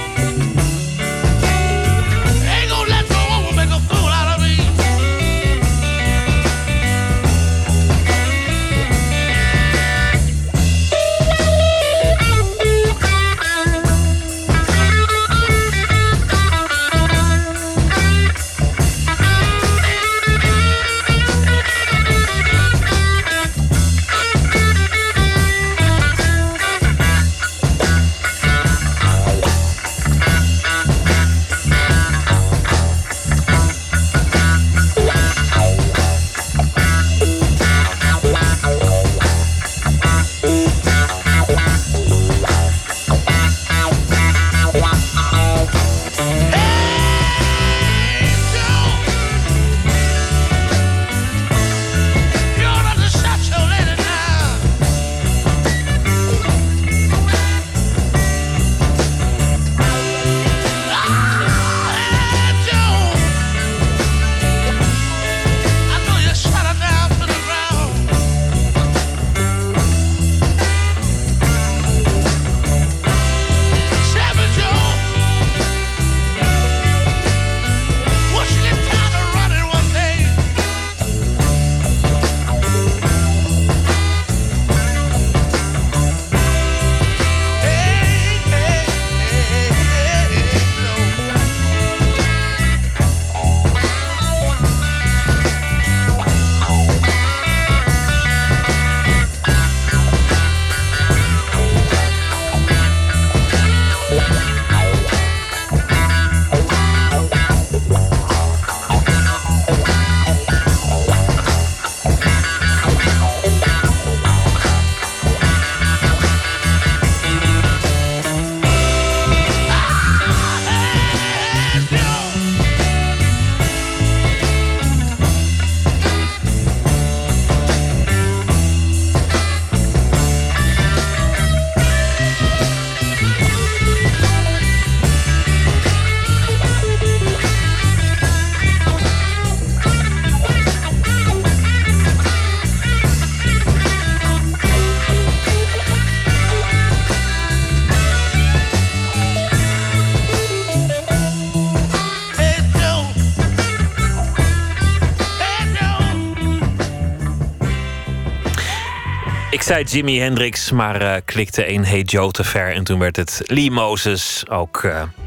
Ain't gonna let no woman make a fool out of me. You ought to shut your lady down. Hey, Joe, I know you shut her down to the ground. Chevy Joe, once you get tired of running one day, Ik zei Jimi Hendrix, maar klikte een Hey Joe te ver. En toen werd het Lee Moses, ook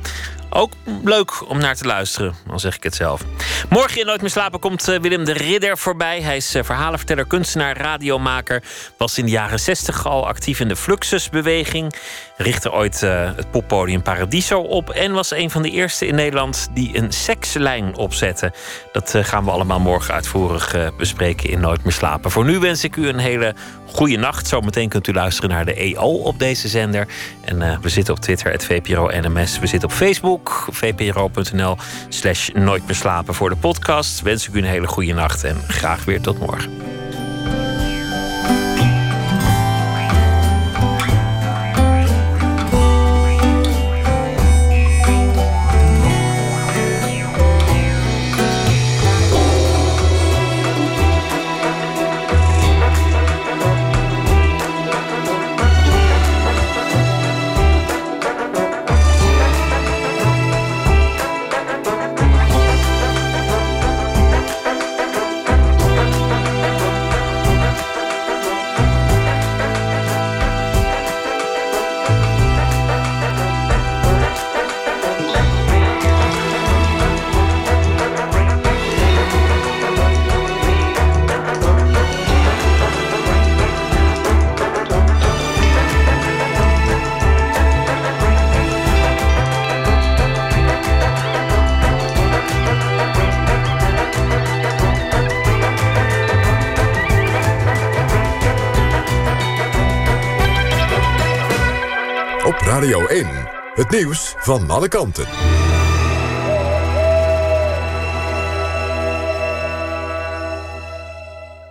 Ook leuk om naar te luisteren, al zeg ik het zelf. Morgen in Nooit meer slapen komt Willem de Ridder voorbij. Hij is verhalenverteller, kunstenaar, radiomaker. Was in de jaren 60 al actief in de Fluxusbeweging. Richtte ooit het poppodium Paradiso op. En was een van de eerste in Nederland die een sekslijn opzette. Dat gaan we allemaal morgen uitvoerig bespreken in Nooit meer slapen. Voor nu wens ik u een hele goede nacht. Zometeen kunt u luisteren naar de EO op deze zender. En we zitten op Twitter, @VPRO-NMS. We zitten op Facebook, vpro.nl/Nooit meer slapen voor de podcast. Wens ik u een hele goede nacht en graag weer tot morgen. Radio 1, het nieuws van alle kanten.